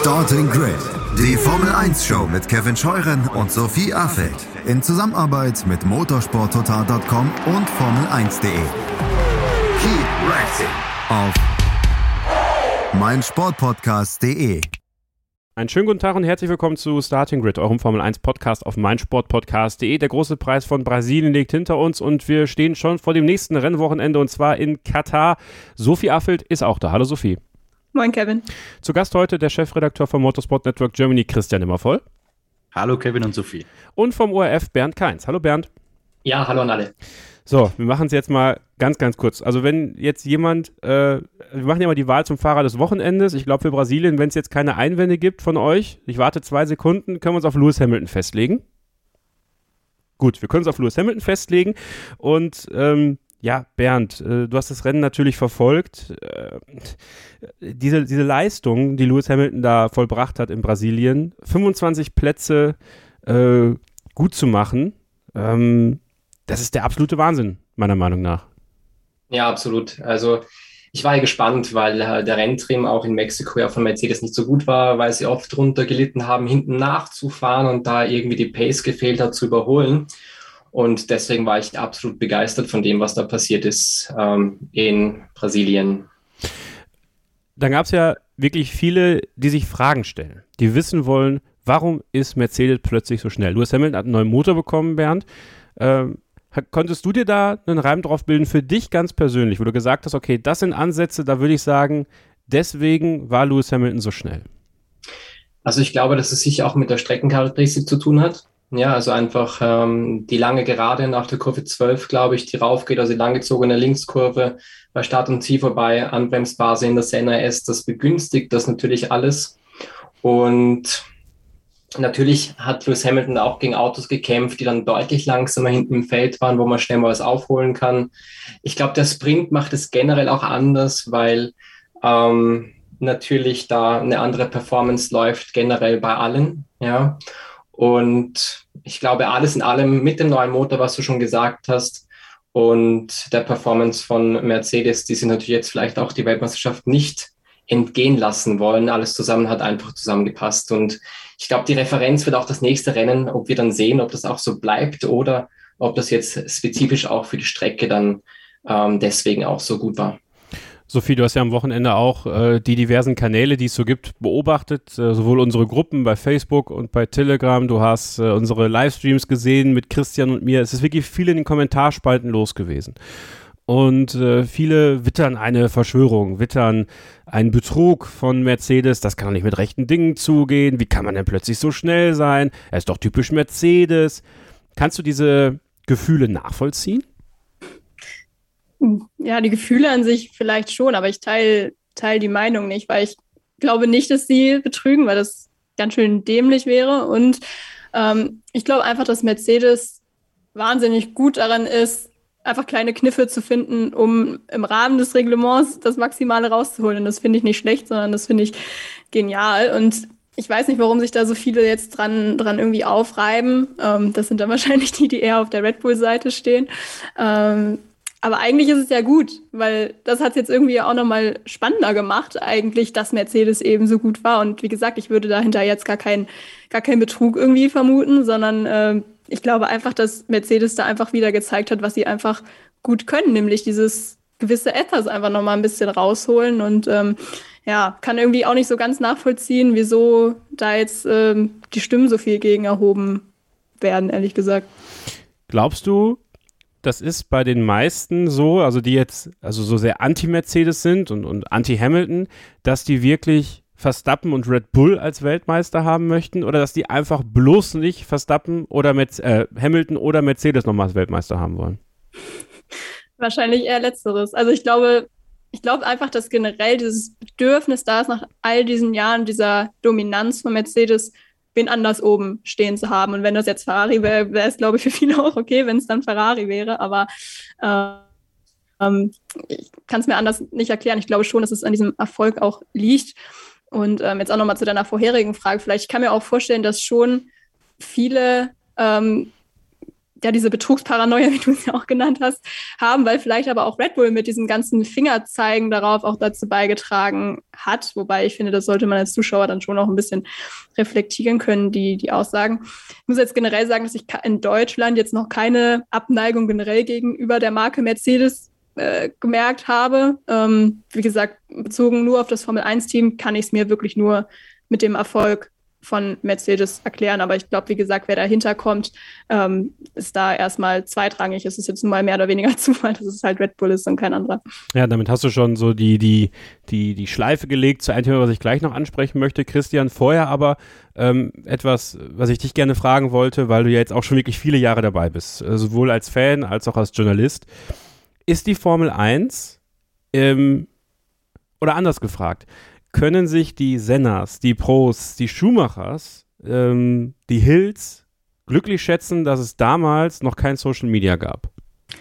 Starting Grid, die Formel-1-Show mit Kevin Scheuren und Sophie Affeld. In Zusammenarbeit mit motorsporttotal.com und Formel1.de. Keep racing auf meinsportpodcast.de. Einen schönen guten Tag und herzlich willkommen zu Starting Grid, eurem Formel-1-Podcast auf meinsportpodcast.de. Der große Preis von Brasilien liegt hinter uns und wir stehen schon vor dem nächsten Rennwochenende und zwar in Katar. Sophie Affeld ist auch da. Hallo Sophie. Moin Kevin. Zu Gast heute der Chefredakteur vom Motorsport Network Germany, Christian Immervoll. Hallo Kevin und Sophie. Und vom ORF Bernd Kainz. Hallo Bernd. Ja, hallo an alle. So, wir machen es jetzt mal ganz kurz. Also wenn jetzt jemand, wir machen ja mal die Wahl zum Fahrer des Wochenendes. Ich glaube für Brasilien, wenn es jetzt keine Einwände gibt von euch, ich warte 2 Sekunden, können wir uns auf Lewis Hamilton festlegen. Gut, wir können uns auf Lewis Hamilton festlegen und ja, Bernd, du hast das Rennen natürlich verfolgt. Diese Leistung, die Lewis Hamilton da vollbracht hat in Brasilien, 25 Plätze gut zu machen, das ist der absolute Wahnsinn, meiner Meinung nach. Ja, absolut. Also ich war ja gespannt, weil der Renntrim auch in Mexiko ja von Mercedes nicht so gut war, weil sie oft drunter gelitten haben, hinten nachzufahren und da irgendwie die Pace gefehlt hat zu überholen. Und deswegen war ich absolut begeistert von dem, was da passiert ist in Brasilien. Dann gab es ja wirklich viele, die sich Fragen stellen, die wissen wollen, warum ist Mercedes plötzlich so schnell? Lewis Hamilton hat einen neuen Motor bekommen, Bernd. Konntest du dir da einen Reim drauf bilden für dich ganz persönlich, wo du gesagt hast, okay, das sind Ansätze, da würde ich sagen, deswegen war Lewis Hamilton so schnell? Also ich glaube, dass es sicher auch mit der Streckencharakteristik zu tun hat. Ja, also einfach die lange Gerade nach der Kurve 12, glaube ich, die raufgeht, also die langgezogene Linkskurve bei Start und Ziel vorbei, Anbremsphase in der Senna S, das begünstigt das natürlich alles. Und natürlich hat Lewis Hamilton auch gegen Autos gekämpft, die dann deutlich langsamer hinten im Feld waren, wo man schnell mal was aufholen kann. Ich glaube, der Sprint macht es generell auch anders, weil natürlich da eine andere Performance läuft, generell bei allen, ja. Und ich glaube, alles in allem mit dem neuen Motor, was du schon gesagt hast, und der Performance von Mercedes, die sie natürlich jetzt vielleicht auch die Weltmeisterschaft nicht entgehen lassen wollen. Alles zusammen hat einfach zusammengepasst. Und ich glaube, die Referenz wird auch das nächste Rennen, ob wir dann sehen, ob das auch so bleibt oder ob das jetzt spezifisch auch für die Strecke dann deswegen auch so gut war. Sophie, du hast ja am Wochenende auch die diversen Kanäle, die es so gibt, beobachtet, sowohl unsere Gruppen bei Facebook und bei Telegram. Du hast unsere Livestreams gesehen mit Christian und mir. Es ist wirklich viel in den Kommentarspalten los gewesen. Und viele wittern eine Verschwörung, wittern einen Betrug von Mercedes. Das kann doch nicht mit rechten Dingen zugehen. Wie kann man denn plötzlich so schnell sein? Er ist doch typisch Mercedes. Kannst du diese Gefühle nachvollziehen? Ja, die Gefühle an sich vielleicht schon, aber ich teile die Meinung nicht, weil ich glaube nicht, dass sie betrügen, weil das ganz schön dämlich wäre. Und ich glaube einfach, dass Mercedes wahnsinnig gut daran ist, einfach kleine Kniffe zu finden, um im Rahmen des Reglements das Maximale rauszuholen. Und das finde ich nicht schlecht, sondern das finde ich genial. Und ich weiß nicht, warum sich da so viele jetzt dran irgendwie aufreiben. Das sind dann wahrscheinlich die eher auf der Red Bull-Seite stehen. Aber eigentlich ist es ja gut, weil das hat es jetzt irgendwie auch nochmal spannender gemacht eigentlich, dass Mercedes eben so gut war. Und wie gesagt, ich würde dahinter jetzt gar keinen Betrug irgendwie vermuten, sondern ich glaube einfach, dass Mercedes da einfach wieder gezeigt hat, was sie einfach gut können, nämlich dieses gewisse Etwas einfach nochmal ein bisschen rausholen. Und ja, kann irgendwie auch nicht so ganz nachvollziehen, wieso da jetzt die Stimmen so viel gegen erhoben werden, ehrlich gesagt. Glaubst du, das ist bei den meisten so, also die jetzt also so sehr anti-Mercedes sind und anti-Hamilton, dass die wirklich Verstappen und Red Bull als Weltmeister haben möchten oder dass die einfach bloß nicht Verstappen oder Hamilton oder Mercedes nochmal als Weltmeister haben wollen? Wahrscheinlich eher Letzteres. Also ich glaube einfach, dass generell dieses Bedürfnis da ist, nach all diesen Jahren dieser Dominanz von Mercedes wen anders oben stehen zu haben. Und wenn das jetzt Ferrari wäre, wäre es, glaube ich, für viele auch okay, wenn es dann Ferrari wäre. Aber ich kann es mir anders nicht erklären. Ich glaube schon, dass es an diesem Erfolg auch liegt. Und jetzt auch nochmal zu deiner vorherigen Frage. Vielleicht kann mir auch vorstellen, dass schon viele diese Betrugsparanoia, wie du es ja auch genannt hast, haben, weil vielleicht aber auch Red Bull mit diesem ganzen Fingerzeigen darauf auch dazu beigetragen hat. Wobei ich finde, das sollte man als Zuschauer dann schon auch ein bisschen reflektieren können, die Aussagen. Ich muss jetzt generell sagen, dass ich in Deutschland jetzt noch keine Abneigung generell gegenüber der Marke Mercedes gemerkt habe. Wie gesagt, bezogen nur auf das Formel-1-Team kann ich es mir wirklich nur mit dem Erfolg von Mercedes erklären, aber ich glaube, wie gesagt, wer dahinter kommt, ist da erstmal zweitrangig. Es ist jetzt nun mal mehr oder weniger Zufall, dass es halt Red Bull ist und kein anderer. Ja, damit hast du schon so die Schleife gelegt zu einem Thema, was ich gleich noch ansprechen möchte, Christian. Vorher aber etwas, was ich dich gerne fragen wollte, weil du ja jetzt auch schon wirklich viele Jahre dabei bist, sowohl als Fan als auch als Journalist. Ist die Formel 1, oder anders gefragt, können sich die Sennas, die Prosts, die Schumachers, die Hills glücklich schätzen, dass es damals noch kein Social Media gab?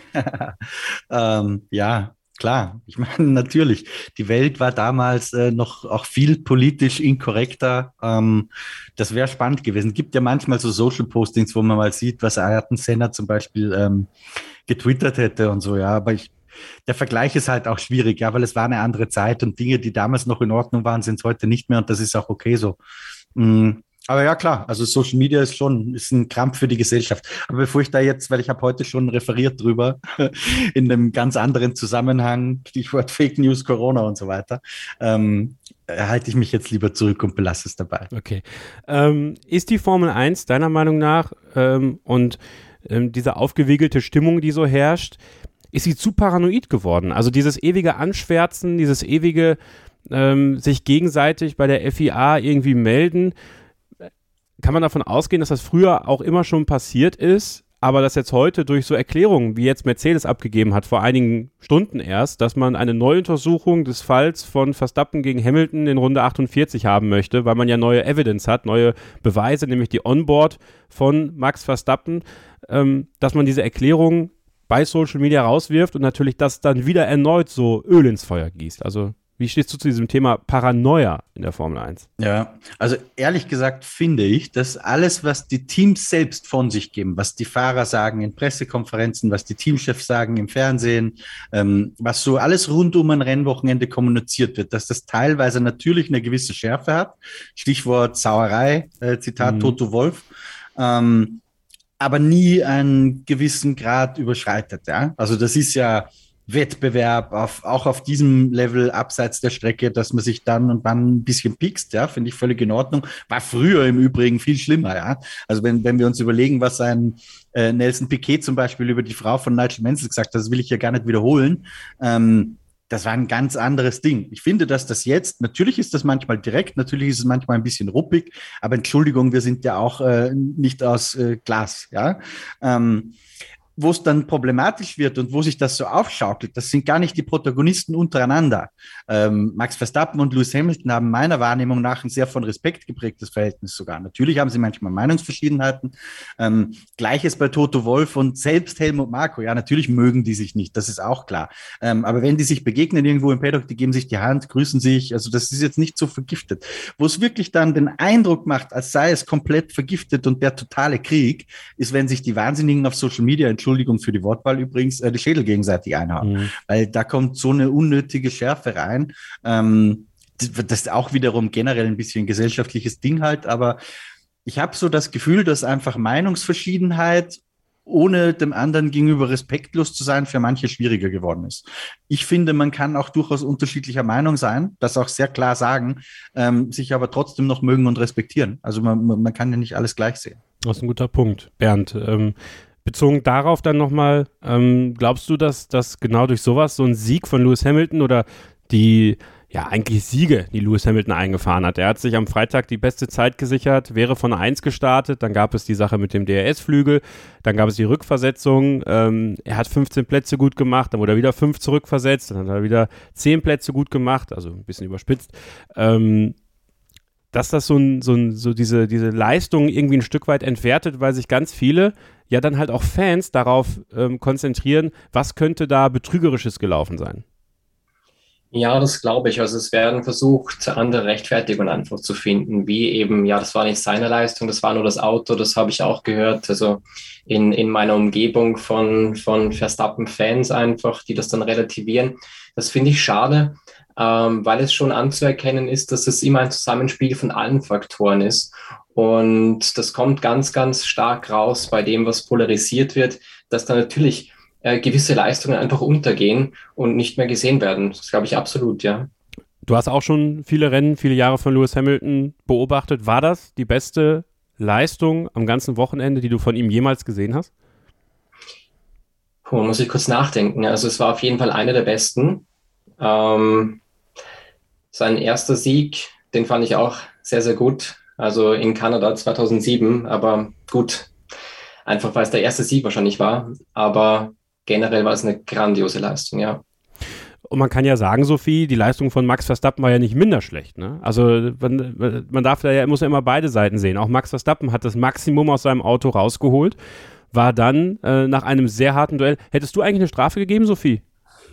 Ja, klar. Ich meine, natürlich. Die Welt war damals noch auch viel politisch inkorrekter. Das wäre spannend gewesen. Es gibt ja manchmal so Social-Postings, wo man mal sieht, was Ayrton Senna zum Beispiel getwittert hätte und so, ja. Aber der Vergleich ist halt auch schwierig, ja, weil es war eine andere Zeit und Dinge, die damals noch in Ordnung waren, sind es heute nicht mehr und das ist auch okay so. Aber ja, klar, also Social Media ist ein Krampf für die Gesellschaft. Aber bevor ich da jetzt, weil ich habe heute schon referiert drüber, in einem ganz anderen Zusammenhang, Stichwort Fake News, Corona und so weiter, halte ich mich jetzt lieber zurück und belasse es dabei. Okay. Ist die Formel 1 deiner Meinung nach diese aufgewiegelte Stimmung, die so herrscht, ist sie zu paranoid geworden? Also dieses ewige Anschwärzen, dieses ewige sich gegenseitig bei der FIA irgendwie melden, kann man davon ausgehen, dass das früher auch immer schon passiert ist, aber dass jetzt heute durch so Erklärungen, wie jetzt Mercedes abgegeben hat, vor einigen Stunden erst, dass man eine Neuuntersuchung des Falls von Verstappen gegen Hamilton in Runde 48 haben möchte, weil man ja neue Evidence hat, neue Beweise, nämlich die Onboard von Max Verstappen, dass man diese Erklärung bei Social Media rauswirft und natürlich das dann wieder erneut so Öl ins Feuer gießt. Also wie stehst du zu diesem Thema Paranoia in der Formel 1? Ja, also ehrlich gesagt finde ich, dass alles, was die Teams selbst von sich geben, was die Fahrer sagen in Pressekonferenzen, was die Teamchefs sagen im Fernsehen, was so alles rund um ein Rennwochenende kommuniziert wird, dass das teilweise natürlich eine gewisse Schärfe hat. Stichwort Sauerei, Zitat Toto Wolff. Aber nie einen gewissen Grad überschreitet. Ja? Also das ist ja Wettbewerb, auch auf diesem Level abseits der Strecke, dass man sich dann und wann ein bisschen piekst, ja, finde ich völlig in Ordnung. War früher im Übrigen viel schlimmer, ja. Also wenn wir uns überlegen, was ein Nelson Piquet zum Beispiel über die Frau von Nigel Mansell gesagt hat, das will ich ja gar nicht wiederholen, das war ein ganz anderes Ding. Ich finde, dass das jetzt, natürlich ist das manchmal direkt, natürlich ist es manchmal ein bisschen ruppig, aber Entschuldigung, wir sind ja auch nicht aus Glas, ja. Wo es dann problematisch wird und wo sich das so aufschaukelt, das sind gar nicht die Protagonisten untereinander. Max Verstappen und Lewis Hamilton haben meiner Wahrnehmung nach ein sehr von Respekt geprägtes Verhältnis sogar. Natürlich haben sie manchmal Meinungsverschiedenheiten. Gleiches bei Toto Wolff und selbst Helmut Marko. Ja, natürlich mögen die sich nicht, das ist auch klar. Aber wenn die sich begegnen irgendwo im Paddock, die geben sich die Hand, grüßen sich. Also das ist jetzt nicht so vergiftet. Wo es wirklich dann den Eindruck macht, als sei es komplett vergiftet und der totale Krieg, ist, wenn sich die Wahnsinnigen auf Social Media, Entschuldigung für die Wortwahl übrigens, die Schädel gegenseitig einhauen. Weil da kommt so eine unnötige Schärfe rein. Das ist auch wiederum generell ein bisschen ein gesellschaftliches Ding halt, aber ich habe so das Gefühl, dass einfach Meinungsverschiedenheit ohne dem anderen gegenüber respektlos zu sein, für manche schwieriger geworden ist. Ich finde, man kann auch durchaus unterschiedlicher Meinung sein, das auch sehr klar sagen, sich aber trotzdem noch mögen und respektieren. Also man kann ja nicht alles gleich sehen. Das ist ein guter Punkt, Bernd. Bezogen darauf dann nochmal, glaubst du, dass genau durch sowas so ein Sieg von Lewis Hamilton oder die eigentlich Siege, die Lewis Hamilton eingefahren hat. Er hat sich am Freitag die beste Zeit gesichert, wäre von 1 gestartet, dann gab es die Sache mit dem DRS-Flügel, dann gab es die Rückversetzung, er hat 15 Plätze gut gemacht, dann wurde er wieder 5 zurückversetzt, dann hat er wieder 10 Plätze gut gemacht, also ein bisschen überspitzt. Dass das so diese Leistung irgendwie ein Stück weit entwertet, weil sich ganz viele, ja dann halt auch Fans darauf konzentrieren, was könnte da Betrügerisches gelaufen sein? Ja, das glaube ich. Also es werden versucht, andere Rechtfertigungen einfach zu finden, wie eben, ja, das war nicht seine Leistung, das war nur das Auto, das habe ich auch gehört. Also in meiner Umgebung von Verstappen-Fans einfach, die das dann relativieren. Das finde ich schade, weil es schon anzuerkennen ist, dass es immer ein Zusammenspiel von allen Faktoren ist. Und das kommt ganz, ganz stark raus bei dem, was polarisiert wird, dass da natürlich gewisse Leistungen einfach untergehen und nicht mehr gesehen werden. Das glaube ich absolut, ja. Du hast auch schon viele Rennen, viele Jahre von Lewis Hamilton beobachtet. War das die beste Leistung am ganzen Wochenende, die du von ihm jemals gesehen hast? Puh, muss ich kurz nachdenken. Also es war auf jeden Fall einer der besten. Sein erster Sieg, den fand ich auch sehr, sehr gut. Also in Kanada 2007, aber gut, einfach weil es der erste Sieg wahrscheinlich war. Aber generell war es eine grandiose Leistung, ja. Und man kann ja sagen, Sophie, die Leistung von Max Verstappen war ja nicht minder schlecht. Ne? Also man darf da ja, muss ja immer beide Seiten sehen. Auch Max Verstappen hat das Maximum aus seinem Auto rausgeholt, war dann nach einem sehr harten Duell. Hättest du eigentlich eine Strafe gegeben, Sophie?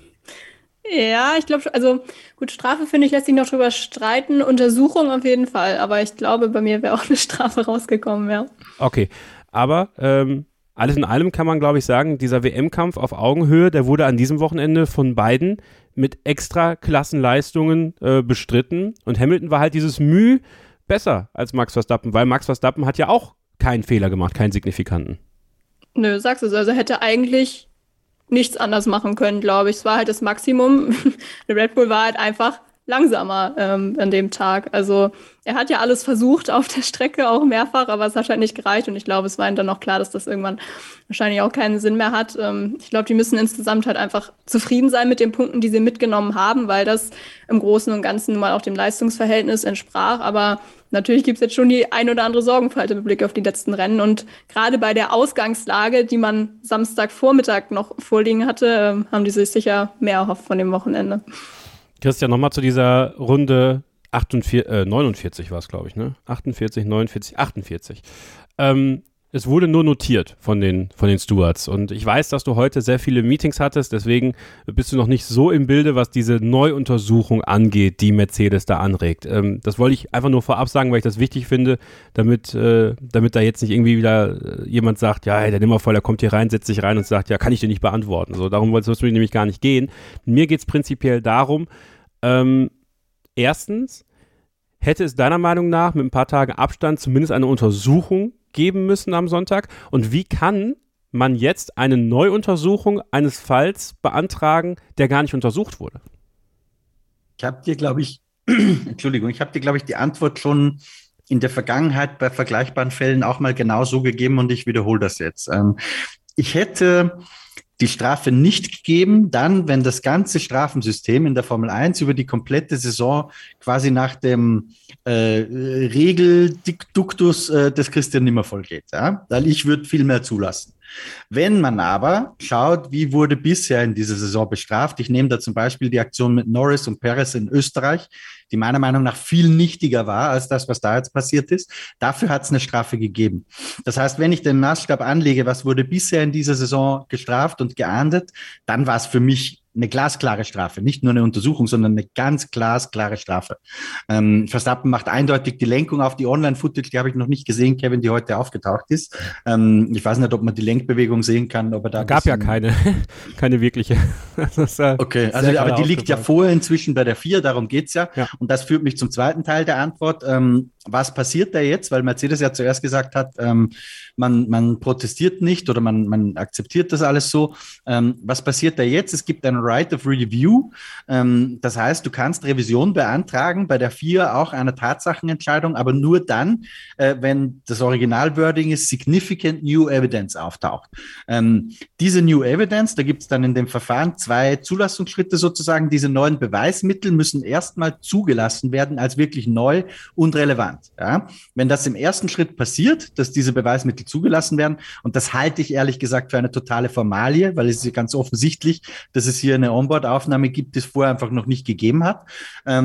Ja, ich glaube, also gut, Strafe finde ich, lässt sich noch drüber streiten. Untersuchung auf jeden Fall. Aber ich glaube, bei mir wäre auch eine Strafe rausgekommen, ja. Okay, aber alles in allem kann man, glaube ich, sagen, dieser WM-Kampf auf Augenhöhe, der wurde an diesem Wochenende von beiden mit extra Klassenleistungen bestritten. Und Hamilton war halt dieses Mühe besser als Max Verstappen, weil Max Verstappen hat ja auch keinen Fehler gemacht, keinen signifikanten. Nö, sagst du es. Also hätte eigentlich nichts anders machen können, glaube ich. Es war halt das Maximum. Der Red Bull war halt einfach langsamer an dem Tag. Also er hat ja alles versucht auf der Strecke, auch mehrfach, aber es hat halt nicht gereicht. Und ich glaube, es war ihm dann auch klar, dass das irgendwann wahrscheinlich auch keinen Sinn mehr hat. Ich glaube, die müssen insgesamt halt einfach zufrieden sein mit den Punkten, die sie mitgenommen haben, weil das im Großen und Ganzen mal auch dem Leistungsverhältnis entsprach. Aber natürlich gibt es jetzt schon die ein oder andere Sorgenfalte mit Blick auf die letzten Rennen. Und gerade bei der Ausgangslage, die man Samstagvormittag noch vorliegen hatte, haben die sich sicher mehr erhofft von dem Wochenende. Christian, nochmal zu dieser Runde 49 war es, glaube ich, ne? 48, 49, 48. Es wurde nur notiert von den Stewards und ich weiß, dass du heute sehr viele Meetings hattest, deswegen bist du noch nicht so im Bilde, was diese Neuuntersuchung angeht, die Mercedes da anregt. Das wollte ich einfach nur vorab sagen, weil ich das wichtig finde, damit da jetzt nicht irgendwie wieder jemand sagt, ja, hey, der Nimmervoll, der kommt hier rein, setzt sich rein und sagt, ja, kann ich dir nicht beantworten. So, darum soll es mir nämlich gar nicht gehen. Mir geht es prinzipiell darum, erstens, hätte es deiner Meinung nach mit ein paar Tagen Abstand zumindest eine Untersuchung geben müssen am Sonntag? Und wie kann man jetzt eine Neuuntersuchung eines Falls beantragen, der gar nicht untersucht wurde? Ich habe dir, glaube ich, die Antwort schon in der Vergangenheit bei vergleichbaren Fällen auch mal genau so gegeben und ich wiederhole das jetzt. Ich hätte die Strafe nicht gegeben, dann, wenn das ganze Strafensystem in der Formel 1 über die komplette Saison quasi nach dem Regelduktus des Christian Nimmervoll geht. Ja? Weil ich würde viel mehr zulassen. Wenn man aber schaut, wie wurde bisher in dieser Saison bestraft, ich nehme da zum Beispiel die Aktion mit Norris und Perez in Österreich, die meiner Meinung nach viel nichtiger war als das, was da jetzt passiert ist. Dafür hat es eine Strafe gegeben. Das heißt, wenn ich den Maßstab anlege, was wurde bisher in dieser Saison gestraft und geahndet, dann war es für mich eine glasklare Strafe, nicht nur eine Untersuchung, sondern eine ganz glasklare Strafe. Verstappen macht eindeutig die Lenkung auf die Online-Footage, die habe ich noch nicht gesehen, Kevin, die heute aufgetaucht ist. Ich weiß nicht, ob man die Lenkbewegung sehen kann, aber da gab ja keine wirkliche. Okay, also aber die liegt ja vorher inzwischen bei der 4, darum geht's ja. Und das führt mich zum zweiten Teil der Antwort. Was passiert da jetzt? Weil Mercedes ja zuerst gesagt hat, man protestiert nicht oder man akzeptiert das alles so. Was passiert da jetzt? Es gibt ein Right of Review. Das heißt, du kannst Revision beantragen, bei der 4 auch eine Tatsachenentscheidung, aber nur dann, wenn das Originalwording ist, significant new evidence auftaucht. Diese new evidence, da gibt es dann in dem Verfahren 2 Zulassungsschritte sozusagen. Diese neuen Beweismittel müssen erstmal zugelassen werden als wirklich neu und relevant. Ja? Wenn das im ersten Schritt passiert, dass diese Beweismittel zugelassen werden, und das halte ich ehrlich gesagt für eine totale Formalie, weil es ist ja ganz offensichtlich, dass es hier eine Onboard-Aufnahme gibt, die es vorher einfach noch nicht gegeben hat.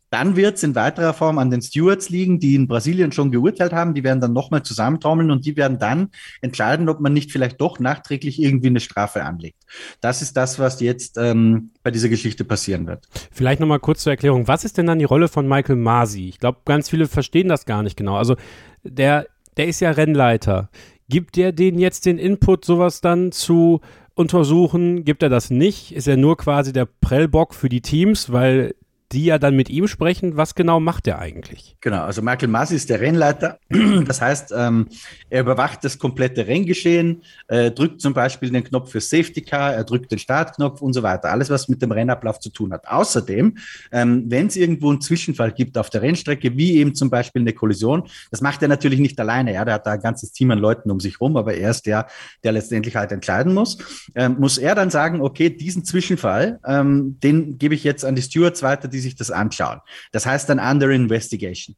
Dann wird es in weiterer Form an den Stewards liegen, die in Brasilien schon geurteilt haben. Die werden dann nochmal zusammentrommeln und die werden dann entscheiden, ob man nicht vielleicht doch nachträglich irgendwie eine Strafe anlegt. Das ist das, was jetzt bei dieser Geschichte passieren wird. Vielleicht nochmal kurz zur Erklärung. Was ist denn dann die Rolle von Michael Masi? Ich glaube, ganz viele verstehen das gar nicht genau. Also der ist ja Rennleiter. Gibt der denen jetzt den Input, sowas dann zu untersuchen? Gibt er das nicht? Ist er nur quasi der Prellbock für die Teams, weil die ja dann mit ihm sprechen? Was genau macht er eigentlich? Genau, also Michael Masi ist der Rennleiter. Das heißt, er überwacht das komplette Renngeschehen, drückt zum Beispiel den Knopf für Safety Car, er drückt den Startknopf und so weiter. Alles, was mit dem Rennablauf zu tun hat. Außerdem, wenn es irgendwo einen Zwischenfall gibt auf der Rennstrecke, wie eben zum Beispiel eine Kollision, das macht er natürlich nicht alleine. Ja, der hat da ein ganzes Team an Leuten um sich rum, aber er ist der letztendlich halt entscheiden muss. Muss er dann sagen, okay, diesen Zwischenfall, den gebe ich jetzt an die Stewards weiter, die sich das anschauen. Das heißt dann Under Investigation.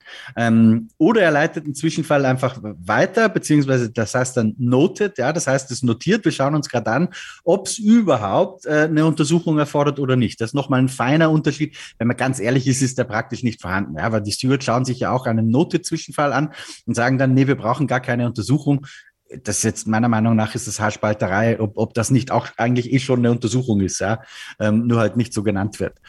Oder er leitet einen Zwischenfall einfach weiter, beziehungsweise das heißt dann Noted, ja, das heißt, es notiert, wir schauen uns gerade an, ob es überhaupt eine Untersuchung erfordert oder nicht. Das ist nochmal ein feiner Unterschied. Wenn man ganz ehrlich ist, ist der praktisch nicht vorhanden, ja, weil die Stewards schauen sich ja auch einen Noted-Zwischenfall an und sagen dann, nee, wir brauchen gar keine Untersuchung. Das ist jetzt meiner Meinung nach ist das Haarspalterei, ob das nicht auch eigentlich schon eine Untersuchung ist, ja, nur halt nicht so genannt wird.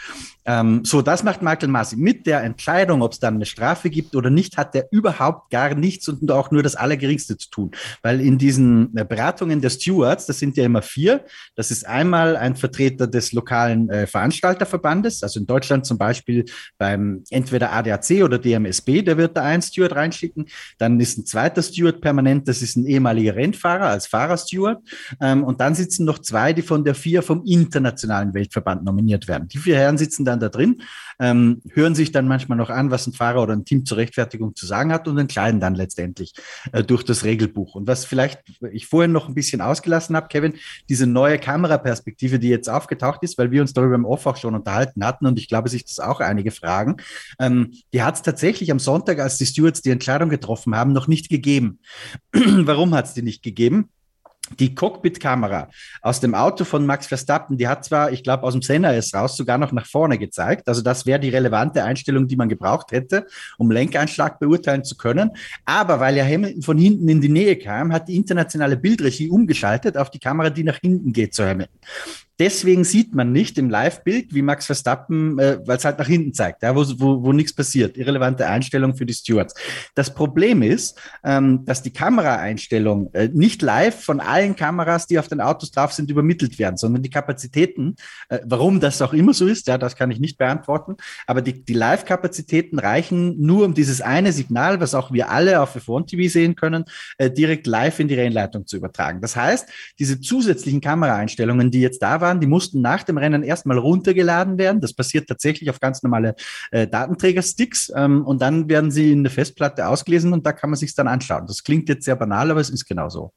So, das macht Michael Masi. Mit der Entscheidung, ob es dann eine Strafe gibt oder nicht, hat er überhaupt gar nichts und auch nur das Allergeringste zu tun. Weil in diesen Beratungen der Stewards, das sind ja immer 4, das ist einmal ein Vertreter des lokalen Veranstalterverbandes, also in Deutschland zum Beispiel beim entweder ADAC oder DMSB, der wird da einen Steward reinschicken. Dann ist ein zweiter Steward permanent, das ist ein ehemaliger Rennfahrer als Fahrersteward. Und dann sitzen noch 2, die von der FIA vom internationalen Weltverband nominiert werden. Die 4 Herren sitzen dann da drin, hören sich dann manchmal noch an, was ein Fahrer oder ein Team zur Rechtfertigung zu sagen hat und entscheiden dann letztendlich durch das Regelbuch. Und was vielleicht ich vorhin noch ein bisschen ausgelassen habe, Kevin, diese neue Kameraperspektive, die jetzt aufgetaucht ist, weil wir uns darüber im Off auch schon unterhalten hatten und ich glaube, sich das auch einige fragen, die hat es tatsächlich am Sonntag, als die Stewards die Entscheidung getroffen haben, noch nicht gegeben. Warum hat es die nicht gegeben? Die Cockpit-Kamera aus dem Auto von Max Verstappen, die hat zwar, ich glaube, aus dem Senna ist raus, sogar noch nach vorne gezeigt. Also das wäre die relevante Einstellung, die man gebraucht hätte, um Lenkeinschlag beurteilen zu können. Aber weil ja Hamilton von hinten in die Nähe kam, hat die internationale Bildregie umgeschaltet auf die Kamera, die nach hinten geht zu Hamilton. Deswegen sieht man nicht im Live-Bild, wie Max Verstappen, weil es halt nach hinten zeigt, ja, wo nichts passiert. Irrelevante Einstellung für die Stewards. Das Problem ist, dass die Kameraeinstellung nicht live von allen Kameras, die auf den Autos drauf sind, übermittelt werden, sondern die Kapazitäten, warum das auch immer so ist, ja, das kann ich nicht beantworten, aber die Live-Kapazitäten reichen nur, um dieses eine Signal, was auch wir alle auf F1 TV sehen können, direkt live in die Rennleitung zu übertragen. Das heißt, diese zusätzlichen Kameraeinstellungen, die jetzt da waren, die mussten nach dem Rennen erstmal runtergeladen werden. Das passiert tatsächlich auf ganz normale Datenträger-Sticks und dann werden sie in der Festplatte ausgelesen und da kann man sich dann anschauen. Das klingt jetzt sehr banal, aber es ist genau so.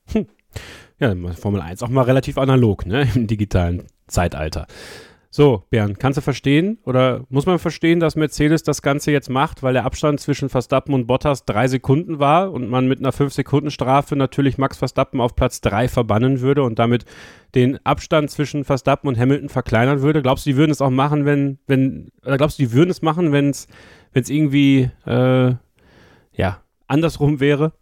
Ja, Formel 1 auch mal relativ analog, ne, im digitalen Zeitalter. So, Bernd, kannst du verstehen oder muss man verstehen, dass Mercedes das Ganze jetzt macht, weil der Abstand zwischen Verstappen und Bottas 3 Sekunden war und man mit einer 5-Sekunden-Strafe natürlich Max Verstappen auf Platz 3 verbannen würde und damit den Abstand zwischen Verstappen und Hamilton verkleinern würde? Glaubst du, die würden es auch machen, wenn es irgendwie andersrum wäre?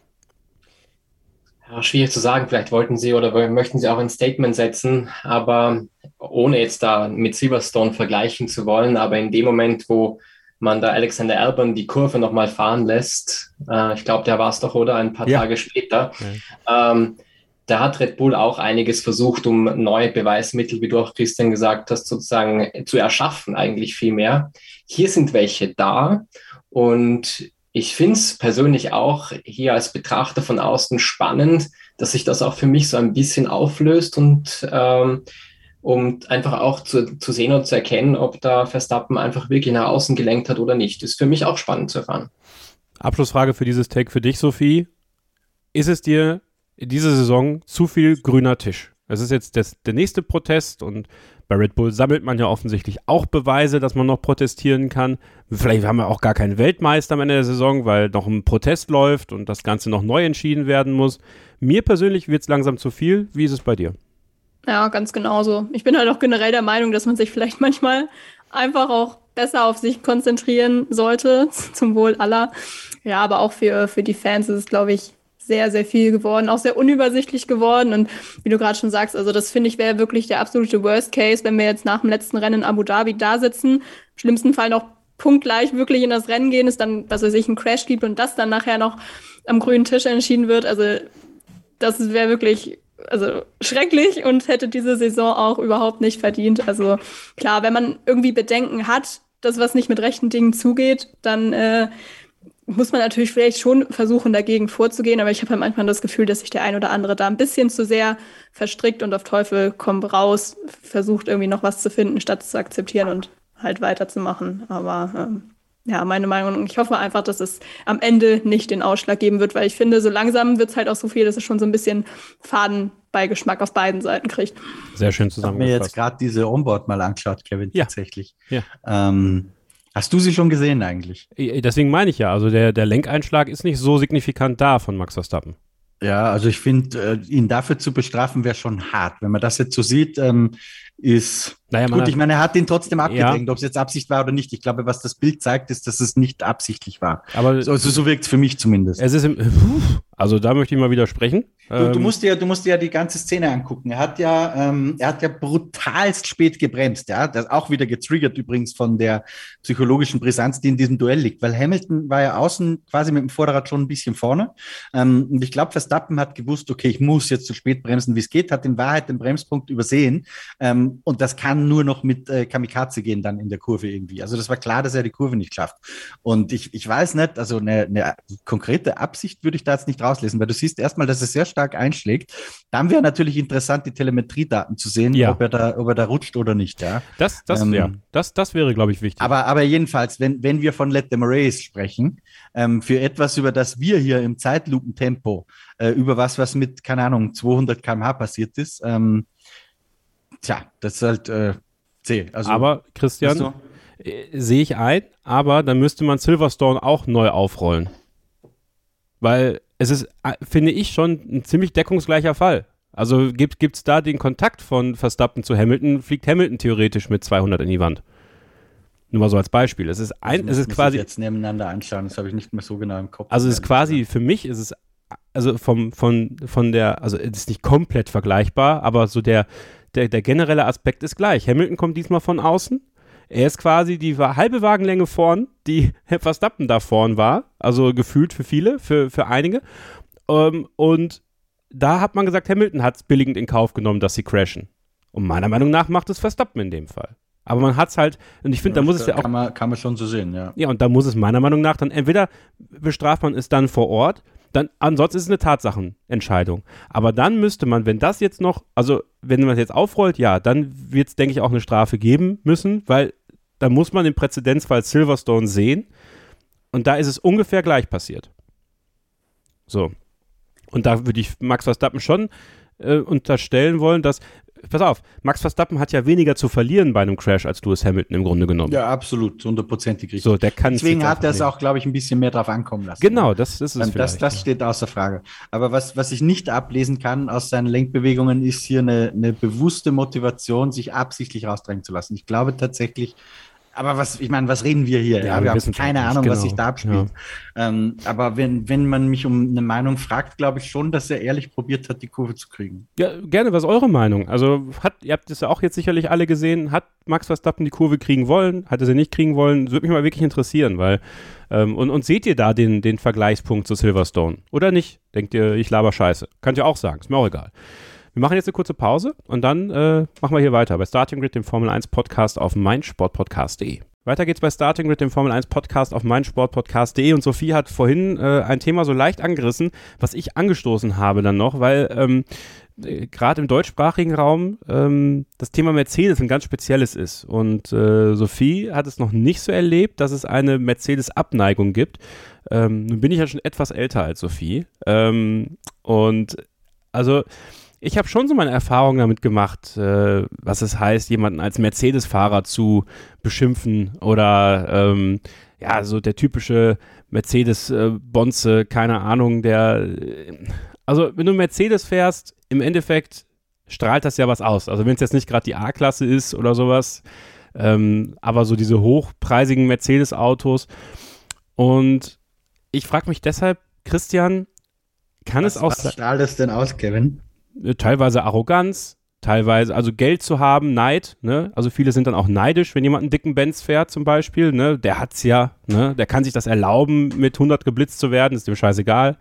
Ja, schwierig zu sagen. Vielleicht wollten sie oder möchten sie auch ein Statement setzen, aber ohne jetzt da mit Silverstone vergleichen zu wollen, aber in dem Moment, wo man da Alexander Albon die Kurve nochmal fahren lässt, ich glaube, der war es doch, oder? Ein paar Tage später, da hat Red Bull auch einiges versucht, um neue Beweismittel, wie du auch, Christian, gesagt hast, sozusagen zu erschaffen, eigentlich viel mehr. Hier sind welche da und ich finde es persönlich auch hier als Betrachter von außen spannend, dass sich das auch für mich so ein bisschen auflöst und um einfach auch zu sehen und zu erkennen, ob da Verstappen einfach wirklich nach außen gelenkt hat oder nicht. Ist für mich auch spannend zu erfahren. Abschlussfrage für dieses Take für dich, Sophie. Ist es dir in dieser Saison zu viel grüner Tisch? Es ist jetzt der nächste Protest und bei Red Bull sammelt man ja offensichtlich auch Beweise, dass man noch protestieren kann. Vielleicht haben wir auch gar keinen Weltmeister am Ende der Saison, weil noch ein Protest läuft und das Ganze noch neu entschieden werden muss. Mir persönlich wird es langsam zu viel. Wie ist es bei dir? Ja, ganz genauso. Ich bin halt auch generell der Meinung, dass man sich vielleicht manchmal einfach auch besser auf sich konzentrieren sollte, zum Wohl aller. Ja, aber auch für die Fans ist es, glaube ich, sehr, sehr viel geworden, auch sehr unübersichtlich geworden. Und wie du gerade schon sagst, also das finde ich wäre wirklich der absolute Worst Case, wenn wir jetzt nach dem letzten Rennen in Abu Dhabi da sitzen, im schlimmsten Fall noch punktgleich wirklich in das Rennen gehen, es dann, was weiß ich, einen Crash gibt und das dann nachher noch am grünen Tisch entschieden wird. Also das wäre wirklich schrecklich und hätte diese Saison auch überhaupt nicht verdient. Also klar, wenn man irgendwie Bedenken hat, dass was nicht mit rechten Dingen zugeht, dann muss man natürlich vielleicht schon versuchen, dagegen vorzugehen. Aber ich habe halt manchmal das Gefühl, dass sich der ein oder andere da ein bisschen zu sehr verstrickt und auf Teufel komm raus versucht, irgendwie noch was zu finden, statt zu akzeptieren und halt weiterzumachen. Aber ja, meine Meinung, ich hoffe einfach, dass es am Ende nicht den Ausschlag geben wird, weil ich finde, so langsam wird es halt auch so viel, dass es schon so ein bisschen Fadenbeigeschmack auf beiden Seiten kriegt. Sehr schön Ich habe zusammengefasst. mir jetzt gerade diese Onboard mal angeschaut, Kevin, Ja. tatsächlich. Ja. Hast du sie schon gesehen eigentlich? Deswegen meine ich ja, also der Lenkeinschlag ist nicht so signifikant da von Max Verstappen. Ja, also ich finde, ihn dafür zu bestrafen, wäre schon hart. Wenn man das jetzt so sieht, ist Naja, gut. Ich meine, er hat ihn trotzdem Ja. abgedrängt, ob es jetzt Absicht war oder nicht. Ich glaube, was das Bild zeigt, ist, dass es nicht absichtlich war. Aber So wirkt es für mich zumindest. es ist also da möchte ich mal widersprechen. Du musst dir ja die ganze Szene angucken. Er hat ja brutalst spät gebremst. Ja, das auch wieder getriggert übrigens von der psychologischen Brisanz, die in diesem Duell liegt. Weil Hamilton war ja außen quasi mit dem Vorderrad schon ein bisschen vorne. Und ich glaube, Verstappen hat gewusst, okay, ich muss jetzt so spät bremsen, wie es geht, hat in Wahrheit den Bremspunkt übersehen. Und das kann nur noch mit Kamikaze gehen dann in der Kurve irgendwie. Also das war klar, dass er die Kurve nicht schafft. Und ich weiß nicht, also eine konkrete Absicht würde ich da jetzt nicht rauslesen, weil du siehst erstmal, dass es sehr stark einschlägt. Dann wäre natürlich interessant, die Telemetriedaten zu sehen, Ja. ob er da rutscht oder nicht. Ja. Das wäre, glaube ich, wichtig. Aber jedenfalls, wenn wir von Let Them Race sprechen, für etwas, über das wir hier im Zeitlupentempo, über was mit, keine Ahnung, 200 km/h passiert ist, das ist halt zäh. Also, aber Christian, weißt sehe ich ein, aber dann müsste man Silverstone auch neu aufrollen. Weil es ist, finde ich, schon ein ziemlich deckungsgleicher Fall. Also gibt's da den Kontakt von Verstappen zu Hamilton, fliegt Hamilton theoretisch mit 200 in die Wand. Nur mal so als Beispiel. Es ist quasi jetzt nebeneinander anschauen, das habe ich nicht mehr so genau im Kopf. Also es ist quasi, für mich ist es, also also es ist nicht komplett vergleichbar, aber so der generelle Aspekt ist gleich. Hamilton kommt diesmal von außen. Er ist quasi die halbe Wagenlänge vorn, die Verstappen da vorn war. Also gefühlt für viele, für einige. Und da hat man gesagt, Hamilton hat es billigend in Kauf genommen, dass sie crashen. Und meiner Meinung nach macht es Verstappen in dem Fall. Aber man hat es halt, und ich finde, da muss es ja auch. Kann man schon so sehen, ja. Ja, und da muss es meiner Meinung nach dann entweder bestraft man es dann vor Ort, dann ansonsten ist es eine Tatsachenentscheidung. Aber dann müsste man, wenn das jetzt noch, also wenn man es jetzt aufrollt, ja, dann wird es, denke ich, auch eine Strafe geben müssen, weil da muss man den Präzedenzfall Silverstone sehen und da ist es ungefähr gleich passiert. So. Und da würde ich Max Verstappen schon unterstellen wollen, dass, pass auf, Max Verstappen hat ja weniger zu verlieren bei einem Crash als Lewis Hamilton im Grunde genommen. Ja, absolut, 100% richtig. So, der kann Deswegen hat er es auch, glaube ich, ein bisschen mehr drauf ankommen lassen. Genau, das ist es vielleicht. Das steht außer Frage. Aber was ich nicht ablesen kann aus seinen Lenkbewegungen, ist hier eine bewusste Motivation, sich absichtlich rausdrängen zu lassen. Ich glaube tatsächlich, aber was reden wir hier? Ja, wir haben wissen keine nicht, Ahnung, genau. was sich da abspielt. Ja. Aber wenn man mich um eine Meinung fragt, glaube ich schon, dass er ehrlich probiert hat, die Kurve zu kriegen. Ja, gerne, was ist eure Meinung? Also ihr habt das ja auch jetzt sicherlich alle gesehen, hat Max Verstappen die Kurve kriegen wollen, hat er sie nicht kriegen wollen? Das würde mich mal wirklich interessieren, weil und seht ihr da den Vergleichspunkt zu Silverstone? Oder nicht? Denkt ihr, ich laber Scheiße? Könnt ihr auch sagen, ist mir auch egal. Wir machen jetzt eine kurze Pause und dann machen wir hier weiter bei Starting Grid, dem Formel 1 Podcast auf meinsportpodcast.de. Weiter geht's bei Starting Grid, dem Formel 1 Podcast auf meinsportpodcast.de und Sophie hat vorhin ein Thema so leicht angerissen, was ich angestoßen habe dann noch, weil gerade im deutschsprachigen Raum das Thema Mercedes ein ganz spezielles ist und Sophie hat es noch nicht so erlebt, dass es eine Mercedes-Abneigung gibt. Nun bin ich ja schon etwas älter als Sophie und also ich habe schon so meine Erfahrungen damit gemacht, was es heißt, jemanden als Mercedes-Fahrer zu beschimpfen oder so der typische Mercedes-Bonze, keine Ahnung, also wenn du Mercedes fährst, im Endeffekt strahlt das ja was aus. Also wenn es jetzt nicht gerade die A-Klasse ist oder sowas, aber so diese hochpreisigen Mercedes-Autos. Und ich frage mich deshalb, Christian, was strahlt das denn aus, Kevin? Teilweise Arroganz, teilweise, also Geld zu haben, Neid, ne? Also viele sind dann auch neidisch, wenn jemand einen dicken Benz fährt zum Beispiel, ne? Der hat's ja, ne? Der kann sich das erlauben, mit 100 geblitzt zu werden, ist dem scheißegal.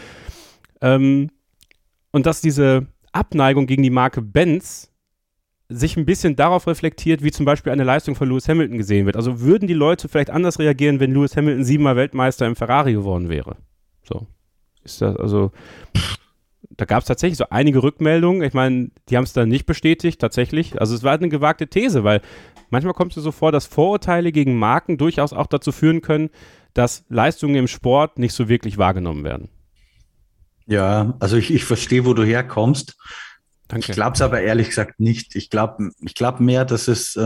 Und dass diese Abneigung gegen die Marke Benz sich ein bisschen darauf reflektiert, wie zum Beispiel eine Leistung von Lewis Hamilton gesehen wird. Also würden die Leute vielleicht anders reagieren, wenn Lewis Hamilton 7-mal Weltmeister im Ferrari geworden wäre? So. Ist das also... Da gab es tatsächlich so einige Rückmeldungen. Ich meine, die haben es dann nicht bestätigt, tatsächlich. Also es war eine gewagte These, weil manchmal kommt es so vor, dass Vorurteile gegen Marken durchaus auch dazu führen können, dass Leistungen im Sport nicht so wirklich wahrgenommen werden. Ja, also ich verstehe, wo du herkommst. Danke. Ich glaube es aber ehrlich gesagt nicht. Ich glaube mehr, dass es...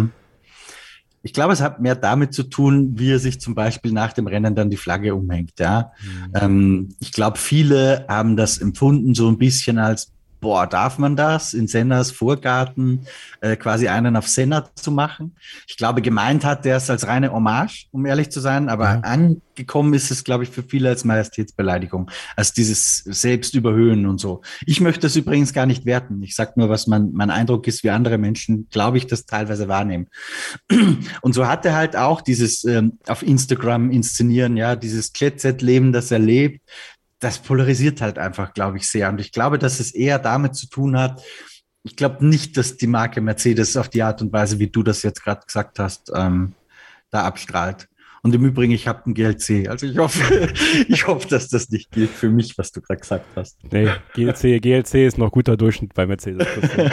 Ich glaube, es hat mehr damit zu tun, wie er sich zum Beispiel nach dem Rennen dann die Flagge umhängt. Ja, ich glaube, viele haben das empfunden so ein bisschen als, boah, darf man das in Sennas Vorgarten quasi einen auf Senna zu machen? Ich glaube, gemeint hat der es als reine Hommage, um ehrlich zu sein, aber angekommen ist es, glaube ich, für viele als Majestätsbeleidigung, als dieses Selbstüberhöhen und so. Ich möchte das übrigens gar nicht werten. Ich sage nur, was mein Eindruck ist, wie andere Menschen, glaube ich, das teilweise wahrnehmen. Und so hat er halt auch dieses auf Instagram inszenieren, ja, dieses Jet-Set-Leben, das er lebt. Das polarisiert halt einfach, glaube ich, sehr. Und ich glaube, dass es eher damit zu tun hat, ich glaube nicht, dass die Marke Mercedes auf die Art und Weise, wie du das jetzt gerade gesagt hast, da abstrahlt. Und im Übrigen, ich habe einen GLC. Also ich hoffe, dass das nicht gilt für mich, was du gerade gesagt hast. Nee, GLC ist noch guter Durchschnitt bei Mercedes.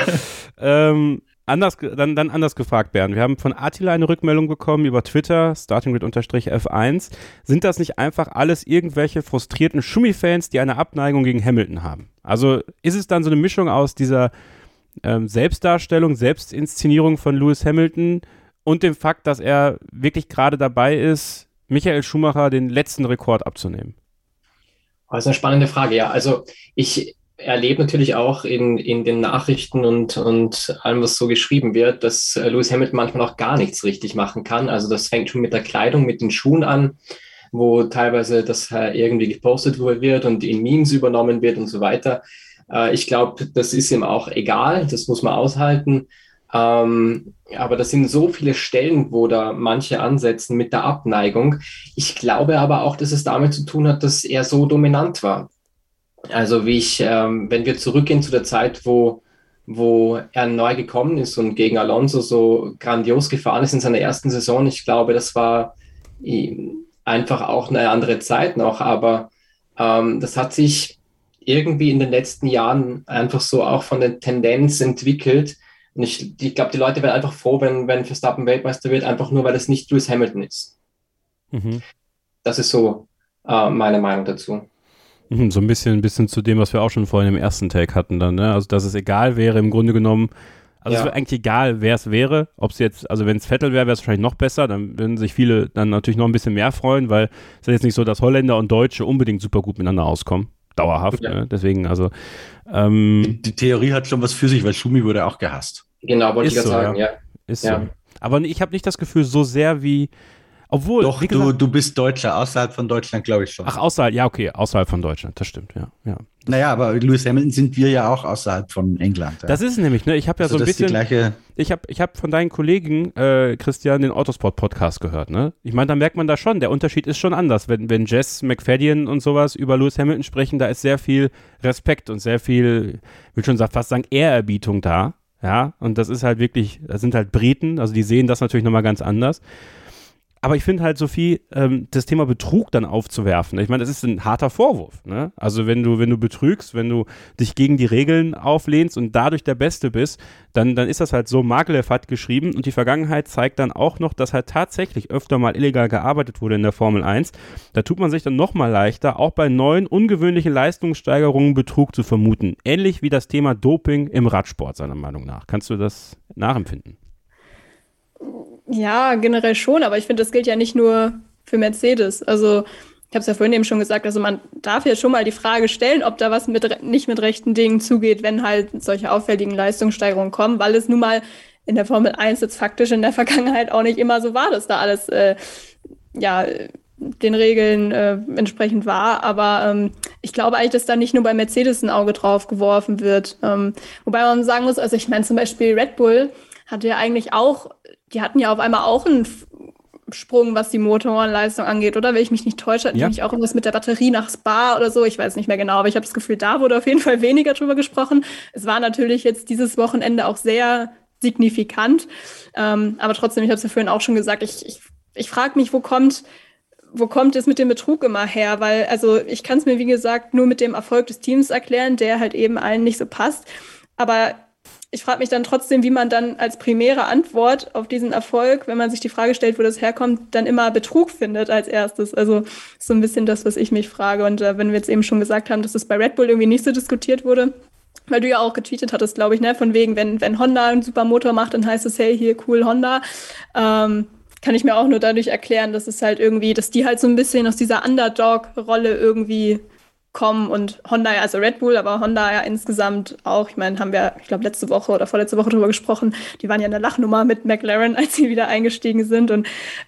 Anders gefragt, Bernd. Wir haben von Attila eine Rückmeldung bekommen über Twitter, startinggrid_F1. Sind das nicht einfach alles irgendwelche frustrierten Schummi-Fans, die eine Abneigung gegen Hamilton haben? Also ist es dann so eine Mischung aus dieser Selbstdarstellung, Selbstinszenierung von Lewis Hamilton und dem Fakt, dass er wirklich gerade dabei ist, Michael Schumacher den letzten Rekord abzunehmen? Das ist eine spannende Frage, ja. Also ich erlebe natürlich auch in den Nachrichten und allem, was so geschrieben wird, dass Lewis Hamilton manchmal auch gar nichts richtig machen kann. Also das fängt schon mit der Kleidung, mit den Schuhen an, wo teilweise das irgendwie gepostet wird und in Memes übernommen wird und so weiter. Ich glaube, das ist ihm auch egal, das muss man aushalten. Aber das sind so viele Stellen, wo da manche ansetzen mit der Abneigung. Ich glaube aber auch, dass es damit zu tun hat, dass er so dominant war. Also wenn wir zurückgehen zu der Zeit, wo er neu gekommen ist und gegen Alonso so grandios gefahren ist in seiner ersten Saison, ich glaube, das war einfach auch eine andere Zeit noch, aber das hat sich irgendwie in den letzten Jahren einfach so auch von der Tendenz entwickelt. Und ich glaube, die Leute werden einfach froh, wenn Verstappen Weltmeister wird, einfach nur, weil es nicht Lewis Hamilton ist. Mhm. Das ist so meine Meinung dazu. So ein bisschen zu dem, was wir auch schon vorhin im ersten Take hatten dann, ne? Also, dass es egal wäre im Grunde genommen, also es wäre eigentlich egal, wer es wäre, ob es jetzt, also wenn es Vettel wäre, wäre es wahrscheinlich noch besser, dann würden sich viele dann natürlich noch ein bisschen mehr freuen, weil es ist jetzt nicht so, dass Holländer und Deutsche unbedingt super gut miteinander auskommen, dauerhaft, ne? Deswegen, also die Theorie hat schon was für sich, weil Schumi wurde auch gehasst. Genau, wollte ich gerade sagen, ja. Ist so. Aber ich habe nicht das Gefühl, so sehr wie obwohl, doch, du bist Deutscher, außerhalb von Deutschland glaube ich schon. Ach, außerhalb von Deutschland, das stimmt, ja. Naja, aber Lewis Hamilton sind wir ja auch außerhalb von England. Ja. Das ist es nämlich, ne? Ich habe ja also so ein bisschen, ich habe von deinen Kollegen, Christian, den Autosport-Podcast gehört, ne? Ich meine, da merkt man da schon, der Unterschied ist schon anders. Wenn Jess McFadden und sowas über Lewis Hamilton sprechen, da ist sehr viel Respekt und sehr viel, ich will schon fast sagen, Ehrerbietung da, ja? Und das ist halt wirklich, das sind halt Briten, also die sehen das natürlich nochmal ganz anders. Aber ich finde halt, Sophie, das Thema Betrug dann aufzuwerfen, ich meine, das ist ein harter Vorwurf, ne? Also wenn du betrügst, wenn du dich gegen die Regeln auflehnst und dadurch der Beste bist, dann ist das halt so, Maglev hat geschrieben und die Vergangenheit zeigt dann auch noch, dass halt tatsächlich öfter mal illegal gearbeitet wurde in der Formel 1. Da tut man sich dann nochmal leichter, auch bei neuen, ungewöhnlichen Leistungssteigerungen Betrug zu vermuten. Ähnlich wie das Thema Doping im Radsport, seiner Meinung nach. Kannst du das nachempfinden? Ja, generell schon, aber ich finde, das gilt ja nicht nur für Mercedes. Also ich habe es ja vorhin eben schon gesagt, also man darf ja schon mal die Frage stellen, ob da was nicht mit rechten Dingen zugeht, wenn halt solche auffälligen Leistungssteigerungen kommen, weil es nun mal in der Formel 1 jetzt faktisch in der Vergangenheit auch nicht immer so war, dass da alles den Regeln entsprechend war. Aber ich glaube eigentlich, dass da nicht nur bei Mercedes ein Auge drauf geworfen wird. Wobei man sagen muss, also ich meine zum Beispiel Red Bull hatte ja eigentlich auch, die hatten ja auf einmal auch einen Sprung, was die Motorenleistung angeht, oder? Wenn ich mich nicht täusche, hatten die nicht auch irgendwas mit der Batterie nach Spa oder so, ich weiß nicht mehr genau, aber ich habe das Gefühl, da wurde auf jeden Fall weniger drüber gesprochen. Es war natürlich jetzt dieses Wochenende auch sehr signifikant, aber trotzdem, ich habe es ja vorhin auch schon gesagt, ich frage mich, wo kommt es mit dem Betrug immer her? Weil, also ich kann es mir, wie gesagt, nur mit dem Erfolg des Teams erklären, der halt eben allen nicht so passt, aber ich frage mich dann trotzdem, wie man dann als primäre Antwort auf diesen Erfolg, wenn man sich die Frage stellt, wo das herkommt, dann immer Betrug findet als erstes. Also so ein bisschen das, was ich mich frage. Und wenn wir jetzt eben schon gesagt haben, dass es bei Red Bull irgendwie nicht so diskutiert wurde, weil du ja auch getweetet hattest, glaube ich, ne, von wegen, wenn Honda einen super Motor macht, dann heißt es, hey, hier, cool, Honda. Kann ich mir auch nur dadurch erklären, dass es halt irgendwie, dass die halt so ein bisschen aus dieser Underdog-Rolle irgendwie kommen und Honda, also Red Bull, aber Honda ja insgesamt auch, ich meine, haben wir, ich glaube, letzte Woche oder vorletzte Woche drüber gesprochen, die waren ja in der Lachnummer mit McLaren, als sie wieder eingestiegen sind und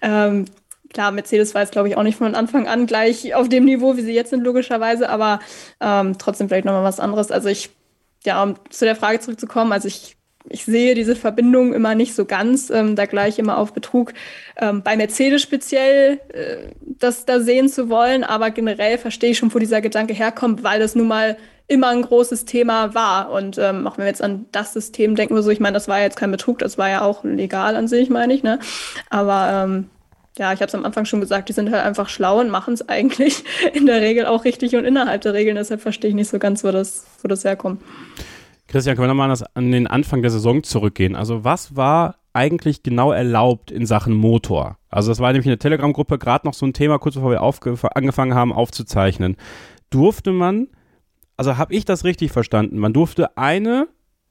klar, Mercedes war jetzt, glaube ich, auch nicht von Anfang an gleich auf dem Niveau, wie sie jetzt sind, logischerweise, aber trotzdem vielleicht nochmal was anderes. Also um zu der Frage zurückzukommen, also ich sehe diese Verbindung immer nicht so ganz, da gleich immer auf Betrug bei Mercedes speziell das da sehen zu wollen, aber generell verstehe ich schon, wo dieser Gedanke herkommt, weil das nun mal immer ein großes Thema war und auch wenn wir jetzt an das System denken, so, ich meine, das war ja jetzt kein Betrug, das war ja auch legal an sich, meine ich, ne? Aber ich habe es am Anfang schon gesagt, die sind halt einfach schlau und machen es eigentlich in der Regel auch richtig und innerhalb der Regeln, deshalb verstehe ich nicht so ganz, wo das herkommt. Christian, können wir nochmal an den Anfang der Saison zurückgehen? Also was war eigentlich genau erlaubt in Sachen Motor? Also das war nämlich in der Telegram-Gruppe gerade noch so ein Thema, kurz bevor wir angefangen haben aufzuzeichnen. Durfte man, also habe ich das richtig verstanden, man durfte eine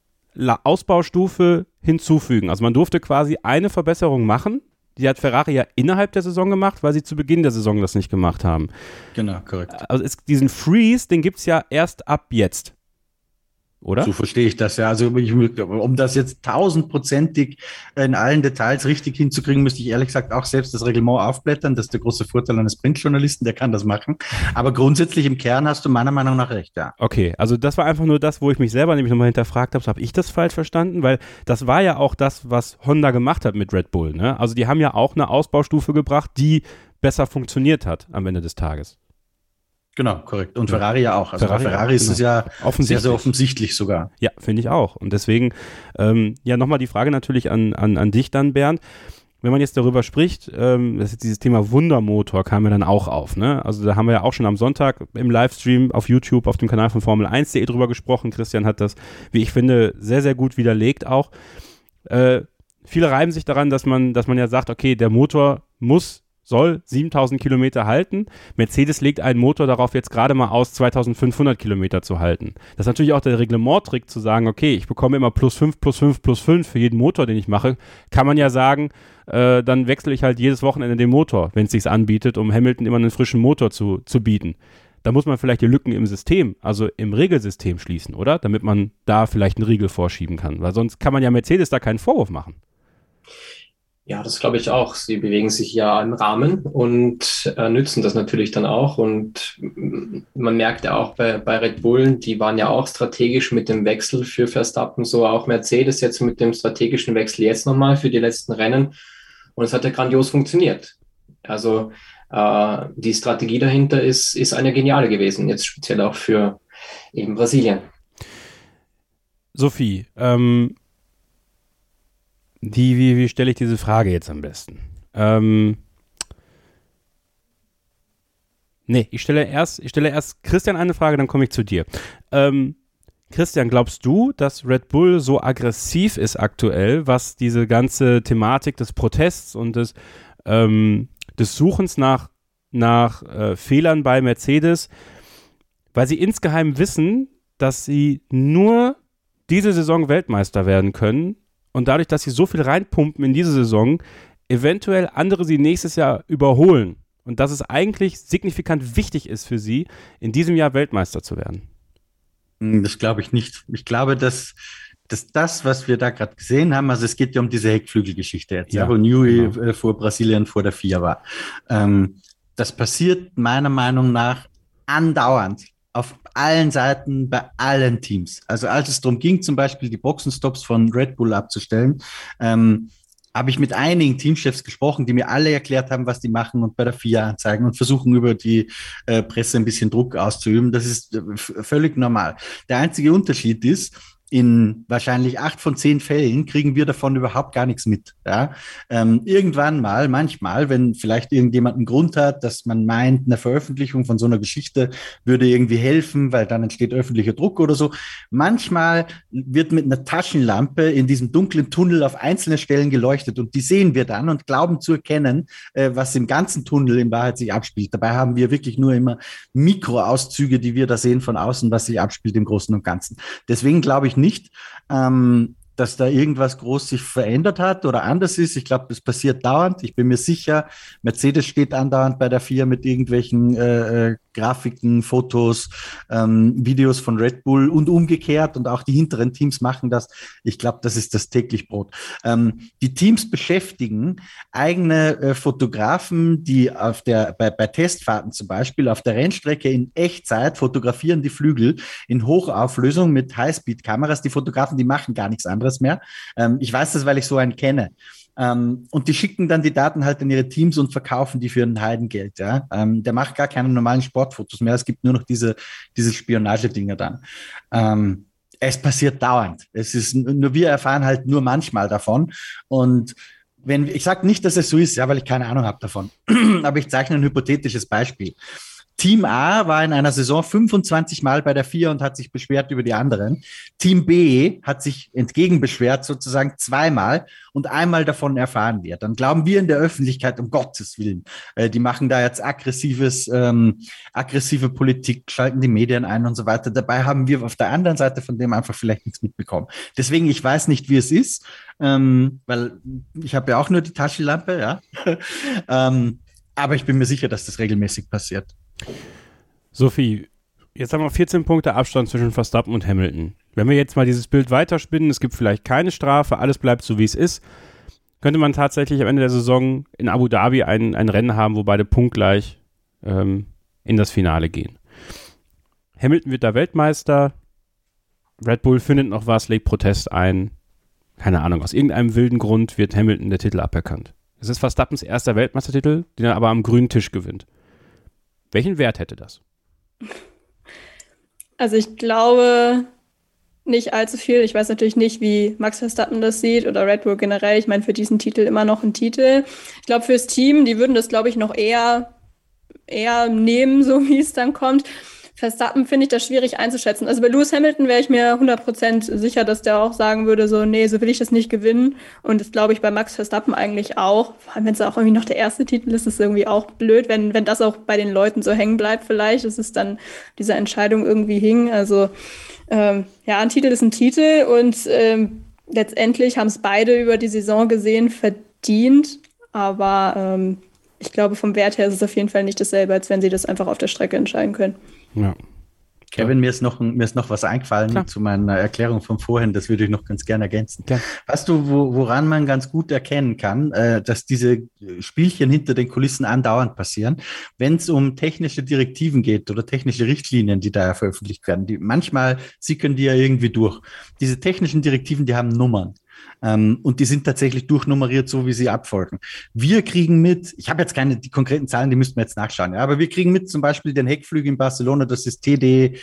Ausbaustufe hinzufügen. Also man durfte quasi eine Verbesserung machen. Die hat Ferrari ja innerhalb der Saison gemacht, weil sie zu Beginn der Saison das nicht gemacht haben. Genau, korrekt. Also diesen Freeze, den gibt es ja erst ab jetzt. Oder? So verstehe ich das ja. Also um das jetzt 1000%ig in allen Details richtig hinzukriegen, müsste ich ehrlich gesagt auch selbst das Reglement aufblättern. Das ist der große Vorteil eines Printjournalisten, der kann das machen. Aber grundsätzlich im Kern hast du meiner Meinung nach recht, ja. Okay, also das war einfach nur das, wo ich mich selber nämlich nochmal hinterfragt habe, so habe ich das falsch verstanden? Weil das war ja auch das, was Honda gemacht hat mit Red Bull, ne? Also die haben ja auch eine Ausbaustufe gebracht, die besser funktioniert hat am Ende des Tages. Genau, korrekt. Und Ferrari ja auch. Also Ferrari ist es ja sehr, sehr offensichtlich sogar. Ja, finde ich auch. Und deswegen, nochmal die Frage natürlich an dich dann, Bernd. Wenn man jetzt darüber spricht, dieses Thema Wundermotor kam ja dann auch auf, ne? Also da haben wir ja auch schon am Sonntag im Livestream auf YouTube, auf dem Kanal von Formel1.de drüber gesprochen. Christian hat das, wie ich finde, sehr, sehr gut widerlegt auch. Viele reiben sich daran, dass man ja sagt, okay, der Motor soll 7.000 Kilometer halten. Mercedes legt einen Motor darauf jetzt gerade mal aus, 2.500 Kilometer zu halten. Das ist natürlich auch der Reglementtrick zu sagen, okay, ich bekomme immer +5, +5, +5 für jeden Motor, den ich mache. Kann man ja sagen, dann wechsle ich halt jedes Wochenende den Motor, wenn es sich anbietet, um Hamilton immer einen frischen Motor zu bieten. Da muss man vielleicht die Lücken im System, also im Regelsystem schließen, oder? Damit man da vielleicht einen Riegel vorschieben kann. Weil sonst kann man ja Mercedes da keinen Vorwurf machen. Ja, das glaube ich auch. Sie bewegen sich ja im Rahmen und nützen das natürlich dann auch. Und man merkt ja auch bei Red Bull, die waren ja auch strategisch mit dem Wechsel für Verstappen, so auch Mercedes jetzt mit dem strategischen Wechsel jetzt nochmal für die letzten Rennen. Und es hat ja grandios funktioniert. Also die Strategie dahinter ist eine geniale gewesen, jetzt speziell auch für eben Brasilien. Sophie, wie stelle ich diese Frage jetzt am besten? Ich stelle erst Christian eine Frage, dann komme ich zu dir. Christian, glaubst du, dass Red Bull so aggressiv ist aktuell, was diese ganze Thematik des Protests und des Suchens nach Fehlern bei Mercedes, weil sie insgeheim wissen, dass sie nur diese Saison Weltmeister werden können, und dadurch, dass sie so viel reinpumpen in diese Saison, eventuell andere sie nächstes Jahr überholen. Und dass es eigentlich signifikant wichtig ist für sie, in diesem Jahr Weltmeister zu werden. Das glaube ich nicht. Ich glaube, dass das, was wir da gerade gesehen haben, also es geht ja um diese Heckflügelgeschichte jetzt, Ja, wo Newey genau. vor Brasilien vor der FIA war. Das passiert meiner Meinung nach andauernd auf allen Seiten bei allen Teams. Also als es darum ging, zum Beispiel die Boxenstops von Red Bull abzustellen, habe ich mit einigen Teamchefs gesprochen, die mir alle erklärt haben, was die machen und bei der FIA anzeigen und versuchen über die Presse ein bisschen Druck auszuüben. Das ist völlig normal. Der einzige Unterschied ist, in wahrscheinlich 8 von 10 Fällen kriegen wir davon überhaupt gar nichts mit. Ja? Irgendwann mal, manchmal, wenn vielleicht irgendjemand einen Grund hat, dass man meint, eine Veröffentlichung von so einer Geschichte würde irgendwie helfen, weil dann entsteht öffentlicher Druck oder so. Manchmal wird mit einer Taschenlampe in diesem dunklen Tunnel auf einzelne Stellen geleuchtet und die sehen wir dann und glauben zu erkennen, was im ganzen Tunnel in Wahrheit sich abspielt. Dabei haben wir wirklich nur immer Mikroauszüge, die wir da sehen von außen, was sich abspielt im Großen und Ganzen. Deswegen glaube ich nicht, dass da irgendwas groß sich verändert hat oder anders ist. Ich glaube, das passiert dauernd. Ich bin mir sicher, Mercedes steht andauernd bei der FIA mit irgendwelchen Grafiken, Fotos, Videos von Red Bull und umgekehrt. Und auch die hinteren Teams machen das. Ich glaube, das ist das täglich Brot. Die Teams beschäftigen eigene Fotografen, die bei Testfahrten zum Beispiel auf der Rennstrecke in Echtzeit fotografieren die Flügel in Hochauflösung mit Highspeed-Kameras. Die Fotografen, die machen gar nichts anderes mehr. Ich weiß das, weil ich so einen kenne. Und die schicken dann die Daten halt in ihre Teams und verkaufen die für ein Heidengeld. Ja? Der macht gar keine normalen Sportfotos mehr. Es gibt nur noch diese Spionagedinger dann. Es passiert dauernd. Nur wir erfahren halt nur manchmal davon. Und ich sage nicht, dass es so ist, ja, weil ich keine Ahnung habe davon. Aber ich zeichne ein hypothetisches Beispiel. Team A war in einer Saison 25 Mal bei der FIA und hat sich beschwert über die anderen. Team B hat sich entgegenbeschwert, sozusagen 2-mal und einmal davon erfahren wir. Dann glauben wir in der Öffentlichkeit, um Gottes Willen, die machen da jetzt aggressive Politik, schalten die Medien ein und so weiter. Dabei haben wir auf der anderen Seite von dem einfach vielleicht nichts mitbekommen. Deswegen, ich weiß nicht, wie es ist, weil ich habe ja auch nur die Taschenlampe, ja. Aber ich bin mir sicher, dass das regelmäßig passiert. Sophie, jetzt haben wir 14 Punkte Abstand zwischen Verstappen und Hamilton. Wenn wir jetzt mal dieses Bild weiterspinnen, es gibt vielleicht keine Strafe, alles bleibt so, wie es ist, könnte man tatsächlich am Ende der Saison in Abu Dhabi ein Rennen haben, wo beide punktgleich in das Finale gehen. Hamilton wird da Weltmeister, Red Bull findet noch was, legt Protest ein, keine Ahnung, aus irgendeinem wilden Grund wird Hamilton der Titel aberkannt. Es ist Verstappens erster Weltmeistertitel, den er aber am grünen Tisch gewinnt. Welchen Wert hätte das? Also ich glaube nicht allzu viel. Ich weiß natürlich nicht, wie Max Verstappen das sieht oder Red Bull generell. Ich meine, für diesen Titel immer noch ein Titel. Ich glaube, fürs Team, die würden das, glaube ich, noch eher nehmen, so wie es dann kommt. Verstappen finde ich das schwierig einzuschätzen. Also bei Lewis Hamilton wäre ich mir 100% sicher, dass der auch sagen würde, so, nee, so will ich das nicht gewinnen. Und das glaube ich bei Max Verstappen eigentlich auch. Vor allem, wenn es auch irgendwie noch der erste Titel ist, ist es irgendwie auch blöd, wenn das auch bei den Leuten so hängen bleibt vielleicht, dass es dann diese Entscheidung irgendwie hing. Also ein Titel ist ein Titel und letztendlich haben es beide über die Saison gesehen verdient. Aber ich glaube, vom Wert her ist es auf jeden Fall nicht dasselbe, als wenn sie das einfach auf der Strecke entscheiden können. Ja. Kevin, mir ist noch was eingefallen. Klar. Zu meiner Erklärung von vorhin, das würde ich noch ganz gerne ergänzen. Klar. Weißt du, woran man ganz gut erkennen kann, dass diese Spielchen hinter den Kulissen andauernd passieren, wenn es um technische Direktiven geht oder technische Richtlinien, die da veröffentlicht werden. Manchmal sickern die ja irgendwie durch. Diese technischen Direktiven, die haben Nummern. Und die sind tatsächlich durchnummeriert, so wie sie abfolgen. Wir kriegen mit, ich habe jetzt keine die konkreten Zahlen, die müssten wir jetzt nachschauen, ja, aber wir kriegen mit zum Beispiel den Heckflügel in Barcelona, das ist TD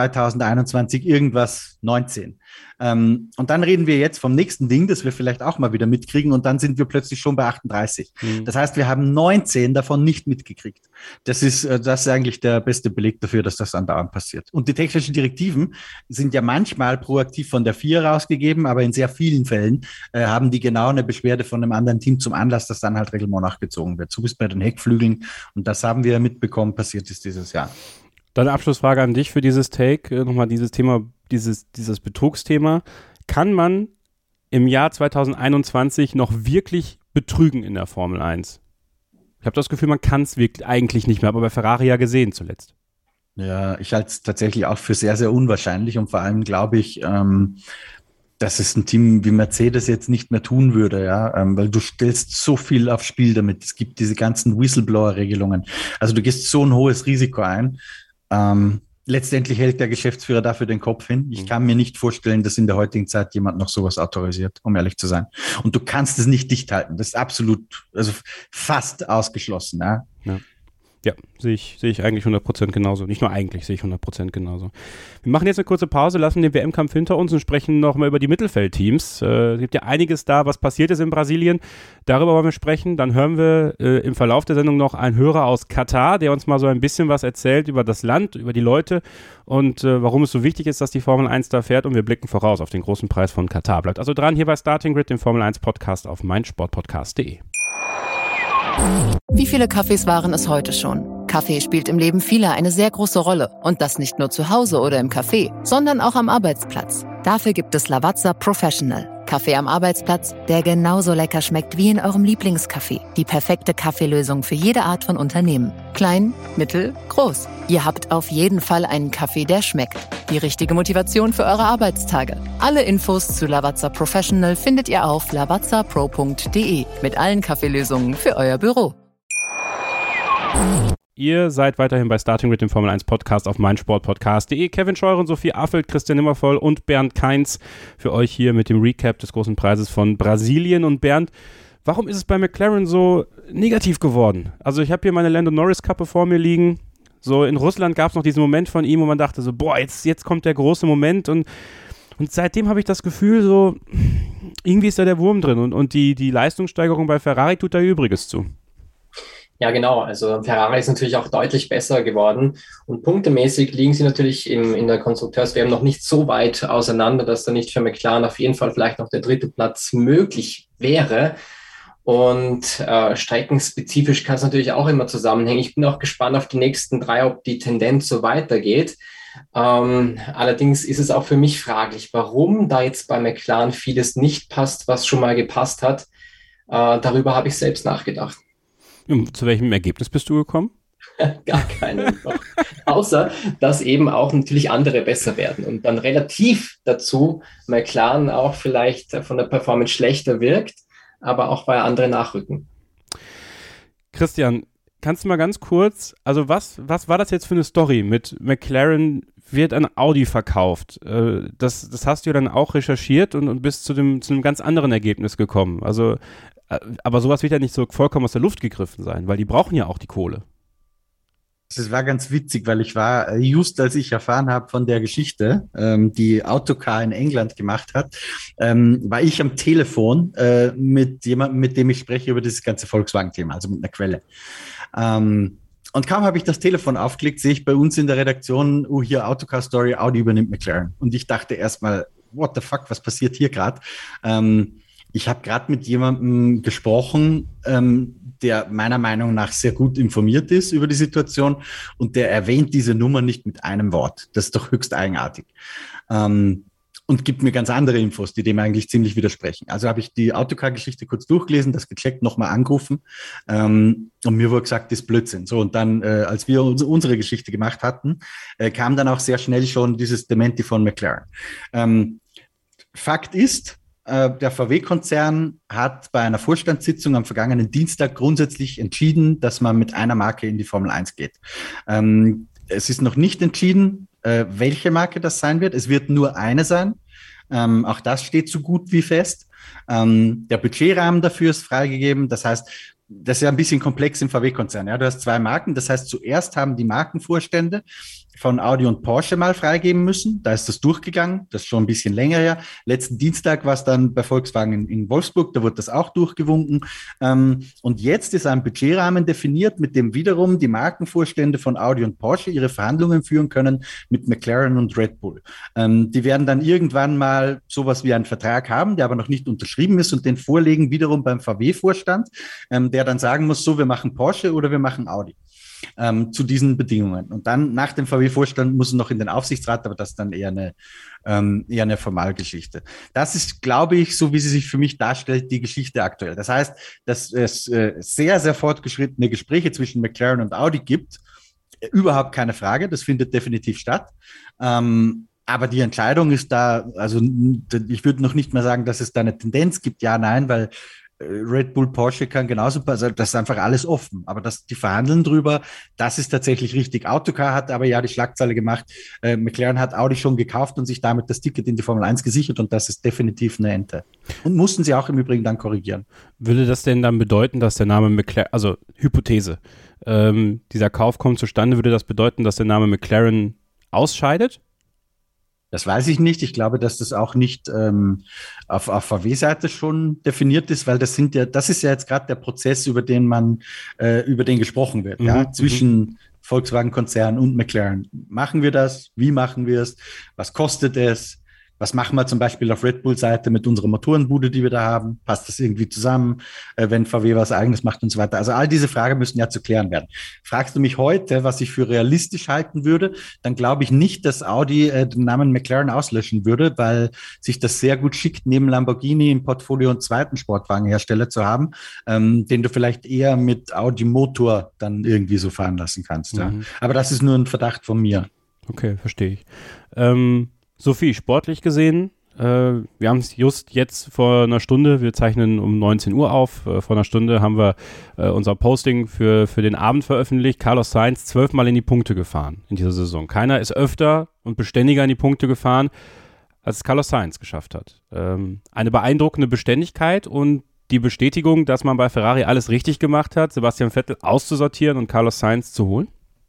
2021 irgendwas 19. Und dann reden wir jetzt vom nächsten Ding, das wir vielleicht auch mal wieder mitkriegen und dann sind wir plötzlich schon bei 38. Das heißt, wir haben 19 davon nicht mitgekriegt. Das ist eigentlich der beste Beleg dafür, dass das andauernd passiert. Und die technischen Direktiven sind ja manchmal proaktiv von der FIA rausgegeben, aber in sehr vielen Fällen haben die genau eine Beschwerde von einem anderen Team zum Anlass, dass dann halt Reglement nachgezogen wird. So ist bei den Heckflügeln und das haben wir mitbekommen, passiert ist dieses Jahr. Dann eine Abschlussfrage an dich für dieses Take, nochmal dieses Thema, dieses Betrugsthema. Kann man im Jahr 2021 noch wirklich betrügen in der Formel 1? Ich habe das Gefühl, man kann es wirklich eigentlich nicht mehr, aber bei Ferrari ja gesehen zuletzt. Ja, ich halte es tatsächlich auch für sehr, sehr unwahrscheinlich und vor allem glaube ich, dass es ein Team wie Mercedes jetzt nicht mehr tun würde, ja, weil du stellst so viel aufs Spiel damit. Es gibt diese ganzen Whistleblower-Regelungen. Also du gehst so ein hohes Risiko ein. Letztendlich hält der Geschäftsführer dafür den Kopf hin. Ich kann mir nicht vorstellen, dass in der heutigen Zeit jemand noch sowas autorisiert, um ehrlich zu sein. Und du kannst es nicht dicht halten. Das ist absolut, also fast ausgeschlossen. Ja. Ja, sehe ich eigentlich 100% genauso. Nicht nur eigentlich, sehe ich 100% genauso. Wir machen jetzt eine kurze Pause, lassen den WM-Kampf hinter uns und sprechen nochmal über die Mittelfeldteams. Es gibt ja einiges da, was passiert ist in Brasilien. Darüber wollen wir sprechen. Dann hören wir im Verlauf der Sendung noch einen Hörer aus Katar, der uns mal so ein bisschen was erzählt über das Land, über die Leute und warum es so wichtig ist, dass die Formel 1 da fährt. Und wir blicken voraus auf den großen Preis von Katar. Bleibt also dran hier bei Starting Grid, dem Formel 1 Podcast auf meinsportpodcast.de. Wie viele Kaffees waren es heute schon? Kaffee spielt im Leben vieler eine sehr große Rolle. Und das nicht nur zu Hause oder im Café, sondern auch am Arbeitsplatz. Dafür gibt es Lavazza Professional. Kaffee am Arbeitsplatz, der genauso lecker schmeckt wie in eurem Lieblingscafé. Die perfekte Kaffeelösung für jede Art von Unternehmen. Klein, mittel, groß. Ihr habt auf jeden Fall einen Kaffee, der schmeckt. Die richtige Motivation für eure Arbeitstage. Alle Infos zu Lavazza Professional findet ihr auf lavazzapro.de mit allen Kaffeelösungen für euer Büro. Ihr seid weiterhin bei Starting mit dem Formel 1 Podcast auf meinsportpodcast.de. Kevin Scheuren, Sophie Affelt, Christian Nimmervoll und Bernd Kainz für euch hier mit dem Recap des großen Preises von Brasilien. Und Bernd, warum ist es bei McLaren so negativ geworden? Also ich habe hier meine Lando Norris Kappe vor mir liegen. So in Russland gab es noch diesen Moment von ihm, wo man dachte so, boah, jetzt kommt der große Moment. Und seitdem habe ich das Gefühl so, irgendwie ist da der Wurm drin. Und die Leistungssteigerung bei Ferrari tut da Übriges zu. Ja, genau. Also Ferrari ist natürlich auch deutlich besser geworden und punktemäßig liegen sie natürlich in der Konstrukteurs-WM noch nicht so weit auseinander, dass da nicht für McLaren auf jeden Fall vielleicht noch der 3. Platz möglich wäre. Und streckenspezifisch kann es natürlich auch immer zusammenhängen. Ich bin auch gespannt auf die nächsten 3, ob die Tendenz so weitergeht. Allerdings ist es auch für mich fraglich, warum da jetzt bei McLaren vieles nicht passt, was schon mal gepasst hat. Darüber habe ich selbst nachgedacht. Zu welchem Ergebnis bist du gekommen? Gar keinen. Außer, dass eben auch natürlich andere besser werden und dann relativ dazu McLaren auch vielleicht von der Performance schlechter wirkt, aber auch weil andere nachrücken. Christian, kannst du mal ganz kurz, also was war das jetzt für eine Story mit McLaren wird an Audi verkauft? Das hast du ja dann auch recherchiert und bist zu einem ganz anderen Ergebnis gekommen. Also aber sowas wird ja nicht so vollkommen aus der Luft gegriffen sein, weil die brauchen ja auch die Kohle. Das war ganz witzig, weil ich war, just als ich erfahren habe von der Geschichte, die Autocar in England gemacht hat, war ich am Telefon mit jemandem, mit dem ich spreche über dieses ganze Volkswagen-Thema, also mit einer Quelle. Und kaum habe ich das Telefon aufgelegt, sehe ich bei uns in der Redaktion, hier Autocar-Story, Audi übernimmt McLaren. Und ich dachte erstmal, what the fuck, was passiert hier gerade? Ich habe gerade mit jemandem gesprochen, der meiner Meinung nach sehr gut informiert ist über die Situation und der erwähnt diese Nummer nicht mit einem Wort. Das ist doch höchst eigenartig. Und gibt mir ganz andere Infos, die dem eigentlich ziemlich widersprechen. Also habe ich die Autocar-Geschichte kurz durchgelesen, das gecheckt, nochmal angerufen und mir wurde gesagt, das ist Blödsinn. So, und dann, als wir unsere Geschichte gemacht hatten, kam dann auch sehr schnell schon dieses Dementi von McLaren. Fakt ist, der VW-Konzern hat bei einer Vorstandssitzung am vergangenen Dienstag grundsätzlich entschieden, dass man mit einer Marke in die Formel 1 geht. Es ist noch nicht entschieden, welche Marke das sein wird. Es wird nur eine sein. Auch das steht so gut wie fest. Der Budgetrahmen dafür ist freigegeben. Das heißt, das ist ja ein bisschen komplex im VW-Konzern. Ja? Du hast 2 Marken. Das heißt, zuerst haben die Markenvorstände von Audi und Porsche mal freigeben müssen. Da ist das durchgegangen. Das ist schon ein bisschen länger her. Letzten Dienstag war es dann bei Volkswagen in Wolfsburg. Da wurde das auch durchgewunken. Und jetzt ist ein Budgetrahmen definiert, mit dem wiederum die Markenvorstände von Audi und Porsche ihre Verhandlungen führen können mit McLaren und Red Bull. Die werden dann irgendwann mal sowas wie einen Vertrag haben, der aber noch nicht unterschrieben ist und den vorlegen wiederum beim VW-Vorstand, der dann sagen muss, so, wir machen Porsche oder wir machen Audi. Zu diesen Bedingungen. Und dann nach dem VW-Vorstand muss es noch in den Aufsichtsrat, aber das ist dann eher eine Formalgeschichte. Das ist, glaube ich, so wie sie sich für mich darstellt, die Geschichte aktuell. Das heißt, dass es sehr, sehr fortgeschrittene Gespräche zwischen McLaren und Audi gibt. Überhaupt keine Frage, das findet definitiv statt. Aber die Entscheidung ist da, also ich würde noch nicht mal sagen, dass es da eine Tendenz gibt, ja, nein, weil Red Bull, Porsche kann genauso, also das ist einfach alles offen. Aber die verhandeln drüber, das ist tatsächlich richtig. Autocar hat aber ja die Schlagzeile gemacht, McLaren hat Audi schon gekauft und sich damit das Ticket in die Formel 1 gesichert und das ist definitiv eine Ente. Und mussten sie auch im Übrigen dann korrigieren. Würde das denn dann bedeuten, dass der Name McLaren, also Hypothese, dieser Kauf kommt zustande, würde das bedeuten, dass der Name McLaren ausscheidet? Das weiß ich nicht. Ich glaube, dass das auch nicht auf VW-Seite schon definiert ist, weil das ist ja jetzt gerade der Prozess, über den gesprochen wird, ja, zwischen Volkswagen-Konzern und McLaren. Machen wir das? Wie machen wir es? Was kostet es? Was machen wir zum Beispiel auf Red Bull-Seite mit unserer Motorenbude, die wir da haben? Passt das irgendwie zusammen, wenn VW was Eigenes macht und so weiter? Also all diese Fragen müssen ja zu klären werden. Fragst du mich heute, was ich für realistisch halten würde, dann glaube ich nicht, dass Audi den Namen McLaren auslöschen würde, weil sich das sehr gut schickt, neben Lamborghini im Portfolio einen zweiten Sportwagenhersteller zu haben, den du vielleicht eher mit Audi Motor dann irgendwie so fahren lassen kannst. Ja. Aber das ist nur ein Verdacht von mir. Okay, verstehe ich. Sophie, sportlich gesehen, wir haben es just jetzt vor einer Stunde, wir zeichnen um 19 Uhr auf, vor einer Stunde haben wir unser Posting für den Abend veröffentlicht. Carlos Sainz 12-mal in die Punkte gefahren in dieser Saison. Keiner ist öfter und beständiger in die Punkte gefahren, als es Carlos Sainz geschafft hat. Eine beeindruckende Beständigkeit und die Bestätigung, dass man bei Ferrari alles richtig gemacht hat, Sebastian Vettel auszusortieren und Carlos Sainz zu holen?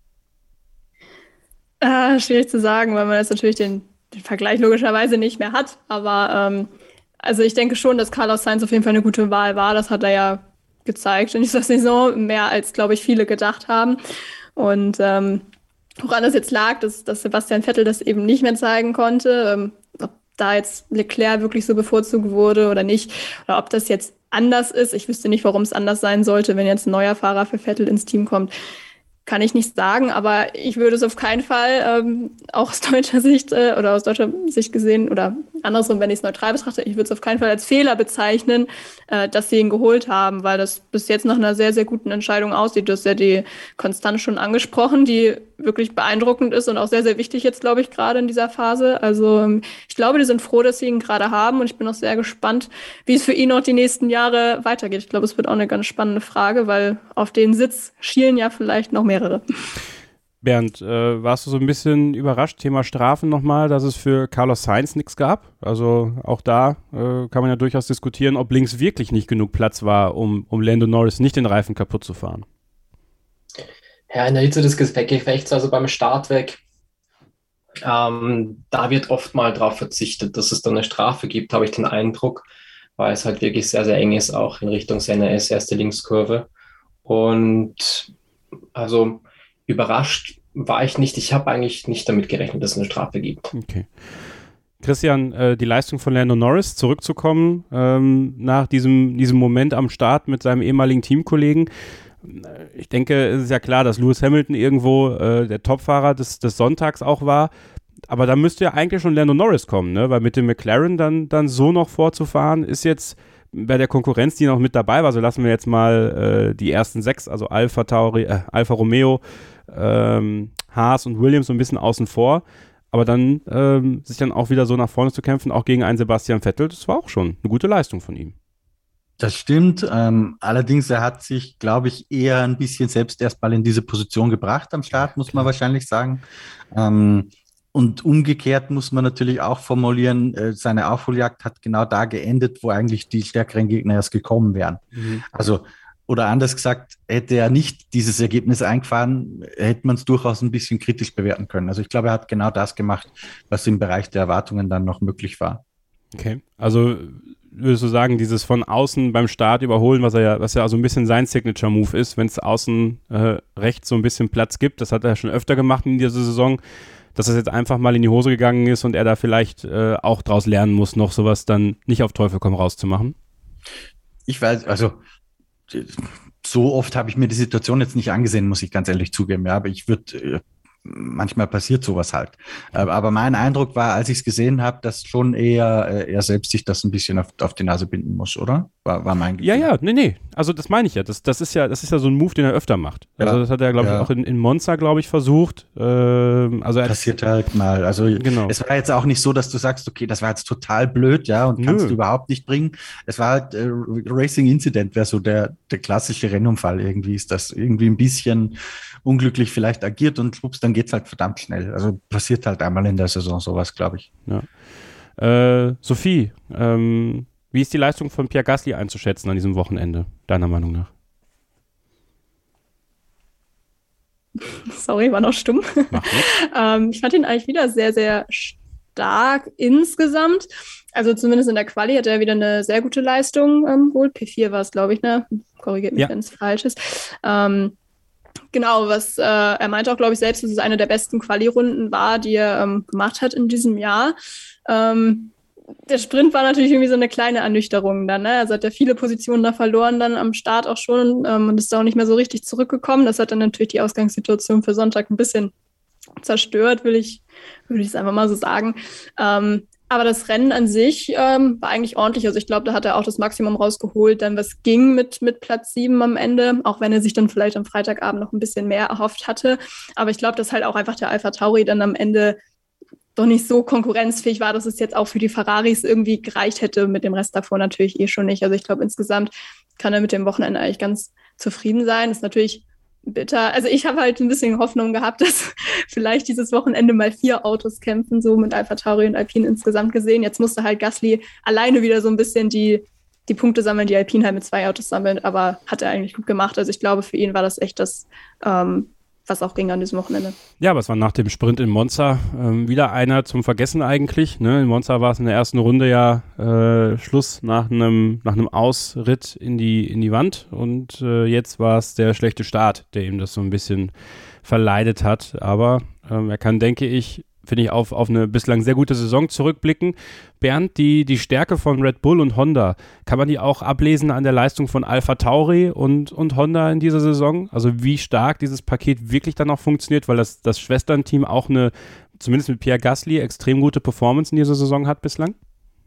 Schwierig zu sagen, weil man jetzt natürlich den Vergleich logischerweise nicht mehr hat. Aber also ich denke schon, dass Carlos Sainz auf jeden Fall eine gute Wahl war. Das hat er ja gezeigt in dieser Saison, mehr als, glaube ich, viele gedacht haben. Und woran das jetzt lag, dass Sebastian Vettel das eben nicht mehr zeigen konnte, ob da jetzt Leclerc wirklich so bevorzugt wurde oder nicht, oder ob das jetzt anders ist. Ich wüsste nicht, warum es anders sein sollte, wenn jetzt ein neuer Fahrer für Vettel ins Team kommt. Kann ich nicht sagen, aber ich würde es auf keinen Fall, auch aus deutscher Sicht oder aus deutscher Sicht gesehen oder andersrum, wenn ich es neutral betrachte, ich würde es auf keinen Fall als Fehler bezeichnen, dass sie ihn geholt haben, weil das bis jetzt nach einer sehr, sehr guten Entscheidung aussieht. Du hast ja die Konstanz schon angesprochen, die wirklich beeindruckend ist und auch sehr, sehr wichtig jetzt, glaube ich, gerade in dieser Phase. Also ich glaube, die sind froh, dass sie ihn gerade haben und ich bin auch sehr gespannt, wie es für ihn noch die nächsten Jahre weitergeht. Ich glaube, es wird auch eine ganz spannende Frage, weil auf den Sitz schielen ja vielleicht noch mehrere. Bernd, warst du so ein bisschen überrascht, Thema Strafen nochmal, dass es für Carlos Sainz nichts gab? Also auch da kann man ja durchaus diskutieren, ob links wirklich nicht genug Platz war, um Lando Norris nicht den Reifen kaputt zu fahren. Ja, in der Hitze des Gefechts, also beim Start weg, da wird oft mal darauf verzichtet, dass es dann eine Strafe gibt, habe ich den Eindruck, weil es halt wirklich sehr, sehr eng ist, auch in Richtung seiner erste Linkskurve. Und also überrascht war ich nicht. Ich habe eigentlich nicht damit gerechnet, dass es eine Strafe gibt. Okay. Christian, die Leistung von Lando Norris, zurückzukommen nach diesem Moment am Start mit seinem ehemaligen Teamkollegen. Ich denke, es ist ja klar, dass Lewis Hamilton irgendwo der Topfahrer des Sonntags auch war. Aber da müsste ja eigentlich schon Lando Norris kommen, ne? Weil mit dem McLaren dann so noch vorzufahren, ist jetzt bei der Konkurrenz, die noch mit dabei war, so lassen wir jetzt mal die ersten 6, also Alfa Romeo, Haas und Williams so ein bisschen außen vor. Aber dann sich dann auch wieder so nach vorne zu kämpfen, auch gegen einen Sebastian Vettel, das war auch schon eine gute Leistung von ihm. Das stimmt. Allerdings, er hat sich, glaube ich, eher ein bisschen selbst erstmal in diese Position gebracht am Start, muss man wahrscheinlich sagen. Und umgekehrt muss man natürlich auch formulieren, seine Aufholjagd hat genau da geendet, wo eigentlich die stärkeren Gegner erst gekommen wären. Also, oder anders gesagt, hätte er nicht dieses Ergebnis eingefahren, hätte man es durchaus ein bisschen kritisch bewerten können. Also ich glaube, er hat genau das gemacht, was im Bereich der Erwartungen dann noch möglich war. Okay, also würdest du sagen, dieses von außen beim Start überholen, was ja so ein bisschen sein Signature-Move ist, wenn es außen rechts so ein bisschen Platz gibt, das hat er schon öfter gemacht in dieser Saison, dass das jetzt einfach mal in die Hose gegangen ist und er da vielleicht auch draus lernen muss, noch sowas dann nicht auf Teufel komm raus zu machen? Ich weiß, also so oft habe ich mir die Situation jetzt nicht angesehen, muss ich ganz ehrlich zugeben. Ja, aber manchmal passiert sowas halt. Aber mein Eindruck war, als ich es gesehen habe, dass schon eher er selbst sich das ein bisschen auf die Nase binden muss, oder? war mein Gefühl. Ja, nee. Also das meine ich ja. Das ist ja so ein Move, den er öfter macht. Also das hat er, glaube ich, auch in Monza, glaube ich, versucht. Passiert halt mal. Also genau. Es war jetzt auch nicht so, dass du sagst, okay, das war jetzt total blöd, ja, und kannst du überhaupt nicht bringen. Es war halt Racing Incident, wäre so der klassische Rennunfall. Irgendwie ist das irgendwie ein bisschen unglücklich vielleicht agiert und schwupps, dann geht's halt verdammt schnell. Also passiert halt einmal in der Saison sowas, glaube ich. Ja. Sophie, wie ist die Leistung von Pierre Gasly einzuschätzen an diesem Wochenende, deiner Meinung nach? Sorry, war noch stumm. Ich fand ihn eigentlich wieder sehr, sehr stark insgesamt. Also zumindest in der Quali hat er wieder eine sehr gute Leistung geholt. P4 war es, glaube ich, ne? Korrigiert mich, wenn es falsch ist. Genau, was er meinte auch, glaube ich, selbst, dass es eine der besten Quali-Runden war, die er gemacht hat in diesem Jahr. Der Sprint war natürlich irgendwie so eine kleine Ernüchterung dann, ne? Also hat er viele Positionen da verloren dann am Start auch schon und ist auch nicht mehr so richtig zurückgekommen. Das hat dann natürlich die Ausgangssituation für Sonntag ein bisschen zerstört, würde ich es einfach mal so sagen. Aber das Rennen an sich war eigentlich ordentlich. Also ich glaube, da hat er auch das Maximum rausgeholt, dann was ging mit Platz 7 am Ende, auch wenn er sich dann vielleicht am Freitagabend noch ein bisschen mehr erhofft hatte. Aber ich glaube, dass halt auch einfach der AlphaTauri dann am Ende doch nicht so konkurrenzfähig war, dass es jetzt auch für die Ferraris irgendwie gereicht hätte, mit dem Rest davor natürlich schon nicht. Also ich glaube, insgesamt kann er mit dem Wochenende eigentlich ganz zufrieden sein. Ist natürlich bitter. Also ich habe halt ein bisschen Hoffnung gehabt, dass vielleicht dieses Wochenende mal 4 Autos kämpfen, so mit AlphaTauri und Alpine insgesamt gesehen. Jetzt musste halt Gasly alleine wieder so ein bisschen die Punkte sammeln, die Alpine halt mit 2 Autos sammeln, aber hat er eigentlich gut gemacht. Also ich glaube, für ihn war das echt das, was auch ging an diesem Wochenende. Ja, aber es war nach dem Sprint in Monza wieder einer zum Vergessen eigentlich. Ne? In Monza war es in der ersten Runde ja Schluss nach einem Ausritt in die Wand und jetzt war es der schlechte Start, der ihm das so ein bisschen verleidet hat. Aber er kann, denke ich, finde ich, auf eine bislang sehr gute Saison zurückblicken. Bernd, die Stärke von Red Bull und Honda, kann man die auch ablesen an der Leistung von AlphaTauri und Honda in dieser Saison? Also wie stark dieses Paket wirklich dann auch funktioniert, weil das Schwesternteam auch zumindest mit Pierre Gasly, extrem gute Performance in dieser Saison hat bislang?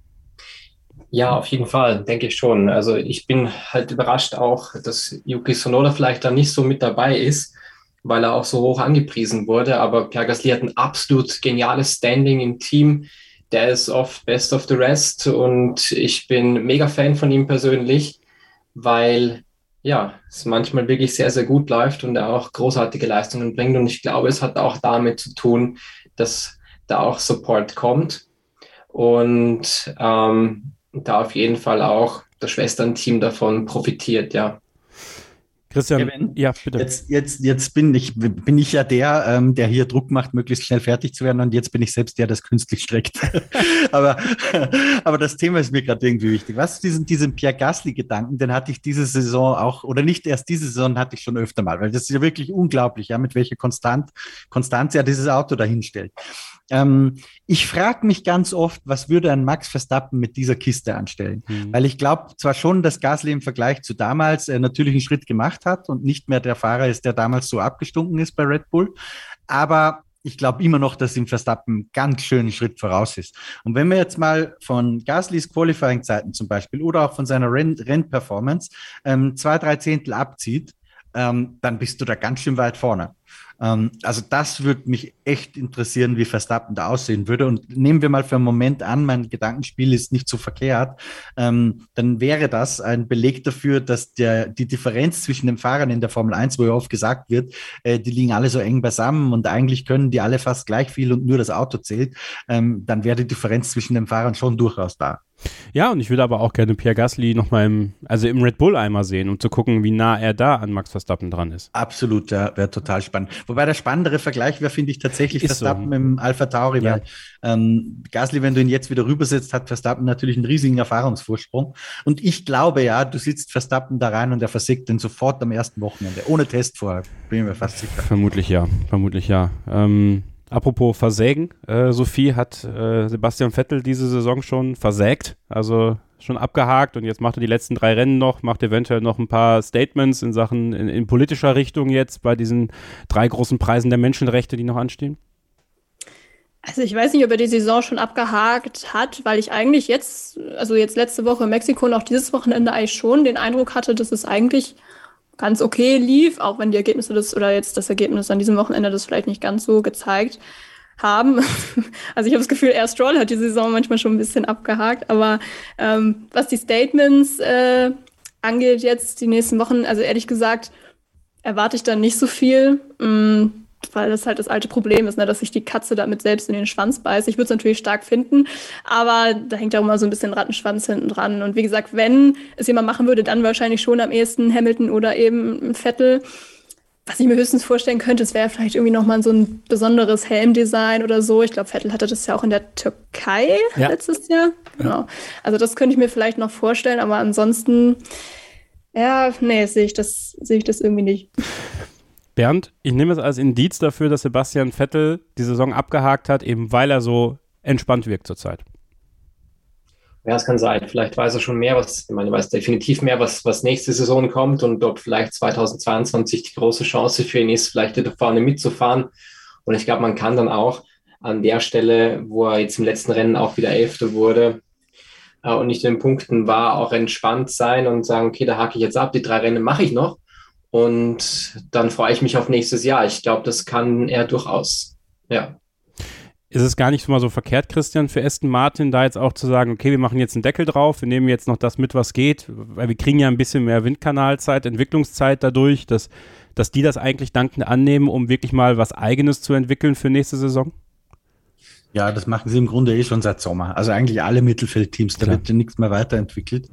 Ja, auf jeden Fall, denke ich schon. Also ich bin halt überrascht auch, dass Yuki Tsunoda vielleicht da nicht so mit dabei ist, weil er auch so hoch angepriesen wurde. Aber Pierre Gasly hat ein absolut geniales Standing im Team. Der ist oft best of the rest und ich bin mega Fan von ihm persönlich, weil ja, es manchmal wirklich sehr, sehr gut läuft und er auch großartige Leistungen bringt. Und ich glaube, es hat auch damit zu tun, dass da auch Support kommt und da auf jeden Fall auch das Schwesternteam davon profitiert, ja. Christian, Kevin, ja, bitte. Jetzt bin ich ja der hier Druck macht, möglichst schnell fertig zu werden und jetzt bin ich selbst der, das künstlich streckt. aber das Thema ist mir gerade irgendwie wichtig. Was, diesen Pierre Gasly-Gedanken, den hatte ich diese Saison auch, oder nicht erst diese Saison, hatte ich schon öfter mal, weil das ist ja wirklich unglaublich, ja, mit welcher Konstanz er dieses Auto dahinstellt. Ich frage mich ganz oft, was würde ein Max Verstappen mit dieser Kiste anstellen? Weil ich glaube zwar schon, dass Gasly im Vergleich zu damals natürlich einen Schritt gemacht hat und nicht mehr der Fahrer ist, der damals so abgestunken ist bei Red Bull, aber ich glaube immer noch, dass ihm Verstappen ganz schön einen Schritt voraus ist. Und wenn man jetzt mal von Gaslys Qualifying-Zeiten zum Beispiel oder auch von seiner Rennperformance 2-3 Zehntel abzieht, dann bist du da ganz schön weit vorne. Also das würde mich echt interessieren, wie Verstappen da aussehen würde. Und nehmen wir mal für einen Moment an, mein Gedankenspiel ist nicht so verkehrt, dann wäre das ein Beleg dafür, dass die Differenz zwischen den Fahrern in der Formel 1, wo ja oft gesagt wird, die liegen alle so eng beisammen und eigentlich können die alle fast gleich viel und nur das Auto zählt, dann wäre die Differenz zwischen den Fahrern schon durchaus da. Ja, und ich würde aber auch gerne Pierre Gasly nochmal im Red Bull einmal sehen, um zu gucken, wie nah er da an Max Verstappen dran ist. Absolut, ja, wäre total spannend. Wobei der spannendere Vergleich wäre, finde ich, tatsächlich ist Verstappen so. im AlphaTauri, Ja. weil Gasly, wenn du ihn jetzt wieder rübersetzt, hat Verstappen natürlich einen riesigen Erfahrungsvorsprung. Und ich glaube ja, du sitzt Verstappen da rein und er versiegt den sofort am ersten Wochenende, ohne Test vorher, bin ich mir fast sicher. Vermutlich ja. Apropos versägen, Sophie hat Sebastian Vettel diese Saison schon versägt, also schon abgehakt und jetzt macht er die letzten 3 Rennen noch, macht eventuell noch ein paar Statements in Sachen in politischer Richtung jetzt bei diesen 3 großen Preisen der Menschenrechte, die noch anstehen? Also ich weiß nicht, ob er die Saison schon abgehakt hat, weil ich eigentlich jetzt letzte Woche in Mexiko und auch dieses Wochenende eigentlich schon den Eindruck hatte, dass es eigentlich ganz okay lief, auch wenn die Ergebnisse jetzt das Ergebnis an diesem Wochenende das vielleicht nicht ganz so gezeigt haben. Also ich habe das Gefühl, Air Stroll hat die Saison manchmal schon ein bisschen abgehakt, aber was die Statements angeht jetzt die nächsten Wochen, also ehrlich gesagt, erwarte ich dann nicht so viel, weil das halt das alte Problem ist, ne, dass sich die Katze damit selbst in den Schwanz beißt. Ich würde es natürlich stark finden, aber da hängt auch immer so ein bisschen Rattenschwanz hinten dran. Und wie gesagt, wenn es jemand machen würde, dann wahrscheinlich schon am ehesten Hamilton oder eben Vettel. Was ich mir höchstens vorstellen könnte, es wäre vielleicht irgendwie nochmal so ein besonderes Helmdesign oder so. Ich glaube, Vettel hatte das ja auch in der Türkei letztes Jahr. Genau. Also das könnte ich mir vielleicht noch vorstellen, aber ansonsten, sehe ich das irgendwie nicht. Bernd, ich nehme es als Indiz dafür, dass Sebastian Vettel die Saison abgehakt hat, eben weil er so entspannt wirkt zurzeit. Ja, es kann sein. Vielleicht weiß er schon mehr, weiß definitiv mehr, was nächste Saison kommt und ob vielleicht 2022 die große Chance für ihn ist, vielleicht da vorne mitzufahren. Und ich glaube, man kann dann auch an der Stelle, wo er jetzt im letzten Rennen auch wieder Elfter wurde und nicht in den Punkten war, auch entspannt sein und sagen, okay, da hake ich jetzt ab, die 3 Rennen mache ich noch. Und dann freue ich mich auf nächstes Jahr. Ich glaube, das kann er durchaus. Ja. Ist es gar nicht mal so verkehrt, Christian, für Aston Martin, da jetzt auch zu sagen, okay, wir machen jetzt einen Deckel drauf, wir nehmen jetzt noch das mit, was geht, weil wir kriegen ja ein bisschen mehr Windkanalzeit, Entwicklungszeit dadurch, dass die das eigentlich dankend annehmen, um wirklich mal was Eigenes zu entwickeln für nächste Saison? Ja, das machen sie im Grunde schon seit Sommer. Also eigentlich alle Mittelfeldteams, da wird ja nichts mehr weiterentwickelt.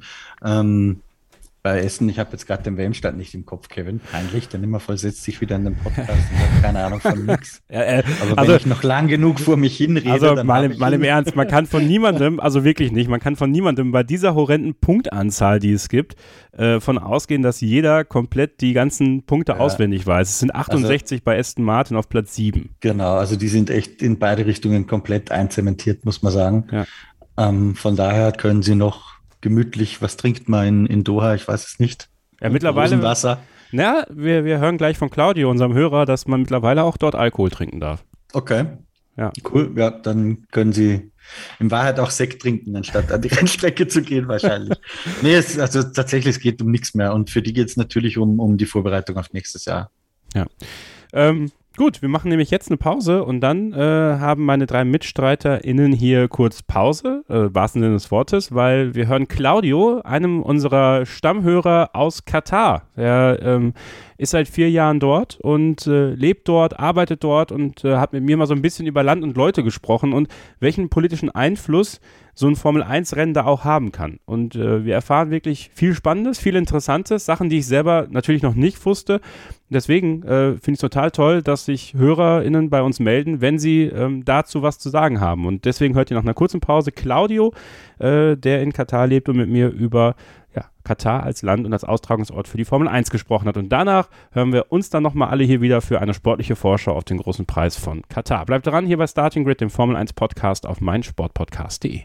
Bei Essen, ich habe jetzt gerade den WM-Stand nicht im Kopf, Kevin, peinlich, der Nimmervoll setzt sich wieder in den Podcast und hat keine Ahnung von nix. Aber wenn ich noch lang genug vor mich hinrede, also dann mal im Ernst, man kann von niemandem, also wirklich nicht, man kann von niemandem bei dieser horrenden Punktanzahl, die es gibt, von ausgehen, dass jeder komplett die ganzen Punkte auswendig weiß. Es sind 68 bei Aston Martin auf Platz 7. Genau, also die sind echt in beide Richtungen komplett einzementiert, muss man sagen. Ja. Von daher können sie noch gemütlich, was trinkt man in Doha? Ich weiß es nicht. Ja, mittlerweile. Wasser. Na, wir hören gleich von Claudio, unserem Hörer, dass man mittlerweile auch dort Alkohol trinken darf. Okay. Ja. Cool. Ja, dann können sie in Wahrheit auch Sekt trinken, anstatt an die Rennstrecke zu gehen, wahrscheinlich. Es geht um nichts mehr. Und für die geht es natürlich um die Vorbereitung auf nächstes Jahr. Ja. Gut, wir machen nämlich jetzt eine Pause und dann haben meine 3 MitstreiterInnen hier kurz Pause, wahrsten Sinne des Wortes, weil wir hören Claudio, einem unserer Stammhörer aus Katar. Er ist seit 4 Jahren dort und lebt dort, arbeitet dort und hat mit mir mal so ein bisschen über Land und Leute gesprochen und welchen politischen Einfluss so ein Formel-1-Rennen da auch haben kann. Und wir erfahren wirklich viel Spannendes, viel Interessantes, Sachen, die ich selber natürlich noch nicht wusste. Deswegen finde ich es total toll, dass sich HörerInnen bei uns melden, wenn sie dazu was zu sagen haben. Und deswegen hört ihr nach einer kurzen Pause Claudio, der in Katar lebt und mit mir über Katar als Land und als Austragungsort für die Formel 1 gesprochen hat. Und danach hören wir uns dann nochmal alle hier wieder für eine sportliche Vorschau auf den großen Preis von Katar. Bleibt dran hier bei Starting Grid, dem Formel 1 Podcast auf meinsportpodcast.de.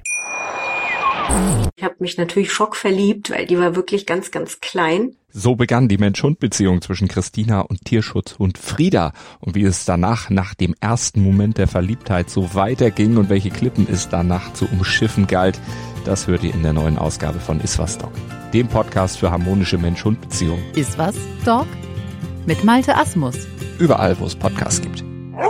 Ich habe mich natürlich schockverliebt, weil die war wirklich ganz, ganz klein. So begann die Mensch-Hund-Beziehung zwischen Christina und Tierschutzhund Frieda. Und wie es danach, nach dem ersten Moment der Verliebtheit, so weiterging und welche Klippen es danach zu umschiffen galt, das hört ihr in der neuen Ausgabe von Iswas Dog, dem Podcast für harmonische Mensch-Hund-Beziehungen. Iswas Dog mit Malte Asmus. Überall, wo es Podcasts gibt.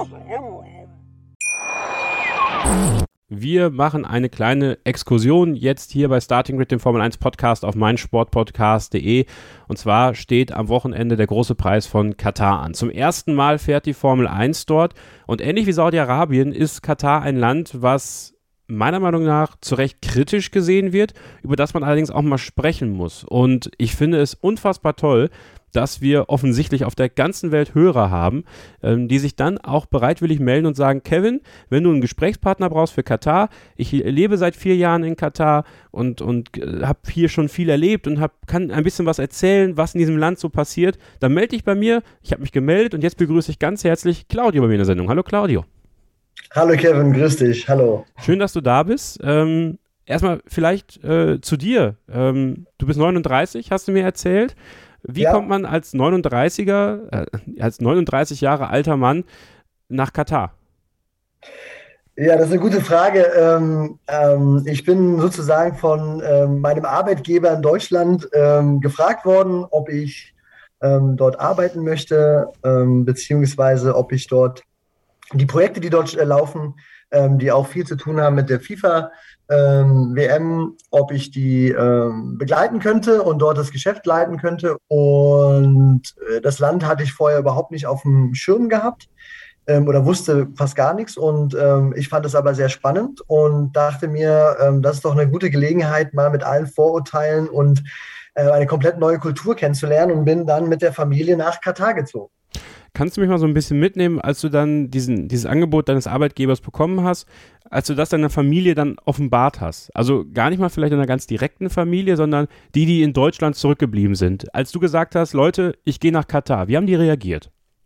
Wir machen eine kleine Exkursion jetzt hier bei Starting Grid, dem Formel 1 Podcast auf meinsportpodcast.de. Und zwar steht am Wochenende der große Preis von Katar an. Zum ersten Mal fährt die Formel 1 dort und ähnlich wie Saudi-Arabien ist Katar ein Land, was meiner Meinung nach zu Recht kritisch gesehen wird, über das man allerdings auch mal sprechen muss. Und ich finde es unfassbar toll, dass wir offensichtlich auf der ganzen Welt Hörer haben, die sich dann auch bereitwillig melden und sagen, Kevin, wenn du einen Gesprächspartner brauchst für Katar, ich lebe seit 4 Jahren in Katar und habe hier schon viel erlebt und kann ein bisschen was erzählen, was in diesem Land so passiert, dann melde dich bei mir. Ich habe mich gemeldet und jetzt begrüße ich ganz herzlich Claudio bei mir in der Sendung. Hallo Claudio. Hallo Kevin, grüß dich, hallo. Schön, dass du da bist. Erstmal vielleicht zu dir. Du bist 39, hast du mir erzählt. Wie kommt man als 39 Jahre alter Mann nach Katar? Ja, das ist eine gute Frage. Ich bin sozusagen von meinem Arbeitgeber in Deutschland gefragt worden, ob ich dort arbeiten möchte, beziehungsweise ob ich dort die Projekte, die dort laufen, die auch viel zu tun haben mit der FIFA WM, ob ich die begleiten könnte und dort das Geschäft leiten könnte. Und das Land hatte ich vorher überhaupt nicht auf dem Schirm gehabt oder wusste fast gar nichts. Und ich fand es aber sehr spannend und dachte mir, das ist doch eine gute Gelegenheit, mal mit allen Vorurteilen und eine komplett neue Kultur kennenzulernen, und bin dann mit der Familie nach Katar gezogen. Kannst du mich mal so ein bisschen mitnehmen, als du dann dieses Angebot deines Arbeitgebers bekommen hast, als du das deiner Familie dann offenbart hast? Also gar nicht mal vielleicht einer ganz direkten Familie, sondern die in Deutschland zurückgeblieben sind. Als du gesagt hast, Leute, ich gehe nach Katar, wie haben die reagiert?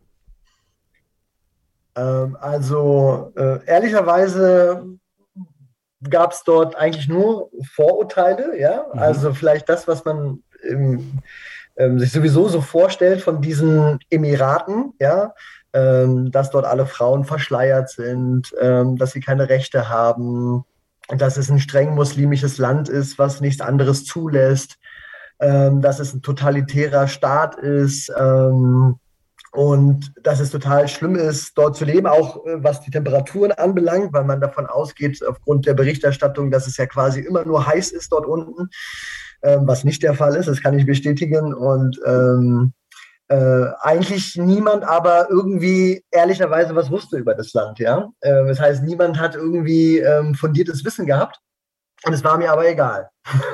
Ehrlicherweise gab es dort eigentlich nur Vorurteile, ja. Also vielleicht das, was man sich sowieso so vorstellt von diesen Emiraten, ja, dass dort alle Frauen verschleiert sind, dass sie keine Rechte haben, dass es ein streng muslimisches Land ist, was nichts anderes zulässt, dass es ein totalitärer Staat ist, und dass es total schlimm ist, dort zu leben, auch was die Temperaturen anbelangt, weil man davon ausgeht, aufgrund der Berichterstattung, dass es ja quasi immer nur heiß ist dort unten, was nicht der Fall ist, das kann ich bestätigen. Und eigentlich niemand aber irgendwie ehrlicherweise was wusste über das Land. Ja? Das heißt, niemand hat irgendwie fundiertes Wissen gehabt, und es war mir aber egal.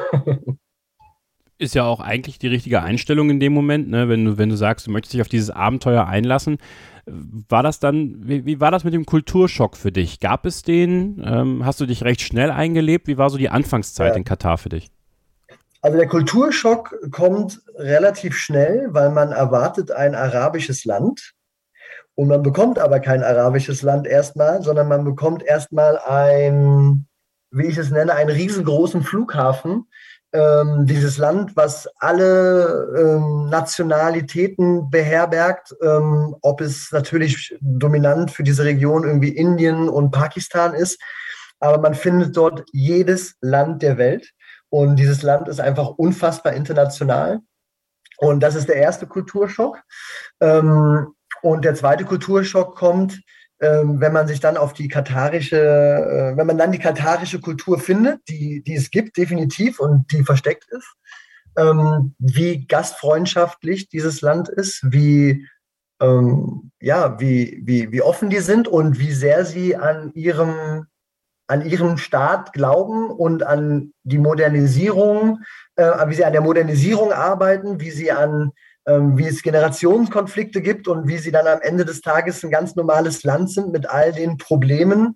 Ist ja auch eigentlich die richtige Einstellung in dem Moment, ne? Wenn du sagst, du möchtest dich auf dieses Abenteuer einlassen. War das dann, wie war das mit dem Kulturschock für dich? Gab es den? Hast du dich recht schnell eingelebt? Wie war so die Anfangszeit in Katar für dich? Also der Kulturschock kommt relativ schnell, weil man erwartet ein arabisches Land, und man bekommt aber kein arabisches Land erstmal, sondern man bekommt erstmal wie ich es nenne, einen riesengroßen Flughafen. Dieses Land, was alle Nationalitäten beherbergt, ob es natürlich dominant für diese Region irgendwie Indien und Pakistan ist, aber man findet dort jedes Land der Welt, und dieses Land ist einfach unfassbar international, und das ist der erste Kulturschock. Und der zweite Kulturschock kommt, wenn man sich dann auf wenn man dann die katarische Kultur findet, die es gibt, definitiv, und die versteckt ist, wie gastfreundschaftlich dieses Land ist, wie offen die sind und wie sehr sie an ihrem Staat glauben und an die Modernisierung, wie sie an der Modernisierung arbeiten, wie es Generationskonflikte gibt und wie sie dann am Ende des Tages ein ganz normales Land sind mit all den Problemen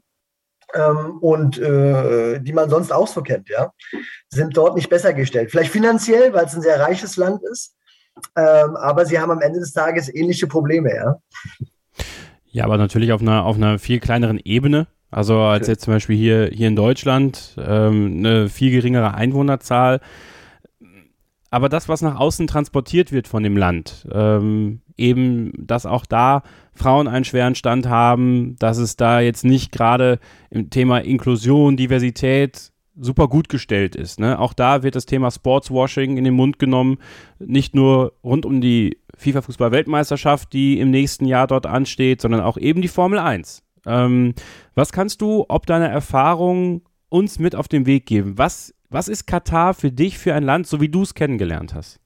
die man sonst auch so kennt, ja, sind dort nicht besser gestellt. Vielleicht finanziell, weil es ein sehr reiches Land ist, aber sie haben am Ende des Tages ähnliche Probleme, ja. Ja, aber natürlich auf einer viel kleineren Ebene. Also als jetzt zum Beispiel hier in Deutschland, eine viel geringere Einwohnerzahl. Aber das, was nach außen transportiert wird von dem Land, eben, dass auch da Frauen einen schweren Stand haben, dass es da jetzt nicht gerade im Thema Inklusion, Diversität super gut gestellt ist, ne? Auch da wird das Thema Sportswashing in den Mund genommen, nicht nur rund um die FIFA-Fußball-Weltmeisterschaft, die im nächsten Jahr dort ansteht, sondern auch eben die Formel 1. Was kannst du, ob deiner Erfahrung, uns mit auf den Weg geben? Was ist Katar für dich für ein Land, so wie du es kennengelernt hast?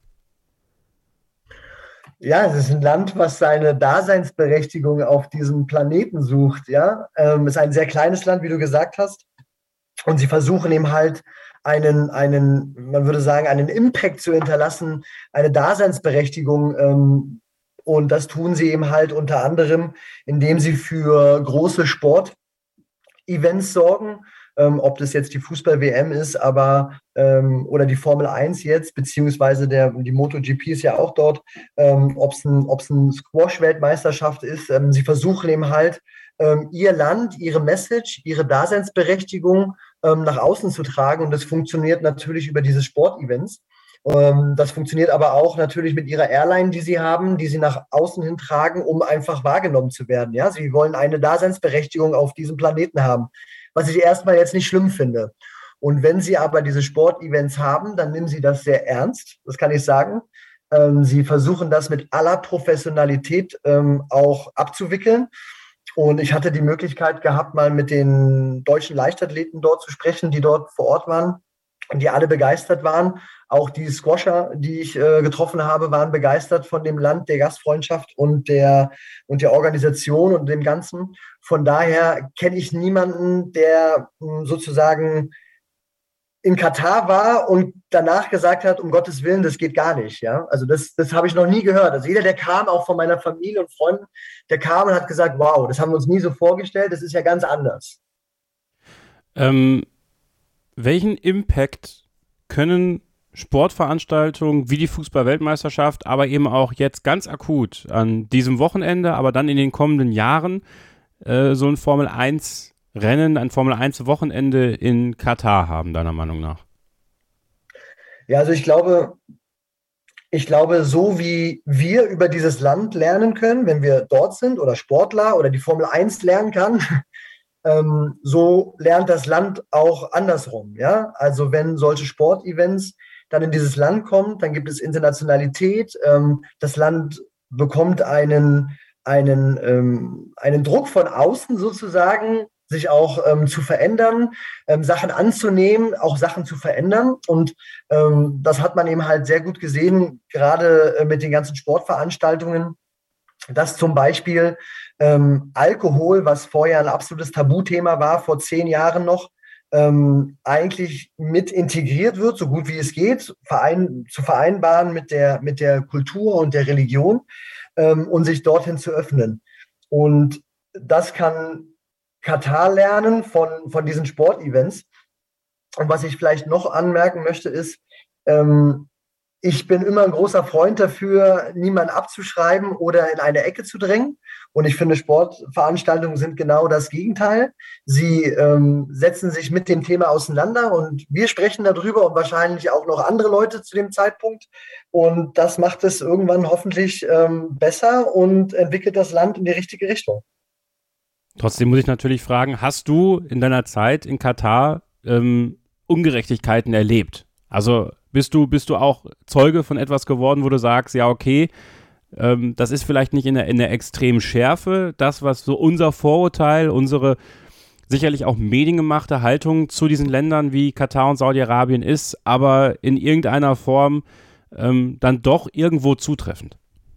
Ja, es ist ein Land, was seine Daseinsberechtigung auf diesem Planeten sucht. Ja, es ist ein sehr kleines Land, wie du gesagt hast. Und sie versuchen eben halt man würde sagen, einen Impact zu hinterlassen, eine Daseinsberechtigung. Und das tun sie eben halt unter anderem, indem sie für große Sportevents sorgen. Ob das jetzt die Fußball-WM ist, oder die Formel 1 jetzt, beziehungsweise die MotoGP ist ja auch dort, ob es ein Squash-Weltmeisterschaft ist. Sie versuchen eben halt, ihr Land, ihre Message, ihre Daseinsberechtigung nach außen zu tragen, und das funktioniert natürlich über diese Sportevents. Das funktioniert aber auch natürlich mit ihrer Airline, die sie haben, die sie nach außen hin tragen, um einfach wahrgenommen zu werden. Ja, sie wollen eine Daseinsberechtigung auf diesem Planeten haben, was ich erstmal jetzt nicht schlimm finde. Und wenn sie aber diese Sportevents haben, dann nehmen sie das sehr ernst, das kann ich sagen. Sie versuchen das mit aller Professionalität auch abzuwickeln. Und ich hatte die Möglichkeit gehabt, mal mit den deutschen Leichtathleten dort zu sprechen, die dort vor Ort waren und die alle begeistert waren. Auch die Squasher, die ich getroffen habe, waren begeistert von dem Land, der Gastfreundschaft und der Organisation und dem Ganzen. Von daher kenne ich niemanden, der sozusagen in Katar war und danach gesagt hat, um Gottes Willen, das geht gar nicht. Ja? Also das habe ich noch nie gehört. Also jeder, der kam, auch von meiner Familie und Freunden, der kam und hat gesagt, wow, das haben wir uns nie so vorgestellt, das ist ja ganz anders. Welchen Impact können Sportveranstaltungen wie die Fußball-Weltmeisterschaft, aber eben auch jetzt ganz akut an diesem Wochenende, aber dann in den kommenden Jahren so ein Formel-1-Rennen, ein Formel-1-Wochenende in Katar haben, deiner Meinung nach? Ja, also ich glaube, so wie wir über dieses Land lernen können, wenn wir dort sind oder Sportler oder die Formel 1 lernen kann, so lernt das Land auch andersrum. Ja? Also wenn solche Sportevents dann in dieses Land kommen, dann gibt es Internationalität. Das Land bekommt einen Druck von außen sozusagen, sich auch zu verändern, Sachen anzunehmen, auch Sachen zu verändern. Und das hat man eben halt sehr gut gesehen, gerade mit den ganzen Sportveranstaltungen, dass zum Beispiel Alkohol, was vorher ein absolutes Tabuthema war, vor 10 Jahren noch, eigentlich mit integriert wird, so gut wie es geht, zu vereinbaren mit der Kultur und der Religion und sich dorthin zu öffnen. Und das kann Katar lernen von diesen Sportevents. Und was ich vielleicht noch anmerken möchte, ist, ich bin immer ein großer Freund dafür, niemanden abzuschreiben oder in eine Ecke zu drängen. Und ich finde, Sportveranstaltungen sind genau das Gegenteil. Sie setzen sich mit dem Thema auseinander und wir sprechen darüber und wahrscheinlich auch noch andere Leute zu dem Zeitpunkt. Und das macht es irgendwann hoffentlich besser und entwickelt das Land in die richtige Richtung. Trotzdem muss ich natürlich fragen, hast du in deiner Zeit in Katar Ungerechtigkeiten erlebt? Also bist du auch Zeuge von etwas geworden, wo du sagst, ja okay, das ist vielleicht nicht in der extremen Schärfe, das, was so unser Vorurteil, unsere sicherlich auch mediengemachte Haltung zu diesen Ländern wie Katar und Saudi-Arabien ist, aber in irgendeiner Form dann doch irgendwo zutreffend?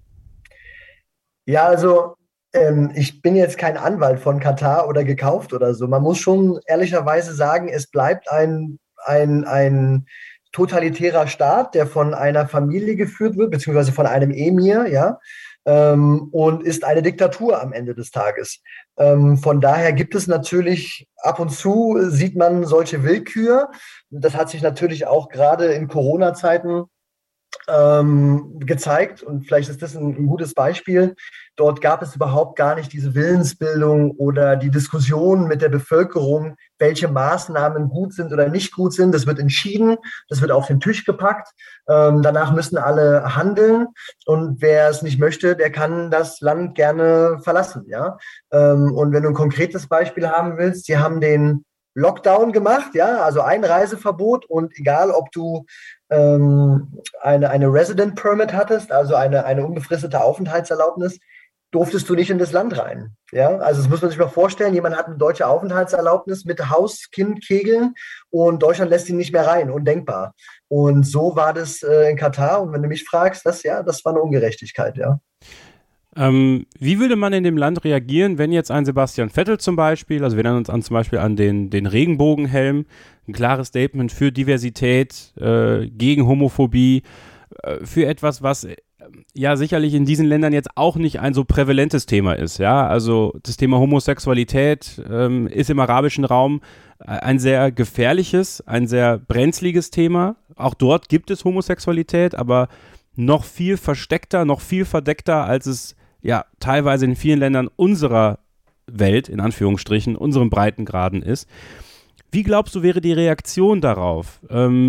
Ja, also ich bin jetzt kein Anwalt von Katar oder gekauft oder so. Man muss schon ehrlicherweise sagen, es bleibt ein totalitärer Staat, der von einer Familie geführt wird, beziehungsweise von einem Emir, ja, und ist eine Diktatur am Ende des Tages. Von daher gibt es natürlich, ab und zu sieht man solche Willkür. Das hat sich natürlich auch gerade in Corona-Zeiten gezeigt und vielleicht ist das ein gutes Beispiel. Dort gab es überhaupt gar nicht diese Willensbildung oder die Diskussion mit der Bevölkerung, welche Maßnahmen gut sind oder nicht gut sind. Das wird entschieden, das wird auf den Tisch gepackt. Danach müssen alle handeln und wer es nicht möchte, der kann das Land gerne verlassen. Ja? Und wenn du ein konkretes Beispiel haben willst, die haben den Lockdown gemacht, ja, also Einreiseverbot und egal, ob du eine Resident Permit hattest, also eine unbefristete Aufenthaltserlaubnis, durftest du nicht in das Land rein. Ja, also das muss man sich mal vorstellen, jemand hat eine deutsche Aufenthaltserlaubnis mit Haus, Kind, Kegeln und Deutschland lässt ihn nicht mehr rein, undenkbar. Und so war das in Katar und wenn du mich fragst, das war eine Ungerechtigkeit, ja. Wie würde man in dem Land reagieren, wenn jetzt ein Sebastian Vettel zum Beispiel, also wir erinnern uns zum Beispiel an den Regenbogenhelm, ein klares Statement für Diversität, gegen Homophobie, für etwas, was ja sicherlich in diesen Ländern jetzt auch nicht ein so prävalentes Thema ist, ja, also das Thema Homosexualität ist im arabischen Raum ein sehr gefährliches, ein sehr brenzliges Thema, auch dort gibt es Homosexualität, aber noch viel versteckter, noch viel verdeckter, als es ja teilweise in vielen Ländern unserer Welt, in Anführungsstrichen, unseren Breitengraden ist. Wie glaubst du, wäre die Reaktion darauf?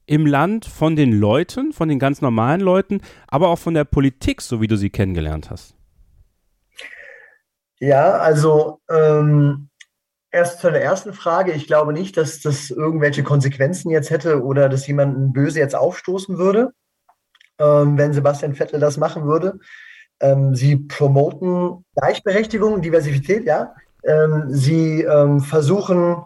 im Land von den Leuten, von den ganz normalen Leuten, aber auch von der Politik, so wie du sie kennengelernt hast? Ja, also erst zu der ersten Frage. Ich glaube nicht, dass das irgendwelche Konsequenzen jetzt hätte oder dass jemanden böse jetzt aufstoßen würde, wenn Sebastian Vettel das machen würde. Sie promoten Gleichberechtigung, Diversität, ja. Sie versuchen,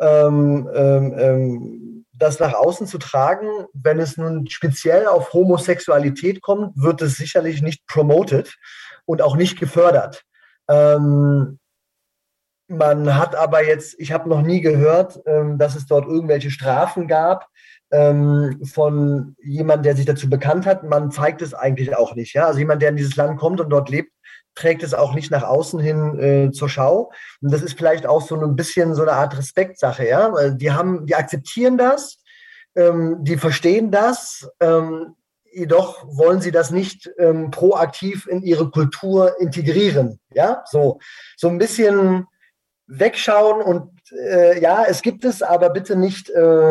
das nach außen zu tragen. Wenn es nun speziell auf Homosexualität kommt, wird es sicherlich nicht promoted und auch nicht gefördert. Man hat aber jetzt, ich habe noch nie gehört, dass es dort irgendwelche Strafen gab von jemandem, der sich dazu bekannt hat. Man zeigt es eigentlich auch nicht. Ja? Also jemand, der in dieses Land kommt und dort lebt, trägt es auch nicht nach außen hin zur Schau. Und das ist vielleicht auch so ein bisschen so eine Art Respektsache. Ja? Die akzeptieren das, die verstehen das, jedoch wollen sie das nicht proaktiv in ihre Kultur integrieren. Ja, so ein bisschen wegschauen und ja, es gibt es, aber bitte nicht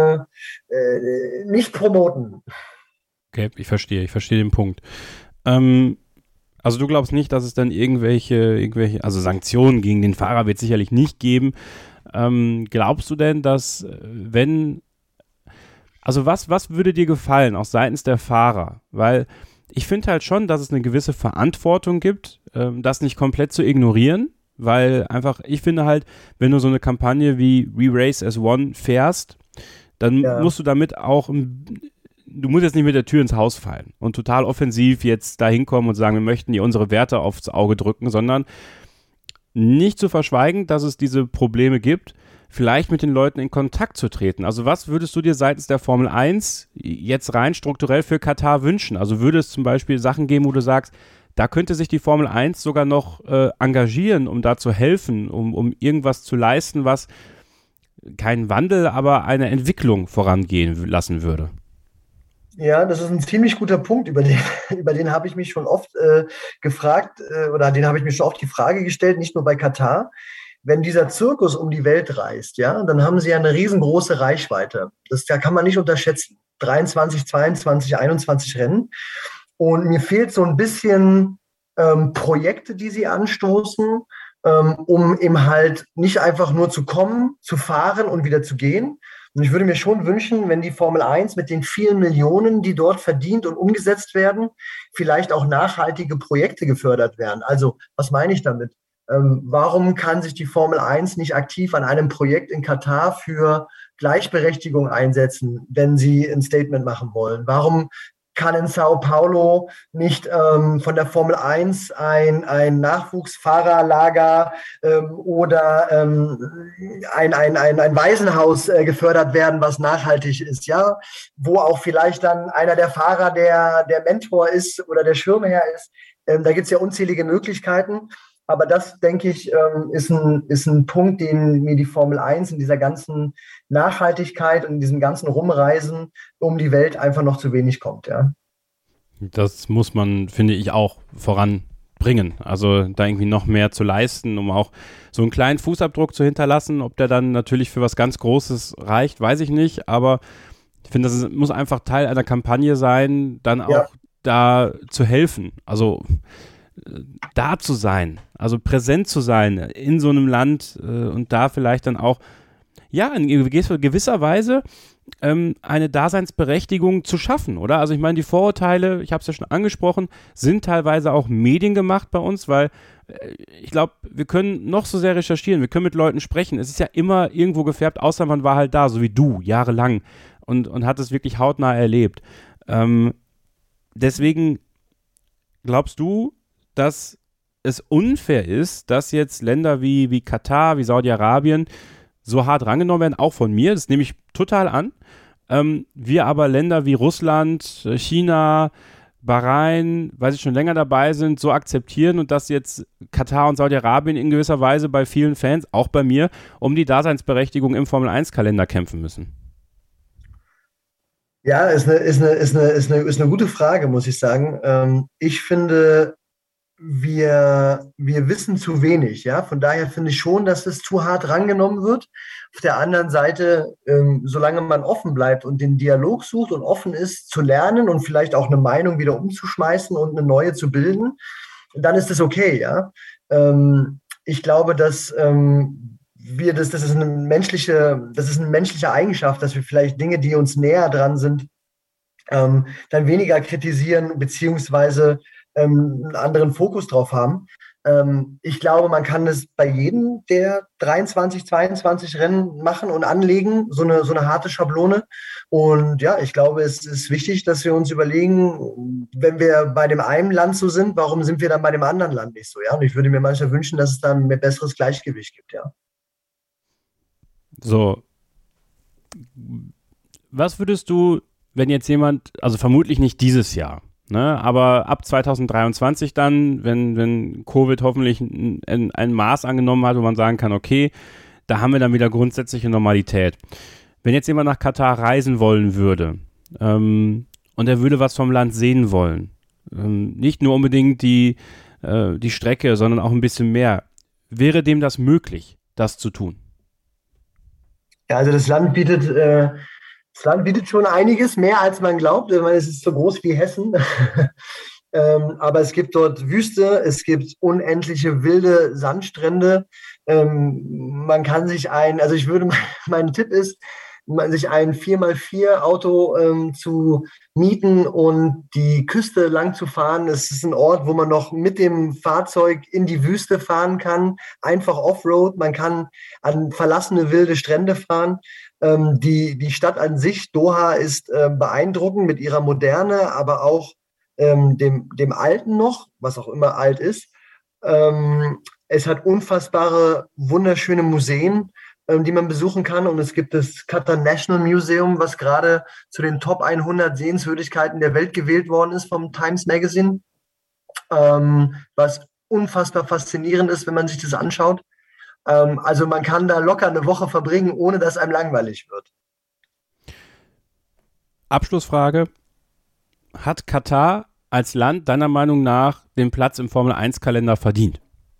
promoten. Okay, ich verstehe den Punkt. Also du glaubst nicht, dass es dann irgendwelche, also Sanktionen gegen den Fahrer wird es sicherlich nicht geben. Glaubst du denn, dass also was würde dir gefallen, auch seitens der Fahrer? Weil ich finde halt schon, dass es eine gewisse Verantwortung gibt, das nicht komplett zu ignorieren, weil einfach, ich finde halt, wenn du so eine Kampagne wie We Race as One fährst, dann musst du damit auch, du musst jetzt nicht mit der Tür ins Haus fallen und total offensiv jetzt da hinkommen und sagen, wir möchten dir unsere Werte aufs Auge drücken, sondern nicht zu verschweigen, dass es diese Probleme gibt, vielleicht mit den Leuten in Kontakt zu treten. Also was würdest du dir seitens der Formel 1 jetzt rein strukturell für Katar wünschen? Also würde es zum Beispiel Sachen geben, wo du sagst, da könnte sich die Formel 1 sogar noch engagieren, um da zu helfen, um irgendwas zu leisten, was keinen Wandel, aber eine Entwicklung vorangehen lassen würde? Ja, das ist ein ziemlich guter Punkt, über den habe ich mich schon oft gefragt oder den habe ich mir schon oft die Frage gestellt, nicht nur bei Katar. Wenn dieser Zirkus um die Welt reist, ja, dann haben sie ja eine riesengroße Reichweite. Das kann man nicht unterschätzen. 23, 22, 21 Rennen. Und mir fehlt so ein bisschen Projekte, die sie anstoßen, um eben halt nicht einfach nur zu kommen, zu fahren und wieder zu gehen. Und ich würde mir schon wünschen, wenn die Formel 1 mit den vielen Millionen, die dort verdient und umgesetzt werden, vielleicht auch nachhaltige Projekte gefördert werden. Also, was meine ich damit? Warum kann sich die Formel 1 nicht aktiv an einem Projekt in Katar für Gleichberechtigung einsetzen, wenn sie ein Statement machen wollen? Warum kann in Sao Paulo nicht von der Formel 1 ein Nachwuchsfahrerlager oder ein Waisenhaus gefördert werden, was nachhaltig ist, ja? Wo auch vielleicht dann einer der Fahrer der Mentor ist oder der Schirmherr ist. Da gibt es ja unzählige Möglichkeiten. Aber das, denke ich, ist ein Punkt, den mir die Formel 1 in dieser ganzen Nachhaltigkeit und in diesem ganzen Rumreisen um die Welt einfach noch zu wenig kommt, ja. Das muss man, finde ich, auch voranbringen. Also da irgendwie noch mehr zu leisten, um auch so einen kleinen Fußabdruck zu hinterlassen. Ob der dann natürlich für was ganz Großes reicht, weiß ich nicht. Aber ich finde, das muss einfach Teil einer Kampagne sein, dann auch da zu helfen. Also da zu sein, also präsent zu sein in so einem Land und da vielleicht dann auch, ja, in gewisser Weise eine Daseinsberechtigung zu schaffen, oder? Also ich meine, die Vorurteile, ich habe es ja schon angesprochen, sind teilweise auch mediengemacht bei uns, weil ich glaube, wir können noch so sehr recherchieren, wir können mit Leuten sprechen, es ist ja immer irgendwo gefärbt, außer man war halt da, so wie du, jahrelang und hat es wirklich hautnah erlebt. Deswegen glaubst du, dass es unfair ist, dass jetzt Länder wie Katar, wie Saudi-Arabien so hart rangenommen werden, auch von mir, das nehme ich total an. Wir aber Länder wie Russland, China, Bahrain, weil sie schon länger dabei sind, so akzeptieren und dass jetzt Katar und Saudi-Arabien in gewisser Weise bei vielen Fans, auch bei mir, um die Daseinsberechtigung im Formel-1-Kalender kämpfen müssen. Ja, ist eine gute Frage, muss ich sagen. Ich finde, wir wissen zu wenig. Ja? Von daher finde ich schon, dass es zu hart rangenommen wird. Auf der anderen Seite, solange man offen bleibt und den Dialog sucht und offen ist zu lernen und vielleicht auch eine Meinung wieder umzuschmeißen und eine neue zu bilden, dann ist das okay. Ja? Ich glaube, dass das ist eine menschliche Eigenschaft, dass wir vielleicht Dinge, die uns näher dran sind, dann weniger kritisieren beziehungsweise einen anderen Fokus drauf haben. Ich glaube, man kann es bei jedem der 23, 22 Rennen machen und anlegen, so eine harte Schablone. Und ja, ich glaube, es ist wichtig, dass wir uns überlegen, wenn wir bei dem einen Land so sind, warum sind wir dann bei dem anderen Land nicht so? Ja? Und ich würde mir manchmal wünschen, dass es da ein besseres Gleichgewicht gibt. Ja. So, was würdest du, wenn jetzt jemand, also vermutlich nicht dieses Jahr, ne, aber ab 2023 dann, wenn Covid hoffentlich ein Maß angenommen hat, wo man sagen kann, okay, da haben wir dann wieder grundsätzliche Normalität. Wenn jetzt jemand nach Katar reisen wollen würde und er würde was vom Land sehen wollen, nicht nur unbedingt die Strecke, sondern auch ein bisschen mehr, wäre dem das möglich, das zu tun? Ja, also das Land bietet schon einiges, mehr als man glaubt. Ich meine, es ist so groß wie Hessen. Aber es gibt dort Wüste, es gibt unendliche wilde Sandstrände. Man kann sich mein Tipp ist, sich ein 4x4 Auto zu mieten und die Küste lang zu fahren. Es ist ein Ort, wo man noch mit dem Fahrzeug in die Wüste fahren kann, einfach Offroad. Man kann an verlassene wilde Strände fahren. Die Stadt an sich, Doha, ist beeindruckend mit ihrer Moderne, aber auch dem Alten noch, was auch immer alt ist. Es hat unfassbare, wunderschöne Museen, die man besuchen kann. Und es gibt das Qatar National Museum, was gerade zu den Top 100 Sehenswürdigkeiten der Welt gewählt worden ist vom Times Magazine, was unfassbar faszinierend ist, wenn man sich das anschaut. Also man kann da locker eine Woche verbringen, ohne dass einem langweilig wird. Abschlussfrage. Hat Katar als Land deiner Meinung nach den Platz im Formel-1-Kalender verdient?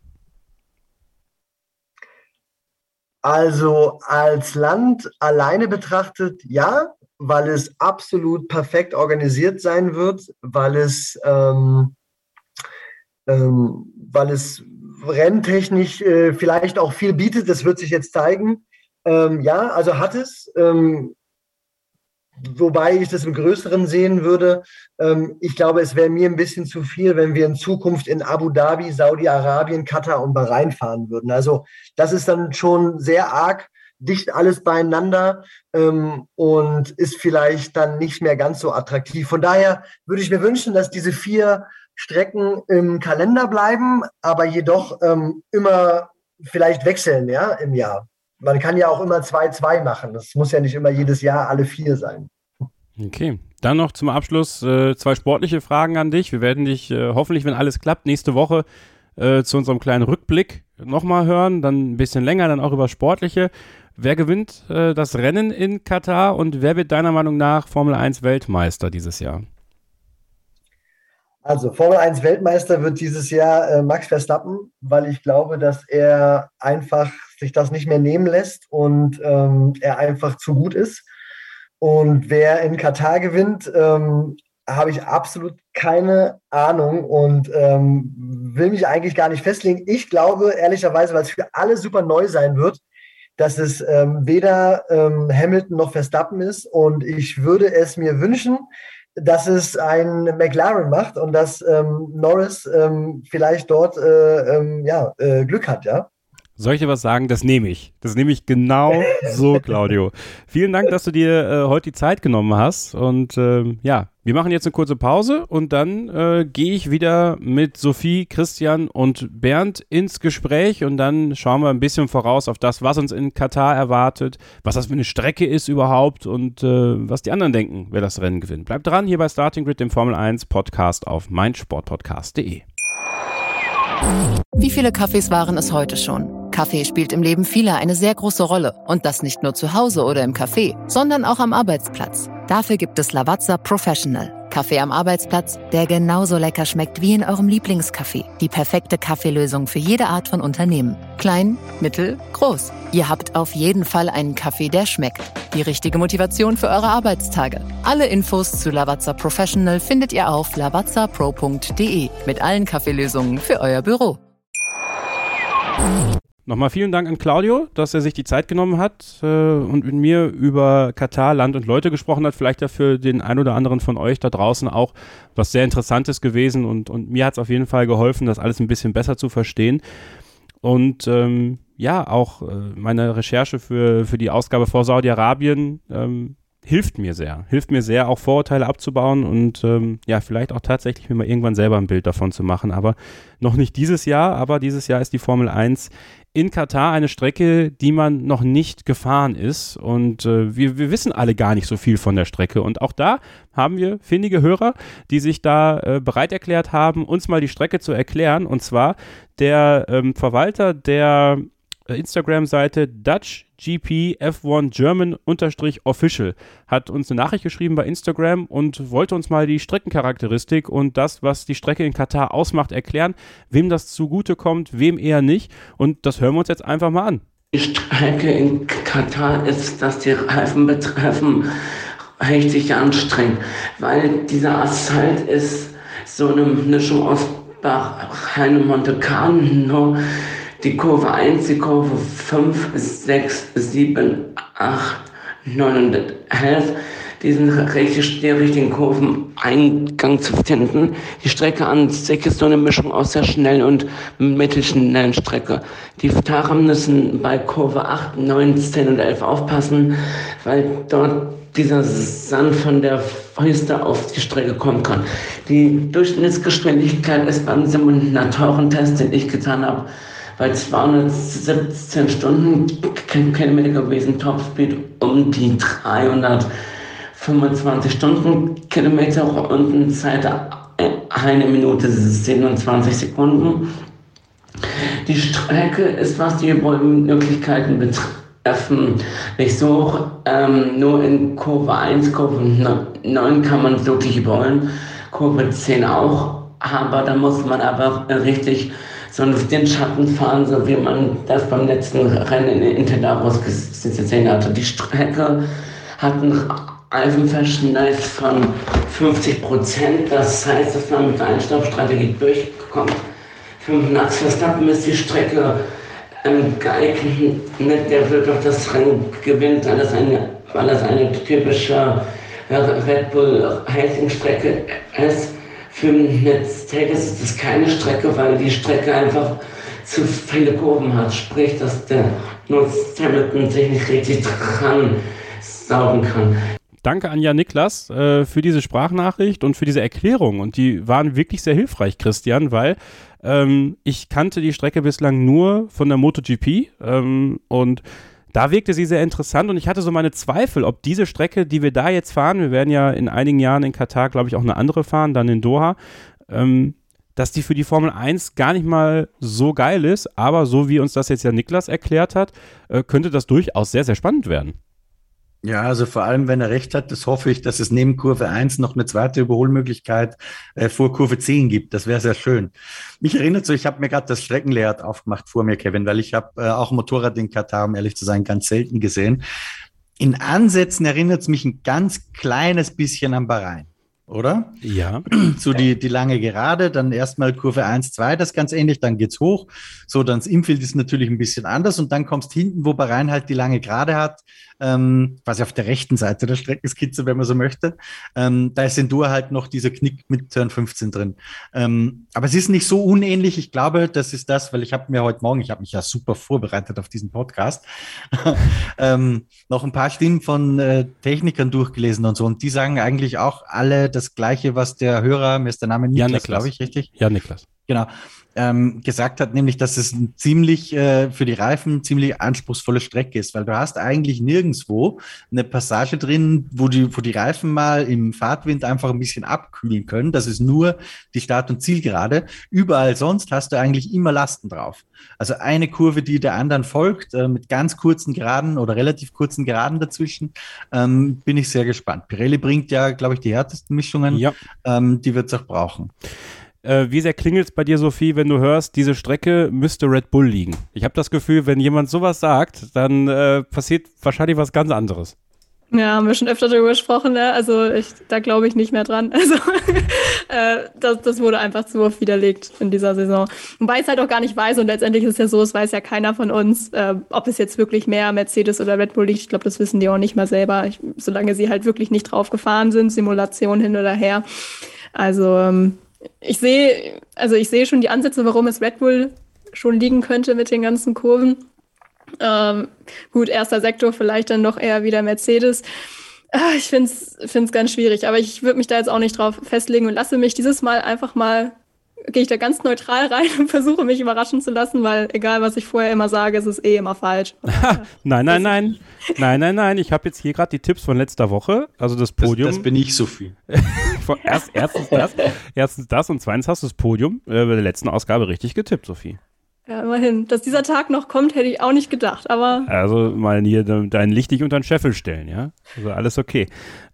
Also als Land alleine betrachtet, ja, weil es absolut perfekt organisiert sein wird, weil es renntechnisch vielleicht auch viel bietet, das wird sich jetzt zeigen. Ja, also hat es, wobei ich das im Größeren sehen würde. Ich glaube, es wäre mir ein bisschen zu viel, wenn wir in Zukunft in Abu Dhabi, Saudi-Arabien, Katar und Bahrain fahren würden. Also das ist dann schon sehr arg dicht alles beieinander und ist vielleicht dann nicht mehr ganz so attraktiv. Von daher würde ich mir wünschen, dass diese 4 Strecken im Kalender bleiben, aber jedoch immer vielleicht wechseln, ja, im Jahr. Man kann ja auch immer 2-2 machen. Das muss ja nicht immer jedes Jahr alle 4 sein. Okay, dann noch zum Abschluss 2 sportliche Fragen an dich. Wir werden dich hoffentlich, wenn alles klappt, nächste Woche zu unserem kleinen Rückblick nochmal hören, dann ein bisschen länger, dann auch über Sportliche. Wer gewinnt das Rennen in Katar und wer wird deiner Meinung nach Formel 1 Weltmeister dieses Jahr? Also Formel 1 Weltmeister wird dieses Jahr Max Verstappen, weil ich glaube, dass er einfach sich das nicht mehr nehmen lässt und er einfach zu gut ist. Und wer in Katar gewinnt, habe ich absolut keine Ahnung und will mich eigentlich gar nicht festlegen. Ich glaube, ehrlicherweise, weil es für alle super neu sein wird, dass es weder Hamilton noch Verstappen ist. Und ich würde es mir wünschen, dass es ein McLaren macht und dass Norris vielleicht dort Glück hat, ja. Soll ich dir was sagen? Das nehme ich. Das nehme ich genau so, Claudio. Vielen Dank, dass du dir heute die Zeit genommen hast. Und wir machen jetzt eine kurze Pause und dann gehe ich wieder mit Sophie, Christian und Bernd ins Gespräch und dann schauen wir ein bisschen voraus auf das, was uns in Katar erwartet, was das für eine Strecke ist überhaupt und was die anderen denken, wer das Rennen gewinnt. Bleibt dran hier bei Starting Grid, dem Formel 1 Podcast auf meinsportpodcast.de. Wie viele Kaffees waren es heute schon? Kaffee spielt im Leben vieler eine sehr große Rolle. Und das nicht nur zu Hause oder im Café, sondern auch am Arbeitsplatz. Dafür gibt es Lavazza Professional. Kaffee am Arbeitsplatz, der genauso lecker schmeckt wie in eurem Lieblingscafé. Die perfekte Kaffeelösung für jede Art von Unternehmen. Klein, mittel, groß. Ihr habt auf jeden Fall einen Kaffee, der schmeckt. Die richtige Motivation für eure Arbeitstage. Alle Infos zu Lavazza Professional findet ihr auf lavazzapro.de mit allen Kaffeelösungen für euer Büro. Nochmal vielen Dank an Claudio, dass er sich die Zeit genommen hat und mit mir über Katar, Land und Leute gesprochen hat. Vielleicht ja für den einen oder anderen von euch da draußen auch was sehr Interessantes gewesen und mir hat es auf jeden Fall geholfen, das alles ein bisschen besser zu verstehen. Und auch meine Recherche für die Ausgabe vor Saudi-Arabien hilft mir sehr, auch Vorurteile abzubauen und vielleicht auch tatsächlich mir mal irgendwann selber ein Bild davon zu machen, aber noch nicht dieses Jahr, aber dieses Jahr ist die Formel 1 in Katar eine Strecke, die man noch nicht gefahren ist und wir wissen alle gar nicht so viel von der Strecke und auch da haben wir findige Hörer, die sich da bereit erklärt haben, uns mal die Strecke zu erklären und zwar der Verwalter der Instagram-Seite DutchGP-F1German_official hat uns eine Nachricht geschrieben bei Instagram und wollte uns mal die Streckencharakteristik und das, was die Strecke in Katar ausmacht, erklären, wem das zugutekommt, wem eher nicht und das hören wir uns jetzt einfach mal an. Die Strecke in Katar ist, dass die Reifen betreffen, richtig anstrengend, weil dieser Asphalt ist so eine Mischung aus Bahrain und Monte Carlo. Die Kurve 1, die Kurve 5, 6, 7, 8, 9 und 11, die sind die richtigen Kurveneingang zu finden. Die Strecke an sich ist so eine Mischung aus der schnellen und mittelschnellen Strecke. Die Fahrer müssen bei Kurve 8, 9, 10 und 11 aufpassen, weil dort dieser Sand von der Fäuste auf die Strecke kommen kann. Die Durchschnittsgeschwindigkeit ist beim Simulatorentest, den ich getan habe, bei 217 Stundenkilometer gewesen, Topspeed um die 325 Stundenkilometer und eine Zeit 1 Minute 27 Sekunden. Die Strecke ist, was die Überholmöglichkeiten betreffen, nicht so hoch. Nur in Kurve 1, Kurve 9 kann man wirklich überholen, Kurve 10 auch, aber da muss man aber richtig sondern den Schatten fahren, so wie man das beim letzten Rennen in Interlagos gesehen hatte. Die Strecke hat einen Reifenverschleiß von 50%. Das heißt, dass man mit der Einstoppstrategie durchkommt. Für Max Verstappen ist die Strecke geeignet, der wird auch das Rennen gewinnen, weil das eine typische Red Bull Racing-Strecke ist. Für Mercedes ist es keine Strecke, weil die Strecke einfach zu viele Kurven hat. Sprich, dass der Hamilton sich nicht richtig dran saugen kann. Danke an Jan Niklas für diese Sprachnachricht und für diese Erklärung. Und die waren wirklich sehr hilfreich, Christian, weil ich kannte die Strecke bislang nur von der MotoGP und da wirkte sie sehr interessant und ich hatte so meine Zweifel, ob diese Strecke, die wir da jetzt fahren, wir werden ja in einigen Jahren in Katar, glaube ich, auch eine andere fahren, dann in Doha, dass die für die Formel 1 gar nicht mal so geil ist, aber so wie uns das jetzt ja Niklas erklärt hat, könnte das durchaus sehr, sehr spannend werden. Ja, also vor allem, wenn er recht hat, das hoffe ich, dass es neben Kurve 1 noch eine zweite Überholmöglichkeit vor Kurve 10 gibt. Das wäre sehr schön. Mich erinnert so, ich habe mir gerade das Streckenlayout aufgemacht vor mir, Kevin, weil ich habe auch Motorrad in Katar, um ehrlich zu sein, ganz selten gesehen. In Ansätzen erinnert es mich ein ganz kleines bisschen an Bahrain, oder? Ja. So die lange Gerade, dann erstmal Kurve 1, 2, das ganz ähnlich, dann geht's hoch. So, dann das Infield ist natürlich ein bisschen anders und dann kommst hinten, wo Bahrain halt die lange Gerade hat, quasi auf der rechten Seite der Streckenskizze, wenn man so möchte. Da ist in Doha halt noch dieser Knick mit Turn 15 drin. Aber es ist nicht so unähnlich. Ich glaube, das ist das, weil ich habe mich ja super vorbereitet auf diesen Podcast, noch ein paar Stimmen von Technikern durchgelesen und so. Und die sagen eigentlich auch alle das Gleiche, was der Hörer, mir ist der Name Niklas, glaube ich, richtig? Ja, Niklas. Genau. gesagt hat, nämlich, dass es ein ziemlich für die Reifen ziemlich anspruchsvolle Strecke ist, weil du hast eigentlich nirgendwo eine Passage drin, wo die Reifen mal im Fahrtwind einfach ein bisschen abkühlen können. Das ist nur die Start- und Zielgerade. Überall sonst hast du eigentlich immer Lasten drauf. Also eine Kurve, die der anderen folgt, mit ganz kurzen Geraden oder relativ kurzen Geraden dazwischen, bin ich sehr gespannt. Pirelli bringt ja, glaube ich, die härtesten Mischungen. Ja. Die wird es auch brauchen. Wie sehr klingelt es bei dir, Sophie, wenn du hörst, diese Strecke müsste Red Bull liegen? Ich habe das Gefühl, wenn jemand sowas sagt, dann passiert wahrscheinlich was ganz anderes. Ja, haben wir schon öfter darüber gesprochen, ne? Also da glaube ich nicht mehr dran. Also das wurde einfach zu oft widerlegt in dieser Saison. Wobei ich es halt auch gar nicht weiß und letztendlich ist es ja so, es weiß ja keiner von uns, ob es jetzt wirklich mehr Mercedes oder Red Bull liegt. Ich glaube, das wissen die auch nicht mal selber, solange sie halt wirklich nicht drauf gefahren sind, Simulation hin oder her. Also ich sehe schon die Ansätze, warum es Red Bull schon liegen könnte mit den ganzen Kurven. Gut, erster Sektor vielleicht dann doch eher wieder Mercedes. Ich finde es ganz schwierig, aber ich würde mich da jetzt auch nicht drauf festlegen und lasse mich dieses Mal gehe ich da ganz neutral rein und versuche mich überraschen zu lassen, weil egal, was ich vorher immer sage, ist es immer falsch. Nein. Ich habe jetzt hier gerade die Tipps von letzter Woche, also das Podium. Das bin ich, Sophie. Erstens das und zweitens hast du das Podium bei der letzten Ausgabe richtig getippt, Sophie. Ja, immerhin. Dass dieser Tag noch kommt, hätte ich auch nicht gedacht, aber... Also mal hier dein Licht nicht unter den Scheffel stellen, ja? Also alles okay.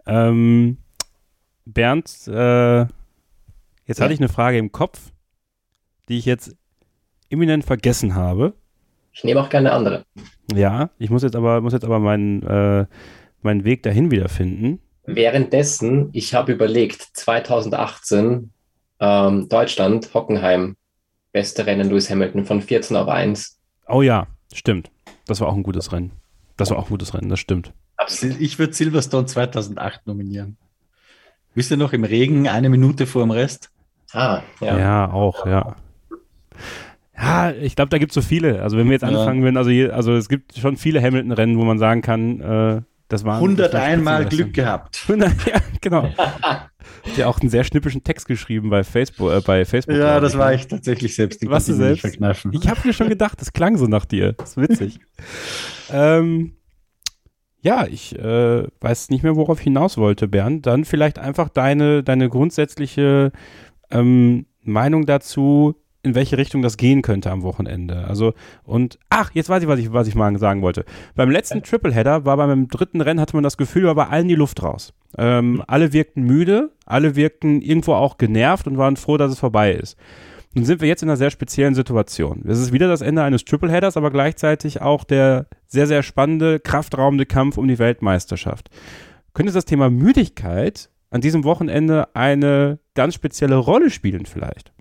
Bernd, jetzt hatte ich eine Frage im Kopf, die ich jetzt imminent vergessen habe. Ich nehme auch gerne andere. Ja, ich muss jetzt aber meinen Weg dahin wiederfinden. Währenddessen, ich habe überlegt, 2018 Deutschland, Hockenheim, beste Rennen Lewis Hamilton von 14:1. Oh ja, stimmt. Das war auch ein gutes Rennen. Das stimmt. Absolut. Ich würde Silverstone 2008 nominieren. Wisst ihr noch, im Regen, 1 Minute vor dem Rest? Ja. Ja, auch, ja. Ja, ich glaube, da gibt es so viele. Also wenn wir jetzt anfangen würden, also es gibt schon viele Hamilton-Rennen, wo man sagen kann, das waren 101 Mal Glück gehabt. Ja, genau. Ja, auch einen sehr schnippischen Text geschrieben bei Facebook. Ja, das war ich tatsächlich selbst. Was du selbst? Ich habe mir schon gedacht, das klang so nach dir. Das ist witzig. Ja, ich weiß nicht mehr, worauf ich hinaus wollte, Bernd. Dann vielleicht einfach deine grundsätzliche Meinung dazu, in welche Richtung das gehen könnte am Wochenende. Jetzt weiß ich, was ich mal sagen wollte. Beim letzten Tripleheader beim dritten Rennen hatte man das Gefühl, war bei allen die Luft raus. Alle wirkten müde, alle wirkten irgendwo auch genervt und waren froh, dass es vorbei ist. Nun sind wir jetzt in einer sehr speziellen Situation. Es ist wieder das Ende eines Tripleheaders, aber gleichzeitig auch der sehr, sehr spannende, kraftraubende Kampf um die Weltmeisterschaft. Könnte das Thema Müdigkeit an diesem Wochenende eine ganz spezielle Rolle spielen vielleicht?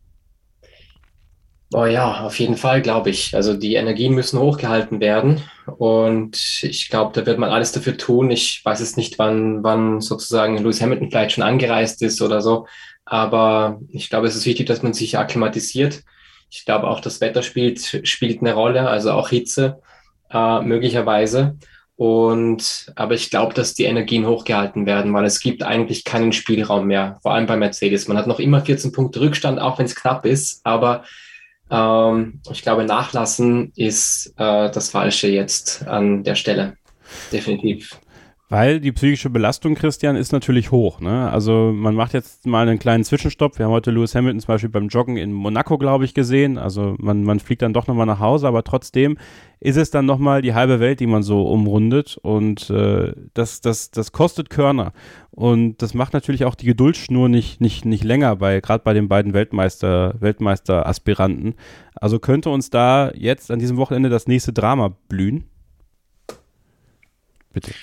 Oh ja, auf jeden Fall, glaube ich. Also die Energien müssen hochgehalten werden und ich glaube, da wird man alles dafür tun. Ich weiß jetzt nicht, wann sozusagen Lewis Hamilton vielleicht schon angereist ist oder so, aber ich glaube, es ist wichtig, dass man sich akklimatisiert. Ich glaube auch, das Wetter spielt eine Rolle, also auch Hitze möglicherweise. Aber ich glaube, dass die Energien hochgehalten werden, weil es gibt eigentlich keinen Spielraum mehr, vor allem bei Mercedes. Man hat noch immer 14 Punkte Rückstand, auch wenn es knapp ist, aber ich glaube, nachlassen ist das Falsche jetzt an der Stelle. Definitiv. Weil die psychische Belastung, Christian, ist natürlich hoch. Ne? Also man macht jetzt mal einen kleinen Zwischenstopp. Wir haben heute Lewis Hamilton zum Beispiel beim Joggen in Monaco, glaube ich, gesehen. Also man fliegt dann doch nochmal nach Hause, aber trotzdem ist es dann nochmal die halbe Welt, die man so umrundet. Und das kostet Körner. Und das macht natürlich auch die Geduldsschnur nicht länger, gerade bei den beiden Weltmeister-Aspiranten. Also könnte uns da jetzt an diesem Wochenende das nächste Drama blühen? Bitte.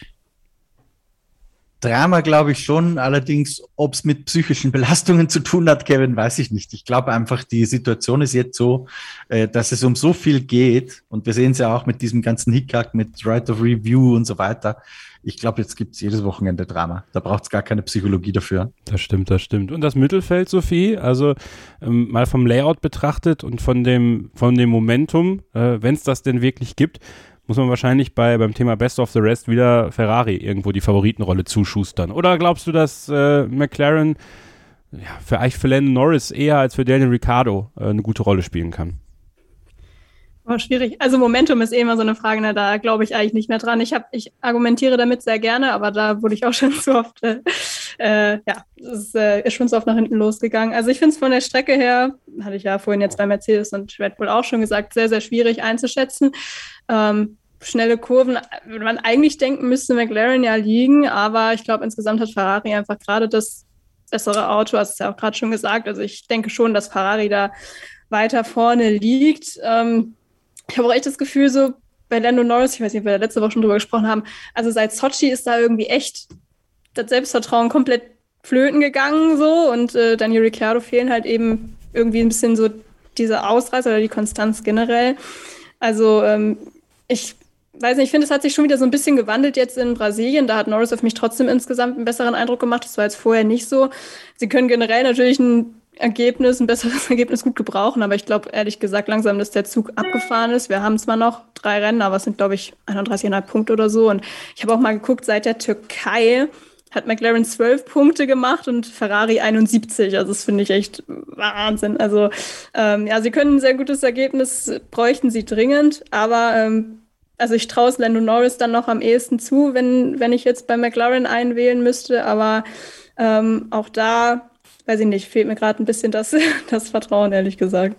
Drama glaube ich schon, allerdings, ob es mit psychischen Belastungen zu tun hat, Kevin, weiß ich nicht. Ich glaube einfach, die Situation ist jetzt so, dass es um so viel geht und wir sehen es ja auch mit diesem ganzen Hickhack, mit Right of Review und so weiter. Ich glaube, jetzt gibt es jedes Wochenende Drama. Da braucht es gar keine Psychologie dafür. Das stimmt. Und das Mittelfeld, Sophie, also mal vom Layout betrachtet und von dem Momentum, wenn es das denn wirklich gibt, muss man wahrscheinlich beim Thema Best of the Rest wieder Ferrari irgendwo die Favoritenrolle zuschustern. Oder glaubst du, dass McLaren vielleicht für Lando Norris eher als für Daniel Ricciardo eine gute Rolle spielen kann. Schwierig. Also Momentum ist immer so eine Frage, ne? Da glaube ich eigentlich nicht mehr dran. Ich argumentiere damit sehr gerne, aber da wurde ich auch schon zu oft, es ist schon so oft nach hinten losgegangen. Also ich finde es von der Strecke her, hatte ich ja vorhin jetzt bei Mercedes und Red Bull auch schon gesagt, sehr, sehr schwierig einzuschätzen. Schnelle Kurven, würde man eigentlich denken, müsste McLaren ja liegen, aber ich glaube, insgesamt hat Ferrari einfach gerade das bessere Auto, hast du ja auch gerade schon gesagt. Also ich denke schon, dass Ferrari da weiter vorne liegt. Ich habe auch echt das Gefühl, so bei Lando Norris, ich weiß nicht, ob wir da letzte Woche schon drüber gesprochen haben, also seit Sochi ist da irgendwie echt das Selbstvertrauen komplett flöten gegangen so und Daniel Ricciardo fehlen halt eben irgendwie ein bisschen so diese Ausreißer oder die Konstanz generell. Also ich weiß nicht, ich finde, es hat sich schon wieder so ein bisschen gewandelt jetzt in Brasilien. Da hat Norris auf mich trotzdem insgesamt einen besseren Eindruck gemacht. Das war jetzt vorher nicht so. Sie können generell natürlich ein besseres Ergebnis gut gebrauchen, aber ich glaube, ehrlich gesagt, langsam, dass der Zug abgefahren ist. Wir haben zwar noch 3 Rennen, aber es sind, glaube ich, 31,5 Punkte oder so. Und ich habe auch mal geguckt, seit der Türkei hat McLaren 12 Punkte gemacht und Ferrari 71. Also das finde ich echt Wahnsinn. Also sie können ein sehr gutes Ergebnis, bräuchten sie dringend, aber also ich traue es Lando Norris dann noch am ehesten zu, wenn ich jetzt bei McLaren einwählen müsste, aber auch da weiß ich nicht, fehlt mir gerade ein bisschen das Vertrauen, ehrlich gesagt.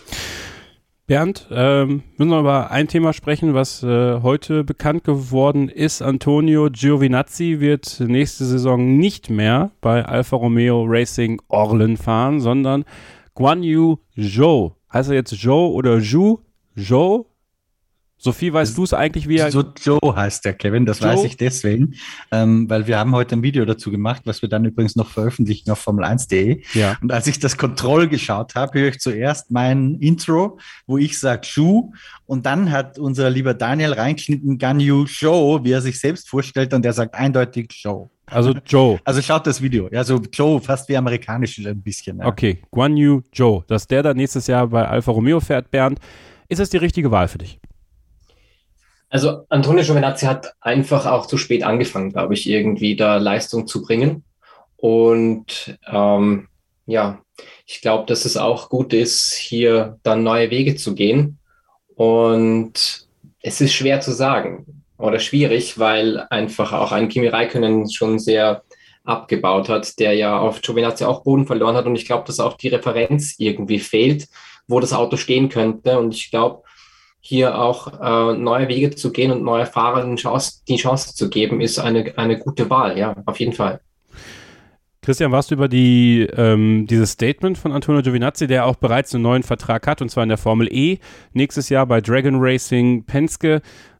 Bernd, müssen wir über ein Thema sprechen, was heute bekannt geworden ist. Antonio Giovinazzi wird nächste Saison nicht mehr bei Alfa Romeo Racing Orlen fahren, sondern Guan Yu Zhou. Heißt er jetzt Zhou oder Zhu? Zhou? Sophie, weißt du es eigentlich, wie er... So Joe heißt der, Kevin, das Joe? Weiß ich deswegen, weil wir haben heute ein Video dazu gemacht, was wir dann übrigens noch veröffentlichen auf Formel1.de. Ja. Und als ich das Kontroll geschaut habe, höre ich zuerst mein Intro, wo ich sage Schuh, und dann hat unser lieber Daniel reingeschnitten Guan Yu Zhou, wie er sich selbst vorstellt, und er sagt eindeutig Zhou. Also Joe. Also schaut das Video. Ja, so Joe, fast wie amerikanisch ein bisschen. Ja. Okay, Guan Yu Zhou, dass der dann nächstes Jahr bei Alfa Romeo fährt, Bernd. Ist das die richtige Wahl für dich? Also Antonio Giovinazzi hat einfach auch zu spät angefangen, glaube ich, irgendwie da Leistung zu bringen. Und ich glaube, dass es auch gut ist, hier dann neue Wege zu gehen. Und es ist schwer zu sagen oder schwierig, weil einfach auch ein Kimi Räikkönen schon sehr abgebaut hat, der ja auf Giovinazzi auch Boden verloren hat. Und ich glaube, dass auch die Referenz irgendwie fehlt, wo das Auto stehen könnte. Und ich glaube, hier auch neue Wege zu gehen und neue Fahrern die Chance zu geben, ist eine gute Wahl, ja, auf jeden Fall. Christian, warst du über dieses Statement von Antonio Giovinazzi, der auch bereits einen neuen Vertrag hat, und zwar in der Formel E, nächstes Jahr bei Dragon Racing Penske,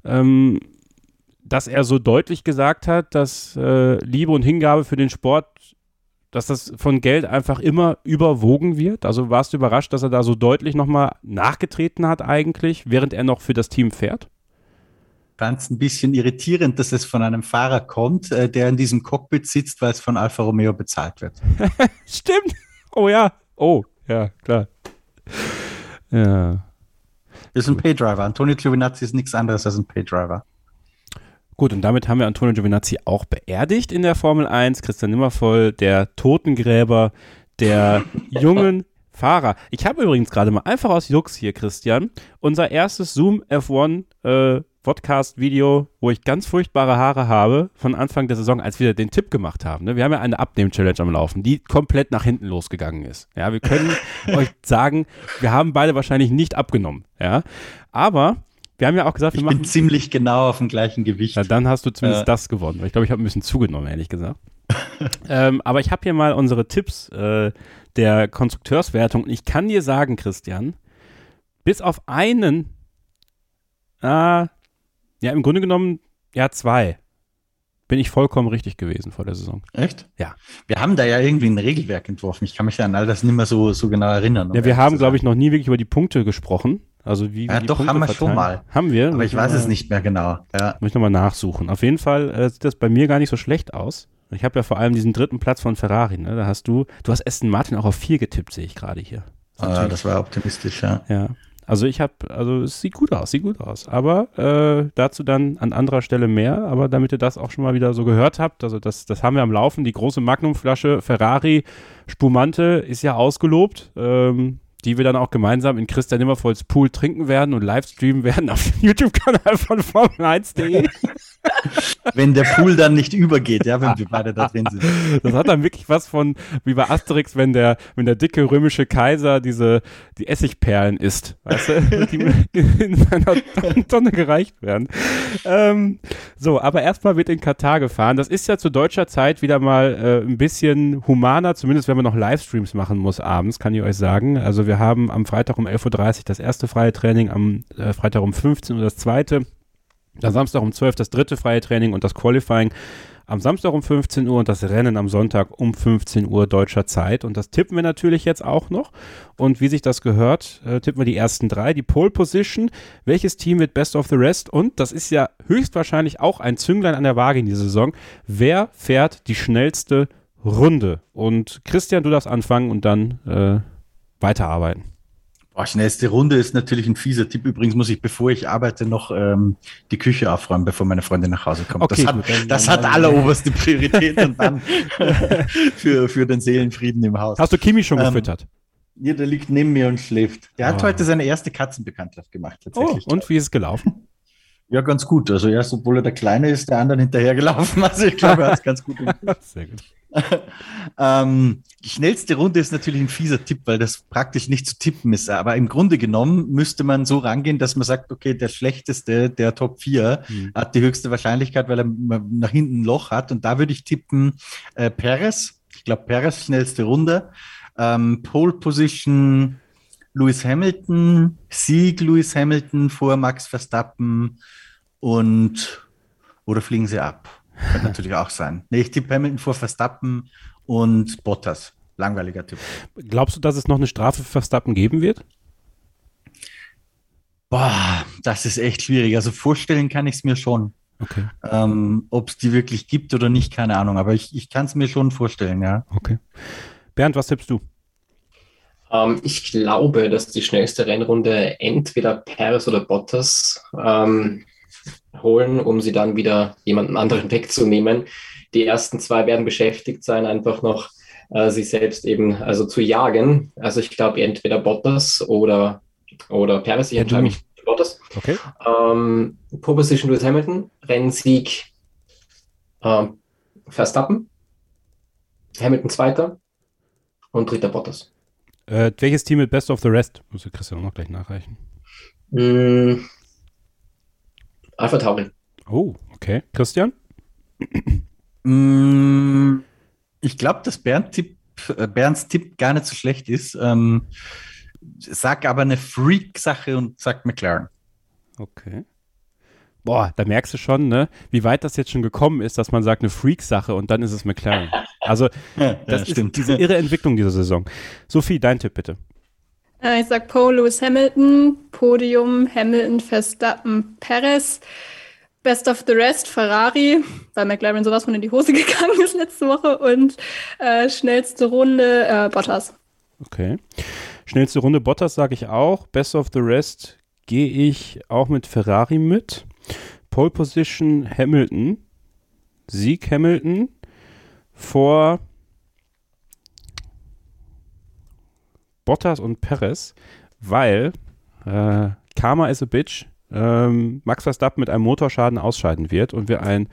dass er so deutlich gesagt hat, dass Liebe und Hingabe für den Sport, dass das von Geld einfach immer überwogen wird? Also warst du überrascht, dass er da so deutlich nochmal nachgetreten hat eigentlich, während er noch für das Team fährt? Ich fand es ein bisschen irritierend, dass es von einem Fahrer kommt, der in diesem Cockpit sitzt, weil es von Alfa Romeo bezahlt wird. Stimmt. Oh ja. Oh, ja, klar. Ja. Das ist ein Paydriver. Antonio Giovinazzi ist nichts anderes als ein Paydriver. Gut, und damit haben wir Antonio Giovinazzi auch beerdigt in der Formel 1. Christian Nimmervoll, der Totengräber der jungen Fahrer. Ich habe übrigens gerade mal einfach aus Jux hier, Christian, unser erstes Zoom F1 Podcast-Video, wo ich ganz furchtbare Haare habe, von Anfang der Saison, als wir den Tipp gemacht haben. Ne? Wir haben ja eine Abnehm-Challenge am Laufen, die komplett nach hinten losgegangen ist. Ja, wir können euch sagen, wir haben beide wahrscheinlich nicht abgenommen. Ja, aber wir haben ja auch gesagt, ich bin ziemlich genau auf dem gleichen Gewicht. Ja, dann hast du zumindest das gewonnen. Ich glaube, ich habe ein bisschen zugenommen, ehrlich gesagt. Aber ich habe hier mal unsere Tipps der Konstrukteurswertung. Und ich kann dir sagen, Christian, bis auf einen, im Grunde genommen, 2, bin ich vollkommen richtig gewesen vor der Saison. Echt? Ja. Wir haben da ja irgendwie ein Regelwerk entworfen. Ich kann mich an all das nicht mehr so genau erinnern. Ja, wir haben, glaube ich, noch nie wirklich über die Punkte gesprochen. Also wie ja, die doch, Punkte haben wir verteilen. schon mal. Haben wir? Aber ich weiß es nicht mehr genau. Ja. Muss ich nochmal nachsuchen. Auf jeden Fall sieht das bei mir gar nicht so schlecht aus. Ich habe ja vor allem diesen 3. Platz von Ferrari. Ne? Da hast du hast Aston Martin auch auf 4 getippt, sehe ich gerade hier. Das war optimistisch, ja. Ja. Also es sieht gut aus. Aber dazu dann an anderer Stelle mehr. Aber damit ihr das auch schon mal wieder so gehört habt, also das haben wir am Laufen. Die große Magnumflasche Ferrari Spumante ist ja ausgelobt, die wir dann auch gemeinsam in Christian Nimmervolls Pool trinken werden und livestreamen werden auf dem YouTube-Kanal von Formel1.de. Wenn der Pool dann nicht übergeht, ja, wenn wir beide da drin sind. Das hat dann wirklich was von, wie bei Asterix, wenn der dicke römische Kaiser die Essigperlen isst, weißt du, die in seiner Tonne gereicht werden. So, aber erstmal wird in Katar gefahren. Das ist ja zu deutscher Zeit wieder mal ein bisschen humaner, zumindest wenn man noch Livestreams machen muss abends, kann ich euch sagen. Also wir haben am Freitag um 11.30 Uhr das erste freie Training, am Freitag um 15 Uhr das zweite. Am Samstag um 12 das dritte freie Training und das Qualifying am Samstag um 15 Uhr und das Rennen am Sonntag um 15 Uhr deutscher Zeit. Und das tippen wir natürlich jetzt auch noch. Und wie sich das gehört, tippen wir die ersten 3. Die Pole Position, welches Team wird Best of the Rest? Und das ist ja höchstwahrscheinlich auch ein Zünglein an der Waage in dieser Saison. Wer fährt die schnellste Runde? Und Christian, du darfst anfangen und dann weiterarbeiten. Schnellste Runde ist natürlich ein fieser Tipp. Übrigens muss ich, bevor ich arbeite, noch die Küche aufräumen, bevor meine Freundin nach Hause kommt. Okay, das hat alleroberste Priorität und dann für den Seelenfrieden im Haus. Hast du Kimi schon gefüttert? Ja, der liegt neben mir und schläft. Der hat heute seine erste Katzenbekanntschaft gemacht, tatsächlich. Und wie ist es gelaufen? Ja, ganz gut. Also erst, obwohl er der Kleine ist, der anderen hinterhergelaufen. Also ich glaube, er hat es ganz gut gemacht. Sehr gut. Die schnellste Runde ist natürlich ein fieser Tipp, weil das praktisch nicht zu tippen ist. Aber im Grunde genommen müsste man so rangehen, dass man sagt, okay, der Schlechteste, der Top 4, hat die höchste Wahrscheinlichkeit, weil er nach hinten ein Loch hat. Und da würde ich tippen Perez. Ich glaube, Perez schnellste Runde. Pole Position Lewis Hamilton, Sieg Lewis Hamilton vor Max Verstappen oder fliegen sie ab? Könnte natürlich auch sein. Nee, ich tippe Hamilton vor Verstappen und Bottas. Langweiliger Tipp. Glaubst du, dass es noch eine Strafe für Verstappen geben wird? Boah, das ist echt schwierig. Also vorstellen kann ich es mir schon. Okay. Ob es die wirklich gibt oder nicht, keine Ahnung. Aber ich kann es mir schon vorstellen, ja. Okay. Bernd, was tippst du? Ich glaube, dass die schnellste Rennrunde entweder Perez oder Bottas holen, um sie dann wieder jemandem anderen wegzunehmen. Die ersten 2 werden beschäftigt sein, einfach noch sich selbst eben zu jagen. Also ich glaube entweder Bottas oder Perez. Ich entscheide mich für Bottas. Okay. Pole Position Lewis Hamilton, Rennsieg Verstappen, Hamilton Zweiter und dritter Bottas. Welches Team mit Best of the Rest? Muss Christian auch noch gleich nachreichen. Alpha Tauri. Oh, okay. Christian? Ich glaube, dass Bernds Tipp gar nicht so schlecht ist. Sag aber eine Freak-Sache und sag McLaren. Okay. Boah, da merkst du schon, ne, wie weit das jetzt schon gekommen ist, dass man sagt, eine Freak-Sache und dann ist es McLaren. Also, das ist diese irre Entwicklung dieser Saison. Sophie, dein Tipp bitte. Ich sag Pole Lewis Hamilton, Podium Hamilton, Verstappen, Perez, Best of the Rest Ferrari, weil McLaren sowas von in die Hose gegangen ist letzte Woche und schnellste Runde Bottas. Okay. Schnellste Runde Bottas sage ich auch. Best of the Rest gehe ich auch mit Ferrari mit. Pole Position Hamilton. Sieg Hamilton vor Bottas und Perez, weil Karma is a bitch. Max Verstappen mit einem Motorschaden ausscheiden wird und wir ein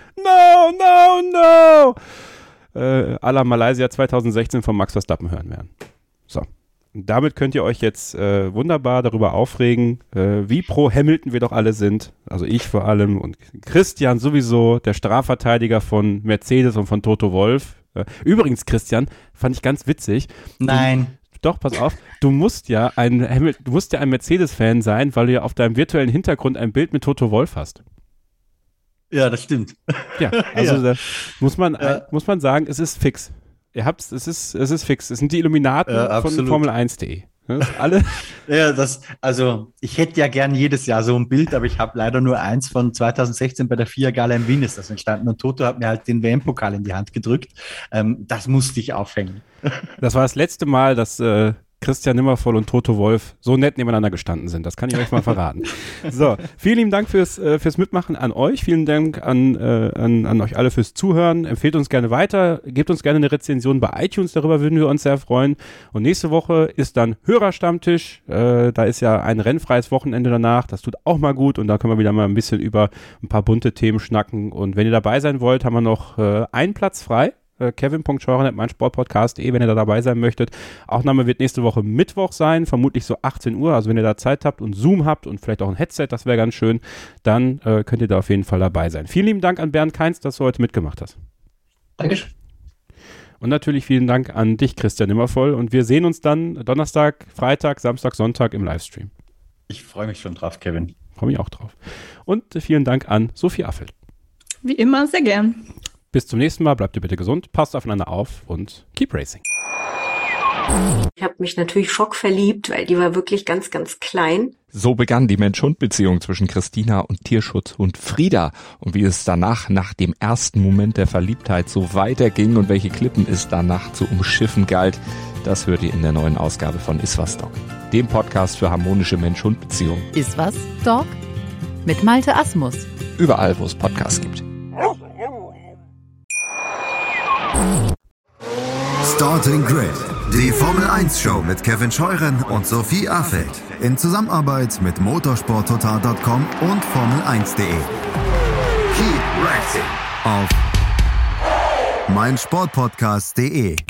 No à la Malaysia 2016 von Max Verstappen hören werden. So. Und damit könnt ihr euch jetzt wunderbar darüber aufregen, wie pro Hamilton wir doch alle sind. Also ich vor allem und Christian sowieso, der Strafverteidiger von Mercedes und von Toto Wolff. Übrigens, Christian, fand ich ganz witzig. Nein. Doch, pass auf, du musst ja ein Mercedes-Fan sein, weil du ja auf deinem virtuellen Hintergrund ein Bild mit Toto Wolff hast. Ja, das stimmt. Ja, also da muss man sagen, es ist fix. Es ist fix. Es sind die Illuminaten von Formel1.de. Alle. Ja, also ich hätte ja gern jedes Jahr so ein Bild, aber ich habe leider nur eins von 2016 bei der FIA Gala in Wien ist das entstanden und Toto hat mir halt den WM-Pokal in die Hand gedrückt. Das musste ich aufhängen. Das war das letzte Mal, dass Christian Nimmervoll und Toto Wolff so nett nebeneinander gestanden sind. Das kann ich euch mal verraten. So, vielen lieben Dank fürs Mitmachen an euch. Vielen Dank an euch alle fürs Zuhören. Empfehlt uns gerne weiter. Gebt uns gerne eine Rezension bei iTunes. Darüber würden wir uns sehr freuen. Und nächste Woche ist dann Hörerstammtisch. Da ist ja ein rennfreies Wochenende danach. Das tut auch mal gut. Und da können wir wieder mal ein bisschen über ein paar bunte Themen schnacken. Und wenn ihr dabei sein wollt, haben wir noch einen Platz frei. Kevin.scheuren@meinsportpodcast.de, wenn ihr da dabei sein möchtet. Aufnahme wird nächste Woche Mittwoch sein, vermutlich so 18 Uhr. Also wenn ihr da Zeit habt und Zoom habt und vielleicht auch ein Headset, das wäre ganz schön, dann könnt ihr da auf jeden Fall dabei sein. Vielen lieben Dank an Bernd Kainz, dass du heute mitgemacht hast. Dankeschön. Und natürlich vielen Dank an dich, Christian Nimmervoll. Und wir sehen uns dann Donnerstag, Freitag, Samstag, Sonntag im Livestream. Ich freue mich schon drauf, Kevin. Freue mich auch drauf. Und vielen Dank an Sophie Affelt. Wie immer, sehr gern. Bis zum nächsten Mal, bleibt ihr bitte gesund, passt aufeinander auf und keep racing. Ich habe mich natürlich schockverliebt, weil die war wirklich ganz, ganz klein. So begann die Mensch-Hund-Beziehung zwischen Christina und Tierschutzhund Frieda. Und wie es danach, nach dem ersten Moment der Verliebtheit, so weiterging und welche Klippen es danach zu umschiffen galt, das hört ihr in der neuen Ausgabe von Iswas Dog, dem Podcast für harmonische Mensch-Hund-Beziehungen. Iswas Dog? Mit Malte Asmus. Überall, wo es Podcasts gibt. Starting Grid, die Formel 1 Show mit Kevin Scheuren und Sophie Affelt in Zusammenarbeit mit motorsporttotal.com und Formel1.de. Keep racing auf meinsportpodcast.de.